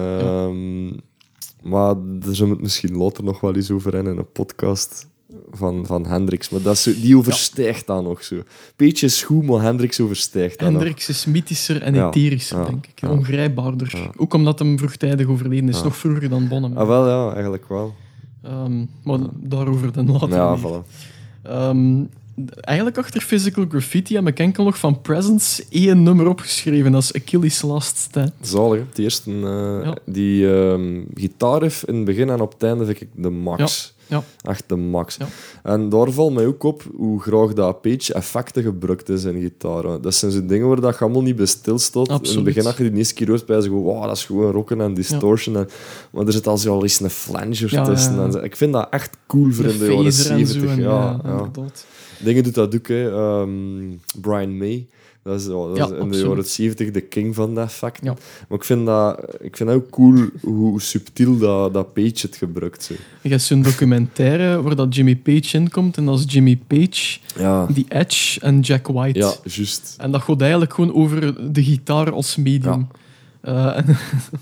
Ehm, Maar daar zullen we het misschien later nog wel eens over hebben in een podcast van, van Hendrix. Maar dat is zo, die overstijgt dan nog zo. Page is goed, maar Hendrix overstijgt dat nog. Hendrix is mythischer en Ja. etherischer, Ja. denk ik. Ja. Ongrijpbaarder. Ja. Ook omdat hem vroegtijdig overleden is. Ja. Nog vroeger dan Bonham. Ah, wel, ja, eigenlijk wel. Um, maar daarover dan later. Ja, niet. voilà. Um, eigenlijk achter Physical Graffiti heb ik enkel nog van Presence één nummer opgeschreven. Dat is Achilles' Last Stand. Zalig, hè. Het eerste, uh, Ja. die um, gitaarriff in het begin en op het einde vind ik de max. Ja. Echt de max. Ja. En daar valt mij ook op hoe graag dat Page effecten gebruikt is in gitaar. Dat zijn zo dingen waar dat je allemaal niet bij stilstaat. In Absoluut. het begin, als je die eerste keer hoort, bij je wow, dat is gewoon rocken en distortion. En, maar er zit al zo al eens een flanger Ja, tussen. ja, ja. En ik vind dat echt cool voor De in de jaren phaser en zo. zeventig. En, Ja, ja, ja. inderdaad. Dingen doet dat ook, hè. Um, Brian May. Dat is, oh, dat Ja, is in de absoluut. jaren zeventig de king van dat effect. Ja. Maar ik vind dat, ik vind dat ook cool hoe subtiel dat, dat Page het gebruikt. Zo. Je hebt zo'n documentaire waar dat Jimmy Page in komt. En dat is Jimmy Page, Ja, The Edge en Jack White. ja, juist. En dat gaat eigenlijk gewoon over de gitaar als medium. Uh, en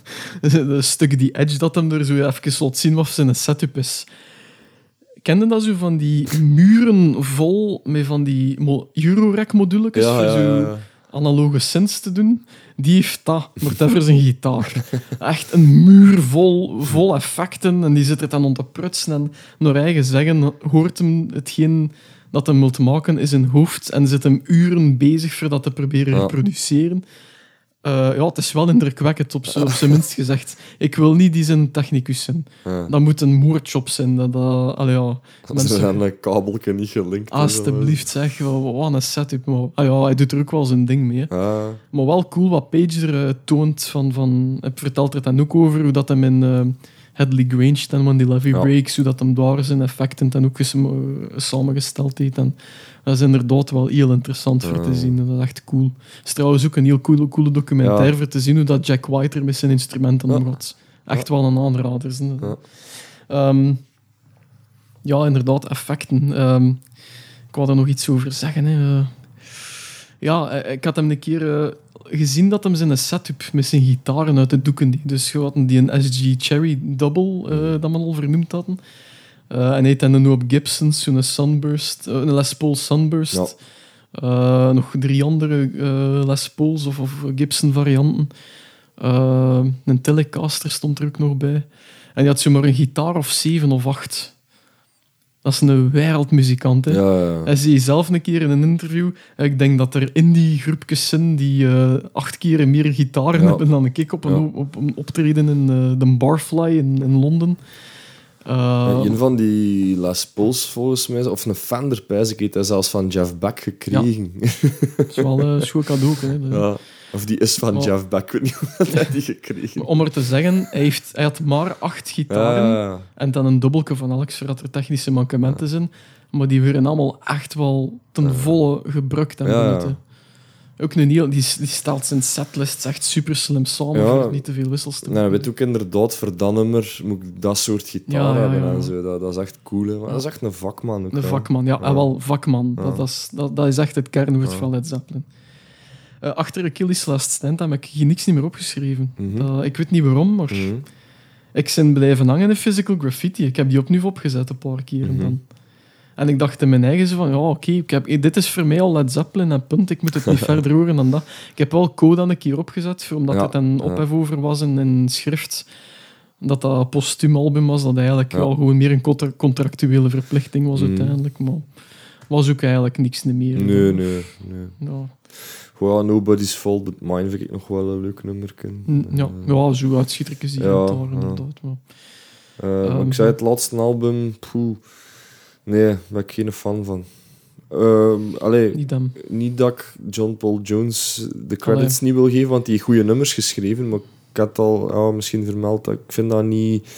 een stuk die Edge dat hem er zo even laat zien wat zijn setup is. Kende dat zo van die muren vol met van die mo- Eurorack-modules Ja, voor ja, zo ja, ja. analoge synths te doen? Die heeft dat, maar dat is een gitaar. Echt een muur vol, vol effecten en die zit er dan om te prutsen. En naar eigen zeggen hoort hem hetgeen dat hem moet maken in zijn hoofd en zit hem uren bezig voor dat te proberen Ja. reproduceren. Uh, ja, het is wel indrukwekkend, op z'n- op zijn minst gezegd. Ik wil niet die zijn technicus zijn. Ja. Dat moet een moordjob zijn. Dat, dat, allee, ja, Als mensen- er dan een kabeltje niet gelinkt is. alsjeblieft, zeg. Wat wat een setup. Maar, ah ja, hij doet er ook wel zijn ding mee. Hè. Ah, Maar wel cool wat Page er uh, toont. Van, van, hij vertelt er dan ook over hoe dat hem in uh, Headley Grange, dan van die Levy Ja. Breaks, hoe dat hem daar zijn effecten dan ook eens, uh, samengesteld heeft. En dat is inderdaad wel heel interessant voor te Ja. zien. Dat is echt cool. Het is trouwens ook een heel coole, coole documentaire Ja. voor te zien hoe dat Jack White er met zijn instrumenten Ja. omgaat. Echt wel een aanrader. Hè. Ja. Ehm, ja, inderdaad, effecten. Ehm, ik wou daar nog iets over zeggen. Hè. Uh, ja, eh, ik had hem een keer uh, gezien dat hem zijn setup met zijn gitaren uit de doeken deed. Dus we hadden die een S G Cherry Double, uh, dat we al vernoemd hadden. Uh, en hij had dan een hoop Gibsons, zo'n Sunburst, uh, een Les Paul Sunburst. Ja. Uh, nog drie andere uh, Les Pauls of, of Gibson varianten. Uh, een Telecaster stond er ook nog bij. En hij had zomaar een gitaar of zeven of acht. Dat is een wereldmuzikant. Hè? ja, ja. Hij zei zelf een keer in een interview, ik denk dat er indie groepjes zijn die uh, acht keer meer gitaren Ja. hebben dan ik op een, Ja. op, op een optreden in uh, de Barfly in, in Londen. Uh, En een van die Les Pauls, volgens mij, of een Fender, pijs ik, heeft hij zelfs van Jeff Beck gekregen. dat is wel een schoon cadeau. Hè? De- Ja. Of die is van Oh. Jeff Beck, ik weet niet hoe hij die gekregen. Om er te zeggen, hij, heeft, hij had maar acht gitaren. Ja, En dan een dubbelke van Alex, zodat er technische mankementen zijn. Maar die werden allemaal echt wel ten volle gebruikt en Ja, ja. benutten. Ook een heel, die, die stelt zijn setlists echt super slim samen, Ja. voor niet te veel wissels te nou, je weet ook inderdaad, voor dat nummer moet ik dat soort gitaar Ja, ja, hebben ja. en zo. Dat, dat is echt cool, hè. Maar dat is echt een vakman ook. Een hè. vakman, ja. Ja. En wel, vakman. Ja. Dat, dat, is, dat, dat is echt het kernwoord Ja. van Led Zeppelin. Uh, achter Achilles' Last Stand heb ik hier niks niet meer opgeschreven. Mhm. Dat- ik weet niet waarom, maar Mhm. ik ben blijven hangen in Physical Graffiti. Ik heb die opnieuw opgezet een paar keer. Mhm. Dan. En ik dacht in mijn eigen zo van, ja, oké, ik heb dit is voor mij al Led Zeppelin en punt. Ik moet het niet verder horen dan dat. Ik heb wel Coda een keer opgezet, omdat Ja, het een ja. ophef over was in, in schrift. Dat dat een postuum album was, dat eigenlijk Ja. wel gewoon meer een contra- contractuele verplichting was Mhm. uiteindelijk. Maar was ook eigenlijk niks meer. Nee, nee, nee. Ja, Gewoon Nobody's Fault But Mine vind ik nog wel een leuk nummer. N- ja, ja zo uitschietertjes hier Ja, en daar, ja. inderdaad. Maar, Uh, Ehm, ik zei het laatste album, poeh, nee, daar ben ik geen fan van. Ehm allee, niet hem. niet dat ik John Paul Jones de credits niet wil geven, want die heeft goede nummers geschreven, maar ik had al ja, misschien vermeld dat ik vind dat niet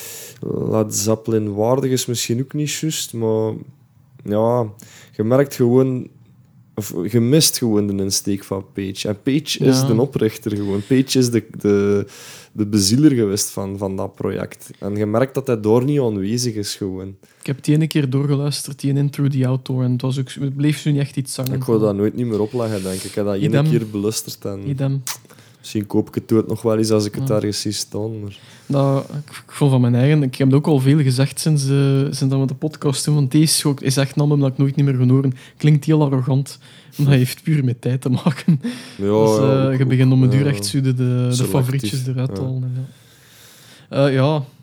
Led Zeppelin waardig is, misschien ook niet juist, maar ja, je merkt gewoon, of je mist gewoon de insteek van Page. En Page is Ja. de oprichter gewoon. Page is de, de, de bezieler geweest van, van dat project. En je merkt dat hij daar niet aanwezig is gewoon. Ik heb die ene keer doorgeluisterd, die in Through the Outdoor, en het, was ook, het bleef zo niet echt iets zangen. Ik ga dat nooit niet meer opleggen, denk ik. Ik heb dat één Idem. keer beluisterd en Idem. misschien koop ik het ooit nog wel eens als ik het Ja. ergens zie staan. Maar... Dat, ik, ik vond van mijn eigen... Ik heb het ook al veel gezegd sinds, uh, sinds dat we de podcast doen, want deze is, ook, is echt een album dat ik nooit niet meer ga horen. Klinkt heel arrogant, maar dat heeft puur met tijd te maken. Ja, dus, uh, ja, ook- je begint om een ja, duur echt zo de, de, de selectief, favorietjes eruit te ja. halen. Ja. Uh, ja,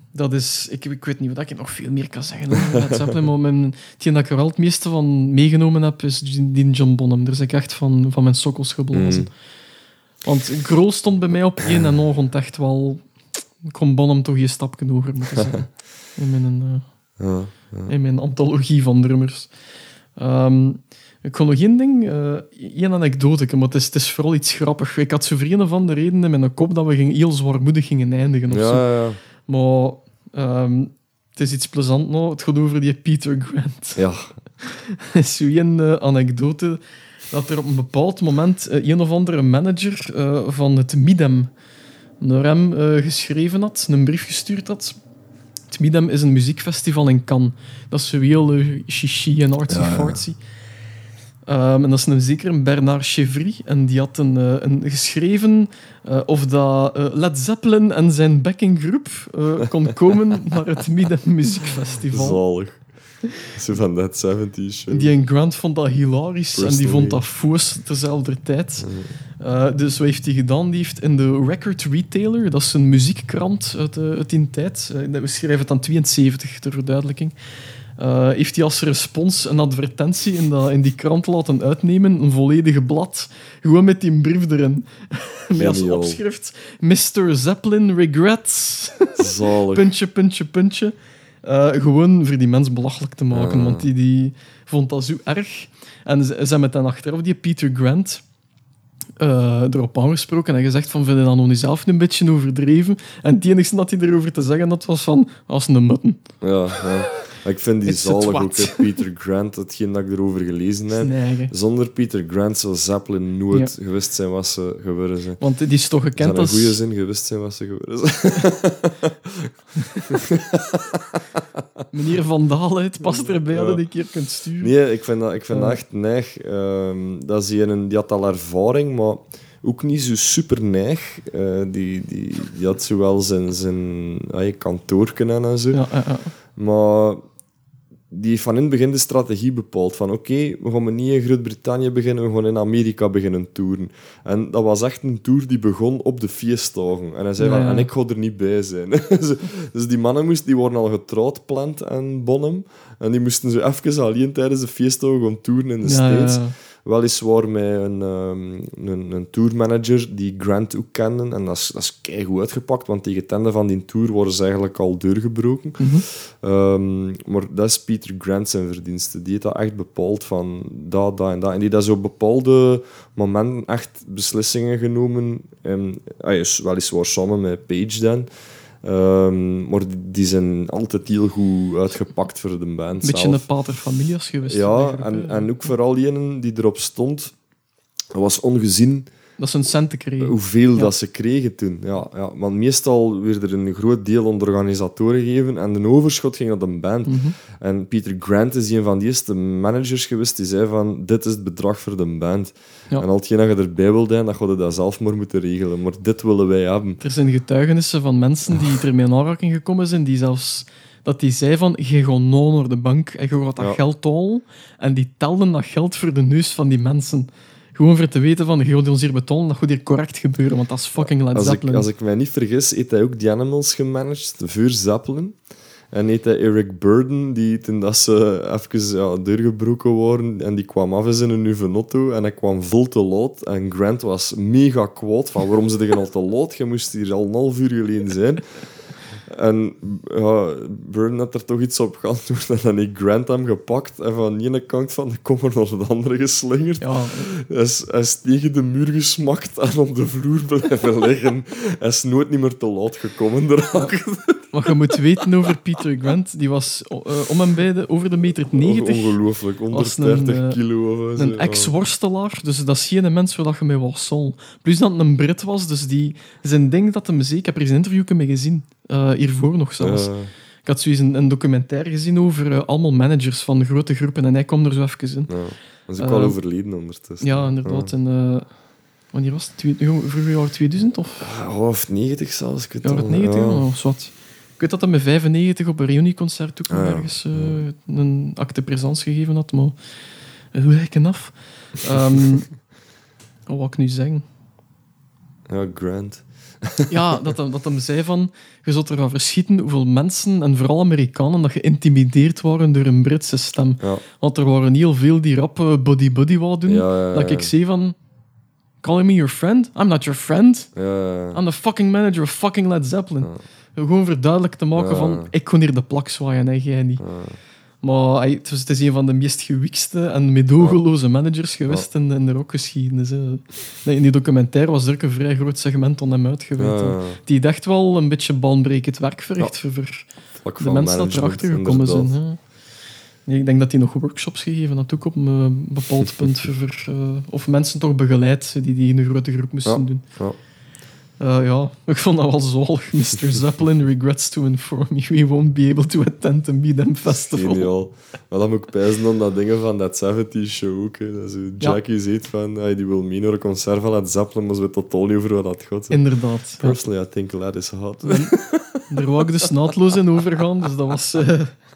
dat is... Ik, ik weet niet wat ik nog veel meer kan zeggen over Led Zeppelin, maar mijn, hetgeen dat ik er wel het meeste van meegenomen heb, is die John Bonham. Daar is ik echt van, van mijn sokkels geblazen. Mm. Want Grohl stond bij mij op één en nog vond echt wel... Ik kon Bonham toch een stapje hoger moeten zetten. In mijn, uh, Ja, ja. in mijn antologie van drummers. Um, ik kon nog één ding, uh, één anekdote, maar het is, het is vooral iets grappig. Ik had zo vrienden van de reden in mijn kop dat we ging, heel zwaarmoedig gingen eindigen. Of Ja, zo. ja, ja. Maar um, het is iets plezant nou. Het gaat over die Peter Grant. Ja. Er is zo'n uh, anekdote dat er op een bepaald moment uh, een of andere manager uh, van het Midem naar hem uh, geschreven had, een brief gestuurd had. Het Midem is een muziekfestival in Cannes. Dat is zo heel uh, chichi en artsy-fartsy. Ja. Um, en dat is een zeker een Bernard Chevry. En die had een, uh, een geschreven uh, of dat uh, Led Zeppelin en zijn backinggroep uh, kon komen naar het Midem Muziekfestival. Zalig. Zo van dat zeventig show. Die en Grant vond dat hilarisch Personally. en die vond dat foos tezelfde tijd. Uh, dus wat heeft hij gedaan? Die heeft in de Record Retailer, dat is een muziekkrant uit, uh, uit die tijd, uh, we schrijven het aan tweeënzeventig ter verduidelijking, uh, heeft hij als respons een advertentie in, dat, in die krant laten uitnemen, een volledige blad, gewoon met die brief erin. Met als Geniaal. opschrift mister Zeppelin regrets. Zalig. puntje, puntje, puntje. Uh, gewoon voor die mens belachelijk te maken, Ah. want die, die vond dat zo erg. En ze, ze hebben dan achteraf die Peter Grant uh, erop aangesproken en gezegd van, vind je dat nog niet zelf een beetje overdreven? En het enige dat hij erover te zeggen had, was van, als een mutten. Ja, ja. Ik vind die It's a zalig twat. ook, hè. Peter Grant, hetgeen dat ik erover gelezen heb. Snijgen. Zonder Peter Grant zou Zeppelin nooit Ja. gewist zijn wat ze geworden zijn. Want die is toch Is gekend dat een als... goede zin, gewist zijn wat ze geworden zijn? Meneer Van Dalen, het past erbij Ja. dat je een keer kunt sturen. Nee, ik vind dat, ik vind dat Ja. echt neig. Ehm, dat is die, een, die had al ervaring, maar ook niet zo super neig. Eh, die, die, die had zowel zijn, zijn ah, kantoorken en zo. Ja, ja, ja. Maar die heeft van in het begin de strategie bepaald. Van oké, we gaan niet in Groot-Brittannië beginnen, we gaan in Amerika beginnen toeren. En dat was echt een tour die begon op de feestdagen. En hij zei van, Ja. en ik ga er niet bij zijn. Dus die mannen moesten, die worden al getrouwd, Plant en Bonham. En die moesten zo even alleen tijdens de feestdagen gaan toeren in de Ja, States. ja, ja. Weliswaar met een, um, een, een tourmanager die Grant ook kende. En dat is, dat is keigoed uitgepakt, want tegen het einde van die tour worden ze eigenlijk al doorgebroken. Mhm. Um, maar dat is Peter Grant zijn verdienste. Die heeft dat echt bepaald van dat, dat en dat. En die heeft op bepaalde momenten echt beslissingen genomen. En, ah, ja, weliswaar samen met Page dan. Um, maar die, die zijn altijd heel goed uitgepakt voor de band Een beetje zelf. een pater familias geweest. Ja, eigenlijk, en, hè. en ook vooral die die erop stond, dat was ongezien Dat ze een centen kregen. hoeveel Ja. dat ze kregen toen. Ja, ja. Want meestal werd er een groot deel aan de organisatoren gegeven en de overschot ging naar de band. Mhm. En Peter Grant is een van die eerste managers geweest die zei van, dit is het bedrag voor de band. Ja. En al hetgeen dat je erbij wilde, dan ga je dat zelf maar moeten regelen. Maar dit willen wij hebben. Er zijn getuigenissen van mensen die ermee in aanraking gekomen zijn, die zelfs... Dat die zei van, je gaat nou naar de bank en je gaat dat Ja. geld halen. En die telden dat geld voor de neus van die mensen. Gewoon voor te weten van, je gaat ons hier betalen, dat gaat hier correct gebeuren, want dat is fucking Led Als ik, Zeppelin. als ik mij niet vergis, heeft hij ook The Animals gemanaged, voor Zeppelin. En heeft hij Eric Burden, die toen dat ze even ja, doorgebroken waren, en die kwam af eens in een Uvenotto en hij kwam vol te laat. En Grant was mega kwaad van, waarom zit je al te laat? Je moest hier al een half uur geleden zijn. En ja, Burden had er toch iets op geantwoord en dan heeft Grant hem gepakt en van de ene kant van de kommer naar de andere geslingerd. Ja, Hij is, hij is tegen de muur gesmakt en op de vloer blijven liggen. Hij is nooit niet meer te laat gekomen erachter. wat je moet weten over Peter Grant, die was uh, om en bij de, over de meter negentig. Ongelooflijk, Was een, honderddertig eh, kilo of zo. Een ex-worstelaar, dus dat is geen mens waar dat je mee was zal. Plus dat het een Brit was, dus die zijn ding dat hem zeker... Ik heb er eens een interview mee gezien, uh, hiervoor nog zelfs. Ja. Ik had zoiets een, een documentaire gezien over uh, allemaal managers van grote groepen en hij kwam er zo even in. Ja. Dat is ook al Eh, overleden ondertussen. Ja, inderdaad. En, uh, wanneer was het? Twee- Vroeger jaar tweeduizend of Ja, of negentig zelfs. Ik weet jaar al. negentig? Ja. Of wat. Ik weet dat hij met vijfennegentig op een reunieconcert ook nog Ah, ja. ergens uh, een acte présence gegeven had, maar hoe lijken af? Um, wat wou ik nu zeggen? Ja, Grant. Ja, dat, hem- dat hem zei van... Je zult ervan verschieten hoeveel mensen, en vooral Amerikanen, dat geïntimideerd waren door een Britse stem. Ja. Want er waren heel veel die rap eh, buddy-buddy wou doen. Ja, ja, ja. Dat ik zei van... Calling me your friend? I'm not your friend. Ja, ja, ja. I'm the fucking manager of fucking Led Zeppelin. Ja. Gewoon voor duidelijk te maken Ja. van... Ik kon hier de plak zwaaien en jij niet. Ja. Maar hij, het, was, het is een van de meest gewikste en meedogenloze managers geweest in, in de rockgeschiedenis. Hè. Nee, in die documentaire was er ook een vrij groot segment aan hem uitgewerkt. Ja, ja. Die echt wel een beetje baanbrekend werk verricht voor, voor Vlak de van mensen dat management, erachter gekomen zijn. inderdaad. Hè. Nee, ik denk dat hij nog workshops gegeven had, ook op een bepaald punt. Voor, voor, eh, of mensen toch begeleid die die in een grote groep moesten Ja. doen. Ja. Uh, ja, ik vond dat wel zalig. mister Zeppelin regrets to inform me we won't be able to attend the Meet Them Festival. Geniaal. Maar dan moet ik pijzen dan dat dingen van dat seventies show ook. Hè. Dat zo Jackie zegt van, hey, die wil mee naar een concert van Led Zeppelin, maar ze weet totaal niet over wat dat gaat. Inderdaad. Ja. Personally, I think Led is hot. Daar wou ik dus naadloos in overgaan, dus dat was... Uh,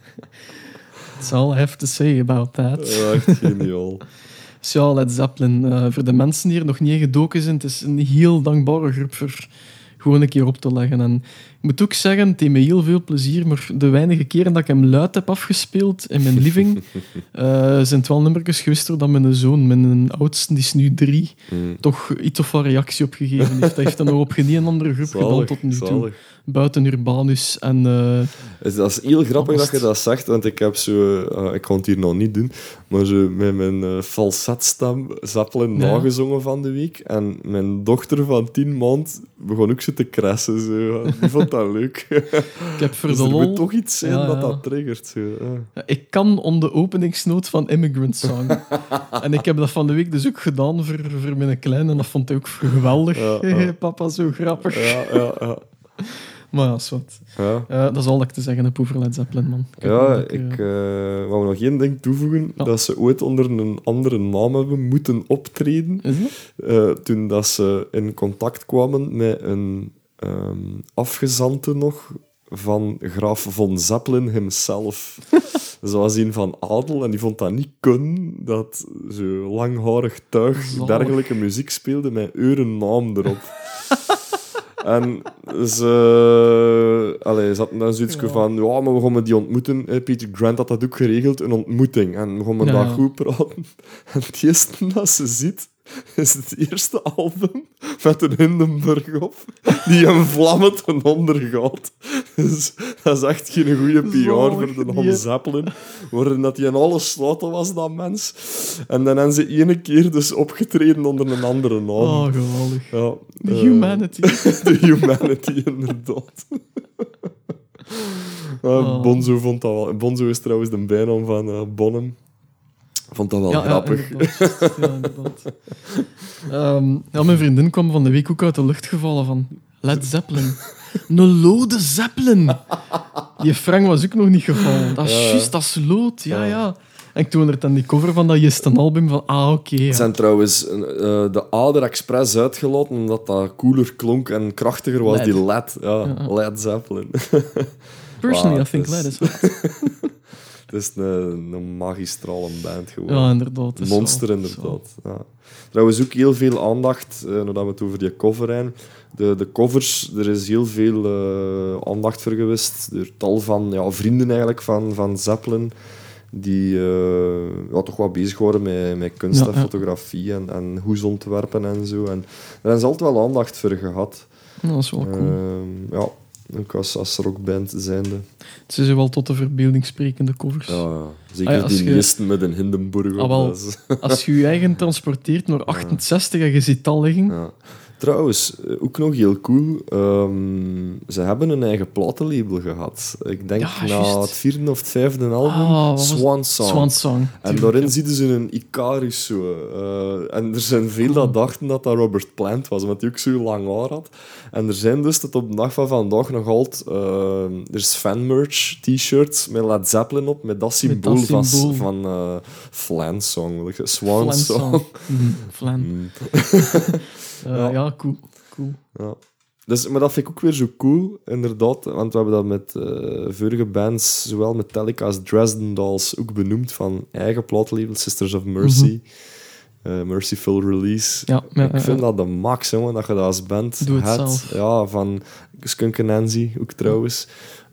that's all I have to say about that. Ja, echt geniaal. Dus ja, Led Zeppelin. Uh, voor de mensen die er nog niet in gedoken zijn, het is een heel dankbare groep voor gewoon een keer op te leggen. En ik moet ook zeggen, het deed me heel veel plezier, maar de weinige keren dat ik hem luid heb afgespeeld in mijn living, uh, zijn het wel nummertjes geweest doordat mijn zoon, mijn oudste, die is nu drie, Mm. toch iets of wat reactie op gegeven heeft. Hij heeft dan nog op geen een andere groep gedaan Zalig, tot nu toe. zalig. Buiten Urbanus en... Uh, Het- Dat is heel grappig was dat je dat zegt, want ik heb zo... eh, ik kan het hier nog niet doen, maar zo met mijn uh, falsetstem Zeppelin Ja. nagezongen van de week. En mijn dochter van tien maand begon ook zo te krassen. Zo. Die vond dat leuk. ik heb voor Dus de er lol... moet toch iets zijn Ja, dat ja. dat triggert. Zo. Ja. Ja, ik kan om de openingsnoot van Immigrant Song. En ik heb dat van de week dus ook gedaan voor, voor mijn kleine. En dat vond hij ook geweldig. Ja, ja. Papa, zo grappig. Ja, ja, ja. Maar ja, zwart. ja. Uh, dat is al dat ik te zeggen heb over Led Zeppelin, man. Ik heb Ja, nog, uh, ik uh, wou nog één ding toevoegen. Ja. Dat ze ooit onder een andere naam hebben moeten optreden. Is dat? Uh, toen dat ze in contact kwamen met een um, afgezante nog van graaf von Zeppelin himself. Ze was een van adel en die vond dat niet kunnen dat zo langharig tuig Zalig. dergelijke muziek speelde met euren naam erop. En ze, allee, ze hadden dan zoiets Ja. van, ja, maar we gaan met die ontmoeten. Eh, Peter Grant had dat ook geregeld, een ontmoeting. En we gaan met Ja, dat ja. goed praten. En het eerste dat ze ziet, is het eerste album met een Hindenburg op, die in vlammen ten onder gaat. Dus dat is echt geen goede P R Zalig, voor de die- Hans Zeppelin, waarin dat hij in alle sloten was, dat mens. En dan hebben ze ene keer dus opgetreden onder een andere naam. Oh, geweldig. Ja, The eh, humanity. de humanity, inderdaad. Uh, Oh. Bonzo vond dat wel... Bonzo is trouwens de bijnaam van uh, Bonham. Vond dat wel Ja, ja, grappig. inderdaad. Ja, inderdaad. Ehm, ja, mijn vriendin kwam van de week ook uit de lucht gevallen van Led Zeppelin. Een lode Zeppelin. Die Frank was ook nog niet gevallen. Dat is Ja. juist, dat is lood. Ja, Ja. ja. En ik toonde er dan die cover van dat Jesten album van, ah, oké. Ze ja. zijn trouwens uh, de Ader Express uitgelaten, omdat dat cooler klonk en krachtiger was, Led. die Led. Ja, Ja. Led Zeppelin. Personally, Ah, I think het is- Led is hot. Het is een, een magistrale band geworden. Ja, inderdaad. het is Monster, wel- inderdaad. Ja. Trouwens, ook heel veel aandacht, uh, nadat we het over die cover hebben. De, de covers, er is heel veel uh, aandacht voor geweest. Door tal van ja, vrienden eigenlijk van, van Zeppelin, die uh, ja, toch wat bezig waren met, met kunst Ja, en ja. fotografie en, en hoesontwerpen en zo. En daar hebben ze altijd wel aandacht voor gehad. Ja, dat is wel cool. Uh, ja, ook als, als rockband zijnde. Het zijn wel tot de verbeelding sprekende covers. Ja, ja. Zeker Ah ja, als die je- meesten met een Hindenburg. op, Ah, wel. dat is- Als je je eigen transporteert naar achtenzestig en je ziet dat liggen... Ja. Trouwens, eh, ook nog heel cool. ehm, ze hebben een eigen platenlabel gehad. Ik denk Ja, na juist. het vierde of het vijfde album, Ah, wat was het? Swan Song. Swan Song. En tuurlijk, daarin ja. zien ze een Icarus zo. eh, en er zijn veel dat dachten dat dat Robert Plant was, omdat hij ook zo lang haar had. En er zijn dus tot op de dag van vandaag nog altijd... eh, er is fanmerch, t-shirts met Led Zeppelin op, met dat symbool, van, symbool. van eh, Flan Song, wil ik zeggen. Swan Flan Song. Song. Mhm, Flan. Mm. Eh, Ja. ja, cool. cool. Ja. Dus, maar dat vind ik ook weer zo cool, inderdaad. Want we hebben dat met eh, vorige bands, zowel Metallica als Dresden Dolls, ook benoemd van eigen plaatlabel, Sisters of Mercy. Uh, Merciful Release. Ja, ja, ik vind ja. dat de max, jongen, dat je dat als band Doe het hebt. zelf. Ja, van Skunk Nancy ook trouwens.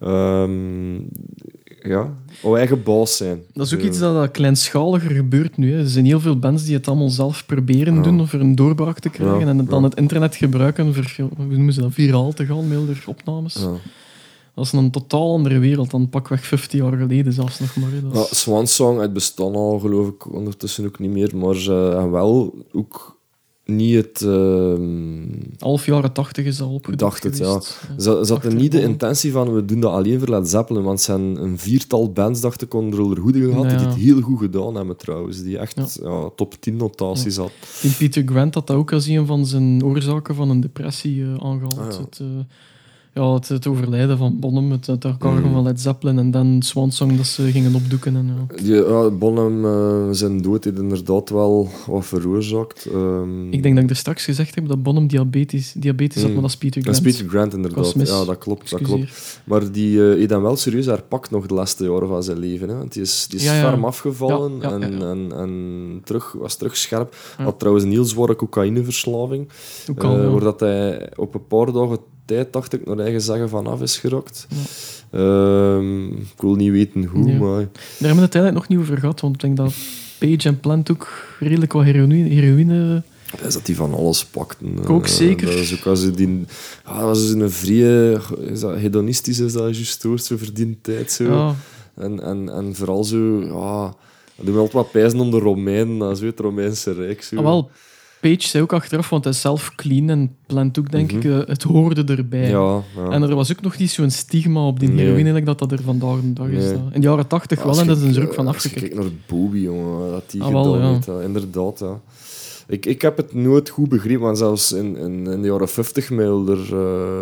Um, ja, o eigen baas zijn. Dat is ook uh, iets dat, dat kleinschaliger gebeurt nu. Hè. Er zijn heel veel bands die het allemaal zelf proberen ja. doen, of er een doorbraak te krijgen, Ja, en dan ja. het internet gebruiken voor, hoe noemen ze dat, viraal te gaan met hun opnames. Ja. Dat is een totaal andere wereld dan pakweg vijftien jaar geleden zelfs nog maar. Hè. Dat Ja, is... Swan Song, het bestond al, geloof ik, ondertussen ook niet meer, maar uh, wel ook niet het... Uh, Half jaren tachtig is al opgedokt dacht het, geweest. ja. Ze, ze hadden niet de Achterban. intentie van, we doen dat alleen voor Led Zeppelin, want ze zijn een viertal bands, dacht ik, onder onder hoede gehad, Ja. die het heel goed gedaan hebben trouwens, die echt Ja. ja, top tien notaties had. Die Peter Grant had dat ook als een van zijn oorzaken van een depressie uh, aangehaald. Ah, ja. Het, uh, ja, het, het overlijden van Bonham, het uit elkaar gaan Mm. van Led Zeppelin en dan Swan Song dat ze gingen opdoeken. En, ja. Die, ja, Bonham uh, zijn dood heeft inderdaad wel wat veroorzaakt. Um, Ik denk dat ik er straks gezegd heb dat Bonham diabetes, diabetes had, Mm. maar dat is Peter dat is Grant. Peter Grant inderdaad, was mis. ja, dat klopt. Dat Excuseer. klopt. Maar die uh, heeft dan wel serieus herpakt nog de laatste jaren van zijn leven. Hè? Want die is, die is Ja, ja. ferm afgevallen Ja, ja, ja, en, ja. en, en terug, was terug scherp. Ja. Had trouwens een heel zware cocaïneverslaving. Hoe kan Uh, dat? Doordat hij op een paar dagen tijd, dacht ik, naar eigen zeggen van af is gerokt. Ja. Um, ik wil niet weten hoe, Nee. maar... Daar hebben we het eigenlijk nog niet over gehad, want ik denk dat Page en Plant ook redelijk wat heroïne... heroïne is dat die van alles pakten. Ook Uh, zeker. Dat is ook als je die... Ja, dat was een vrije... Is dat hedonistisch, is dat juist hoort, zo verdient tijd. Zo. ja, En, en, en vooral zo... Ja, dat doen we altijd wat pijzen om de Romeinen, dat is het Romeinse Rijk. Zo. ah, wel, Page zei ook achteraf, want hij is zelf clean en Plant ook, denk Mhm. ik, uh, het hoorde erbij. Ja, ja. En er was ook nog niet zo'n stigma op die Nee. heroïne, eigenlijk, dat dat er vandaag de dag is. Nee. dat. In de jaren tachtig Als wel, en je- dat is er ook van Als je afgekeken. kijkt naar Bobby, jongen, dat die Ah, wel, gedaan ja. heeft. Ja. Inderdaad, ja. Ik, ik heb het nooit goed begrepen, want zelfs in, in, in de jaren vijftig met er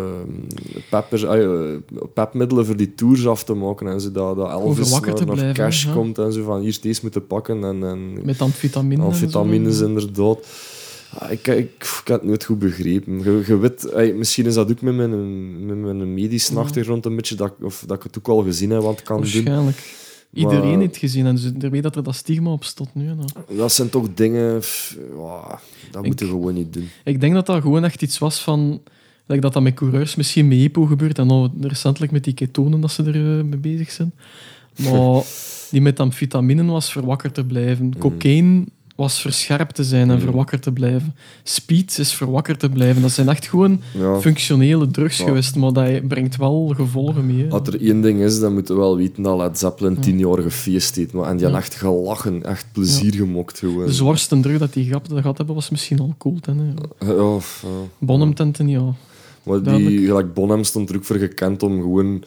uh, peppers, ah, ja, pepmiddelen voor die tours af te maken en zo, dat, dat Over Elvis wakker naar, te naar blijven, Cash ja. komt en zo van hier steeds moeten pakken en, en Met amfetamine. en amfetamines zo. inderdaad. Ah, Ik, ik, ik, heb het nooit goed begrepen. Je, je weet, ey, misschien is dat ook met mijn, met mijn medische Ja. achtergrond een beetje, dat, ik- of dat ik het ook al gezien heb wat het kan doen. Waarschijnlijk. Iedereen Maar- heeft gezien en ze er weet dat er dat stigma op stond nu. Nou. Dat zijn toch dingen... pff, ja, dat Ik- moeten we gewoon niet doen. Ik denk dat dat gewoon echt iets was van... Like dat dat met coureurs misschien met EPO gebeurt en nou recentelijk met die ketonen dat ze er uh, mee bezig zijn. Maar die metamfetamine was verwakkerd te blijven. Cocaïne was verscherpt te zijn en Mm. verwakkerd te blijven. Speed is verwakkerd te blijven. Dat zijn echt gewoon Ja. functionele drugs Ja. geweest, maar dat brengt wel gevolgen mee. hè. Als er één ding is, dan moeten we wel weten dat Led Zeppelin Ja. tien jaar gefeest heeft. Maar, en die Ja. hebben echt gelachen, echt plezier gemokt gewoon. De zwaarste drug dat die grap gehad hebben was misschien alcohol. Hè. Ja. Ja, of, ja. Bonham-tenten, ja. Maar die, Duidelijk. gelijk Bonham stond er ook voor gekend om gewoon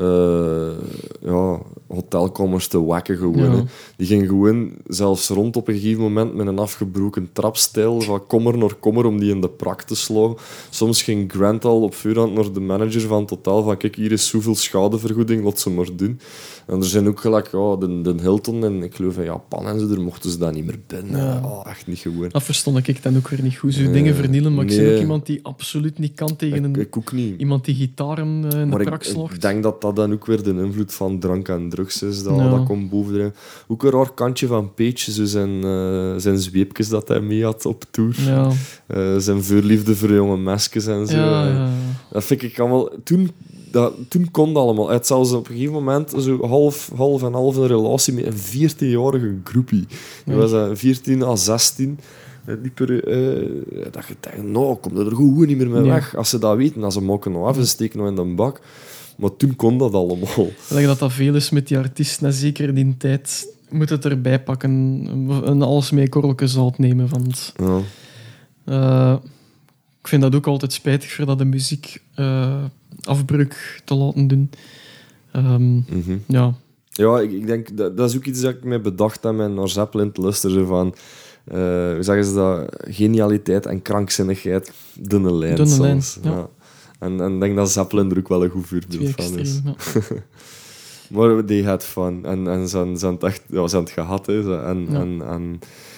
eh, ja, hotelkamers te wakken. Gewoon, Ja. hè. Die ging gewoon zelfs rond op een gegeven moment met een afgebroken trapstijl van kommer naar kommer om die in de prak te slaan. Soms ging Grant al op voorhand naar de manager van het hotel van kijk, hier is zoveel schadevergoeding, laat ze maar doen. En er zijn ook gelijk ja, de, de Hilton en ik geloof in Japan en zo, daar mochten ze dat niet meer binnen. Ja. Oh, echt niet gewoon. Dat verstond ik dan ook weer niet goed. Zo Nee. dingen vernielen, maar ik ben Nee. ook iemand die absoluut niet kan tegen een... Ik, ik ook niet. Iemand die gitaren eh, in Maar de ik, prak slaagt. ik denk dat dat dan ook weer de invloed van drank en drugs is. Dat, Ja. dat komt bovendrijven. Ook een raar kantje van Page, zo zijn, eh, zijn zweepjes dat hij mee had op tour. Ja. Eh, zijn voorliefde voor jonge meisjes en zo. Ja, ja, ja. Dat vind ik allemaal... Toen, dat, toen kon dat allemaal. Hij had zelfs op een gegeven moment zo half, half en half een relatie met een veertienjarige groepie. Die Ja. was uh, veertien à zestien. Eh, Die per, eh, dat je denkt, nou, kom er gewoon niet meer mee Nee. weg. Als ze dat weten, dan ze maken nog af en steken nog in de bak. Maar toen kon dat allemaal. Ik denk dat dat veel is met die artiesten. En zeker in die tijd moet het erbij pakken. En alles mee korreltje zout nemen. Want, Ja. eh, ik vind dat ook altijd spijtig voor dat de muziek eh, afbreuk te laten doen. Ehm, Mhm. ja. Ja, ik, ik denk, dat, dat is ook iets dat ik me bedacht heb met naar Zeppelin te luisteren. Zo van, eh, hoe zeggen ze dat? Genialiteit en krankzinnigheid, dunne lijn. Dunne lijn, soms. ja. En, en ik denk dat Zeppelin er ook wel een goed Twee voorbeeld van is. extreem, ja. Maar die had fun. En, en ze hebben ze hebben het echt ja, ze hebben het gehad. Hè. Ze- En, Ja. en, en,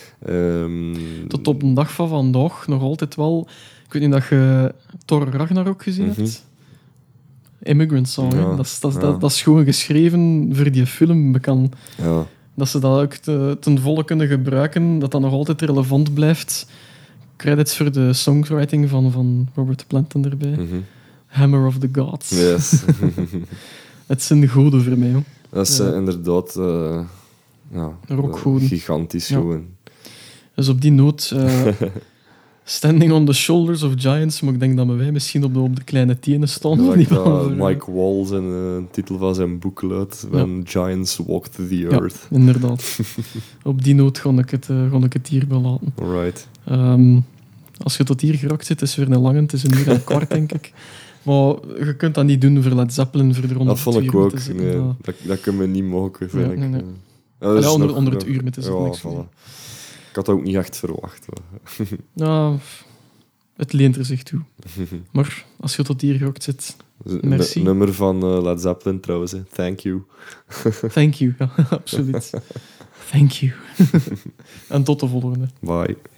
ehm, Tot op de dag van vandaag nog altijd wel... Ik weet niet dat je Thor Ragnarok gezien Mhm. hebt. Immigrant Song. hè. Ja, Dat, is, dat, is- ja. dat, dat is gewoon geschreven voor die film. Bekend. ja. dat ze dat ook te, ten volle kunnen gebruiken, dat dat nog altijd relevant blijft. Credits voor de songwriting van, van Robert Plant erbij. Mm-hmm. Hammer of the Gods. Yes. Het zijn goden voor mij, hoor. Dat is Ja. uh, inderdaad uh, ja, Rockgoden. uh, gigantisch Ja. gewoon. Dus op die noot, uh, Standing on the Shoulders of Giants, maar ik denk dat wij misschien op de, op de kleine tenen staan. Gelijk Die dat van- Mike Wall zijn uh, titel van zijn boek luidt, When Giants Walked the Ja, Earth. inderdaad. Op die noot ga ik het, uh, ga ik het hier belaten. Alright. Um, als je tot hier geraakt zit, is het weer een lange. Het is een uur en een kwart, denk ik. Maar je kunt dat niet doen voor Led Zeppelin, voor de ronde Dat vond ik ook. Zitten, Nee, dat- dat, dat kunnen we niet mogen, vind Ja, ik. nee, nee. Ja, dat is Ja, onder- nog- onder het uur met de zin, ja, niks voilà. van. Ik had dat ook niet echt verwacht. Ja, het leent er zich toe. Maar als je tot hier geraakt zit, Merci. N- nummer van uh, Led Zeppelin trouwens. Hè. Thank you. thank you. Ja, absoluut. Thank you. En tot de volgende. Bye.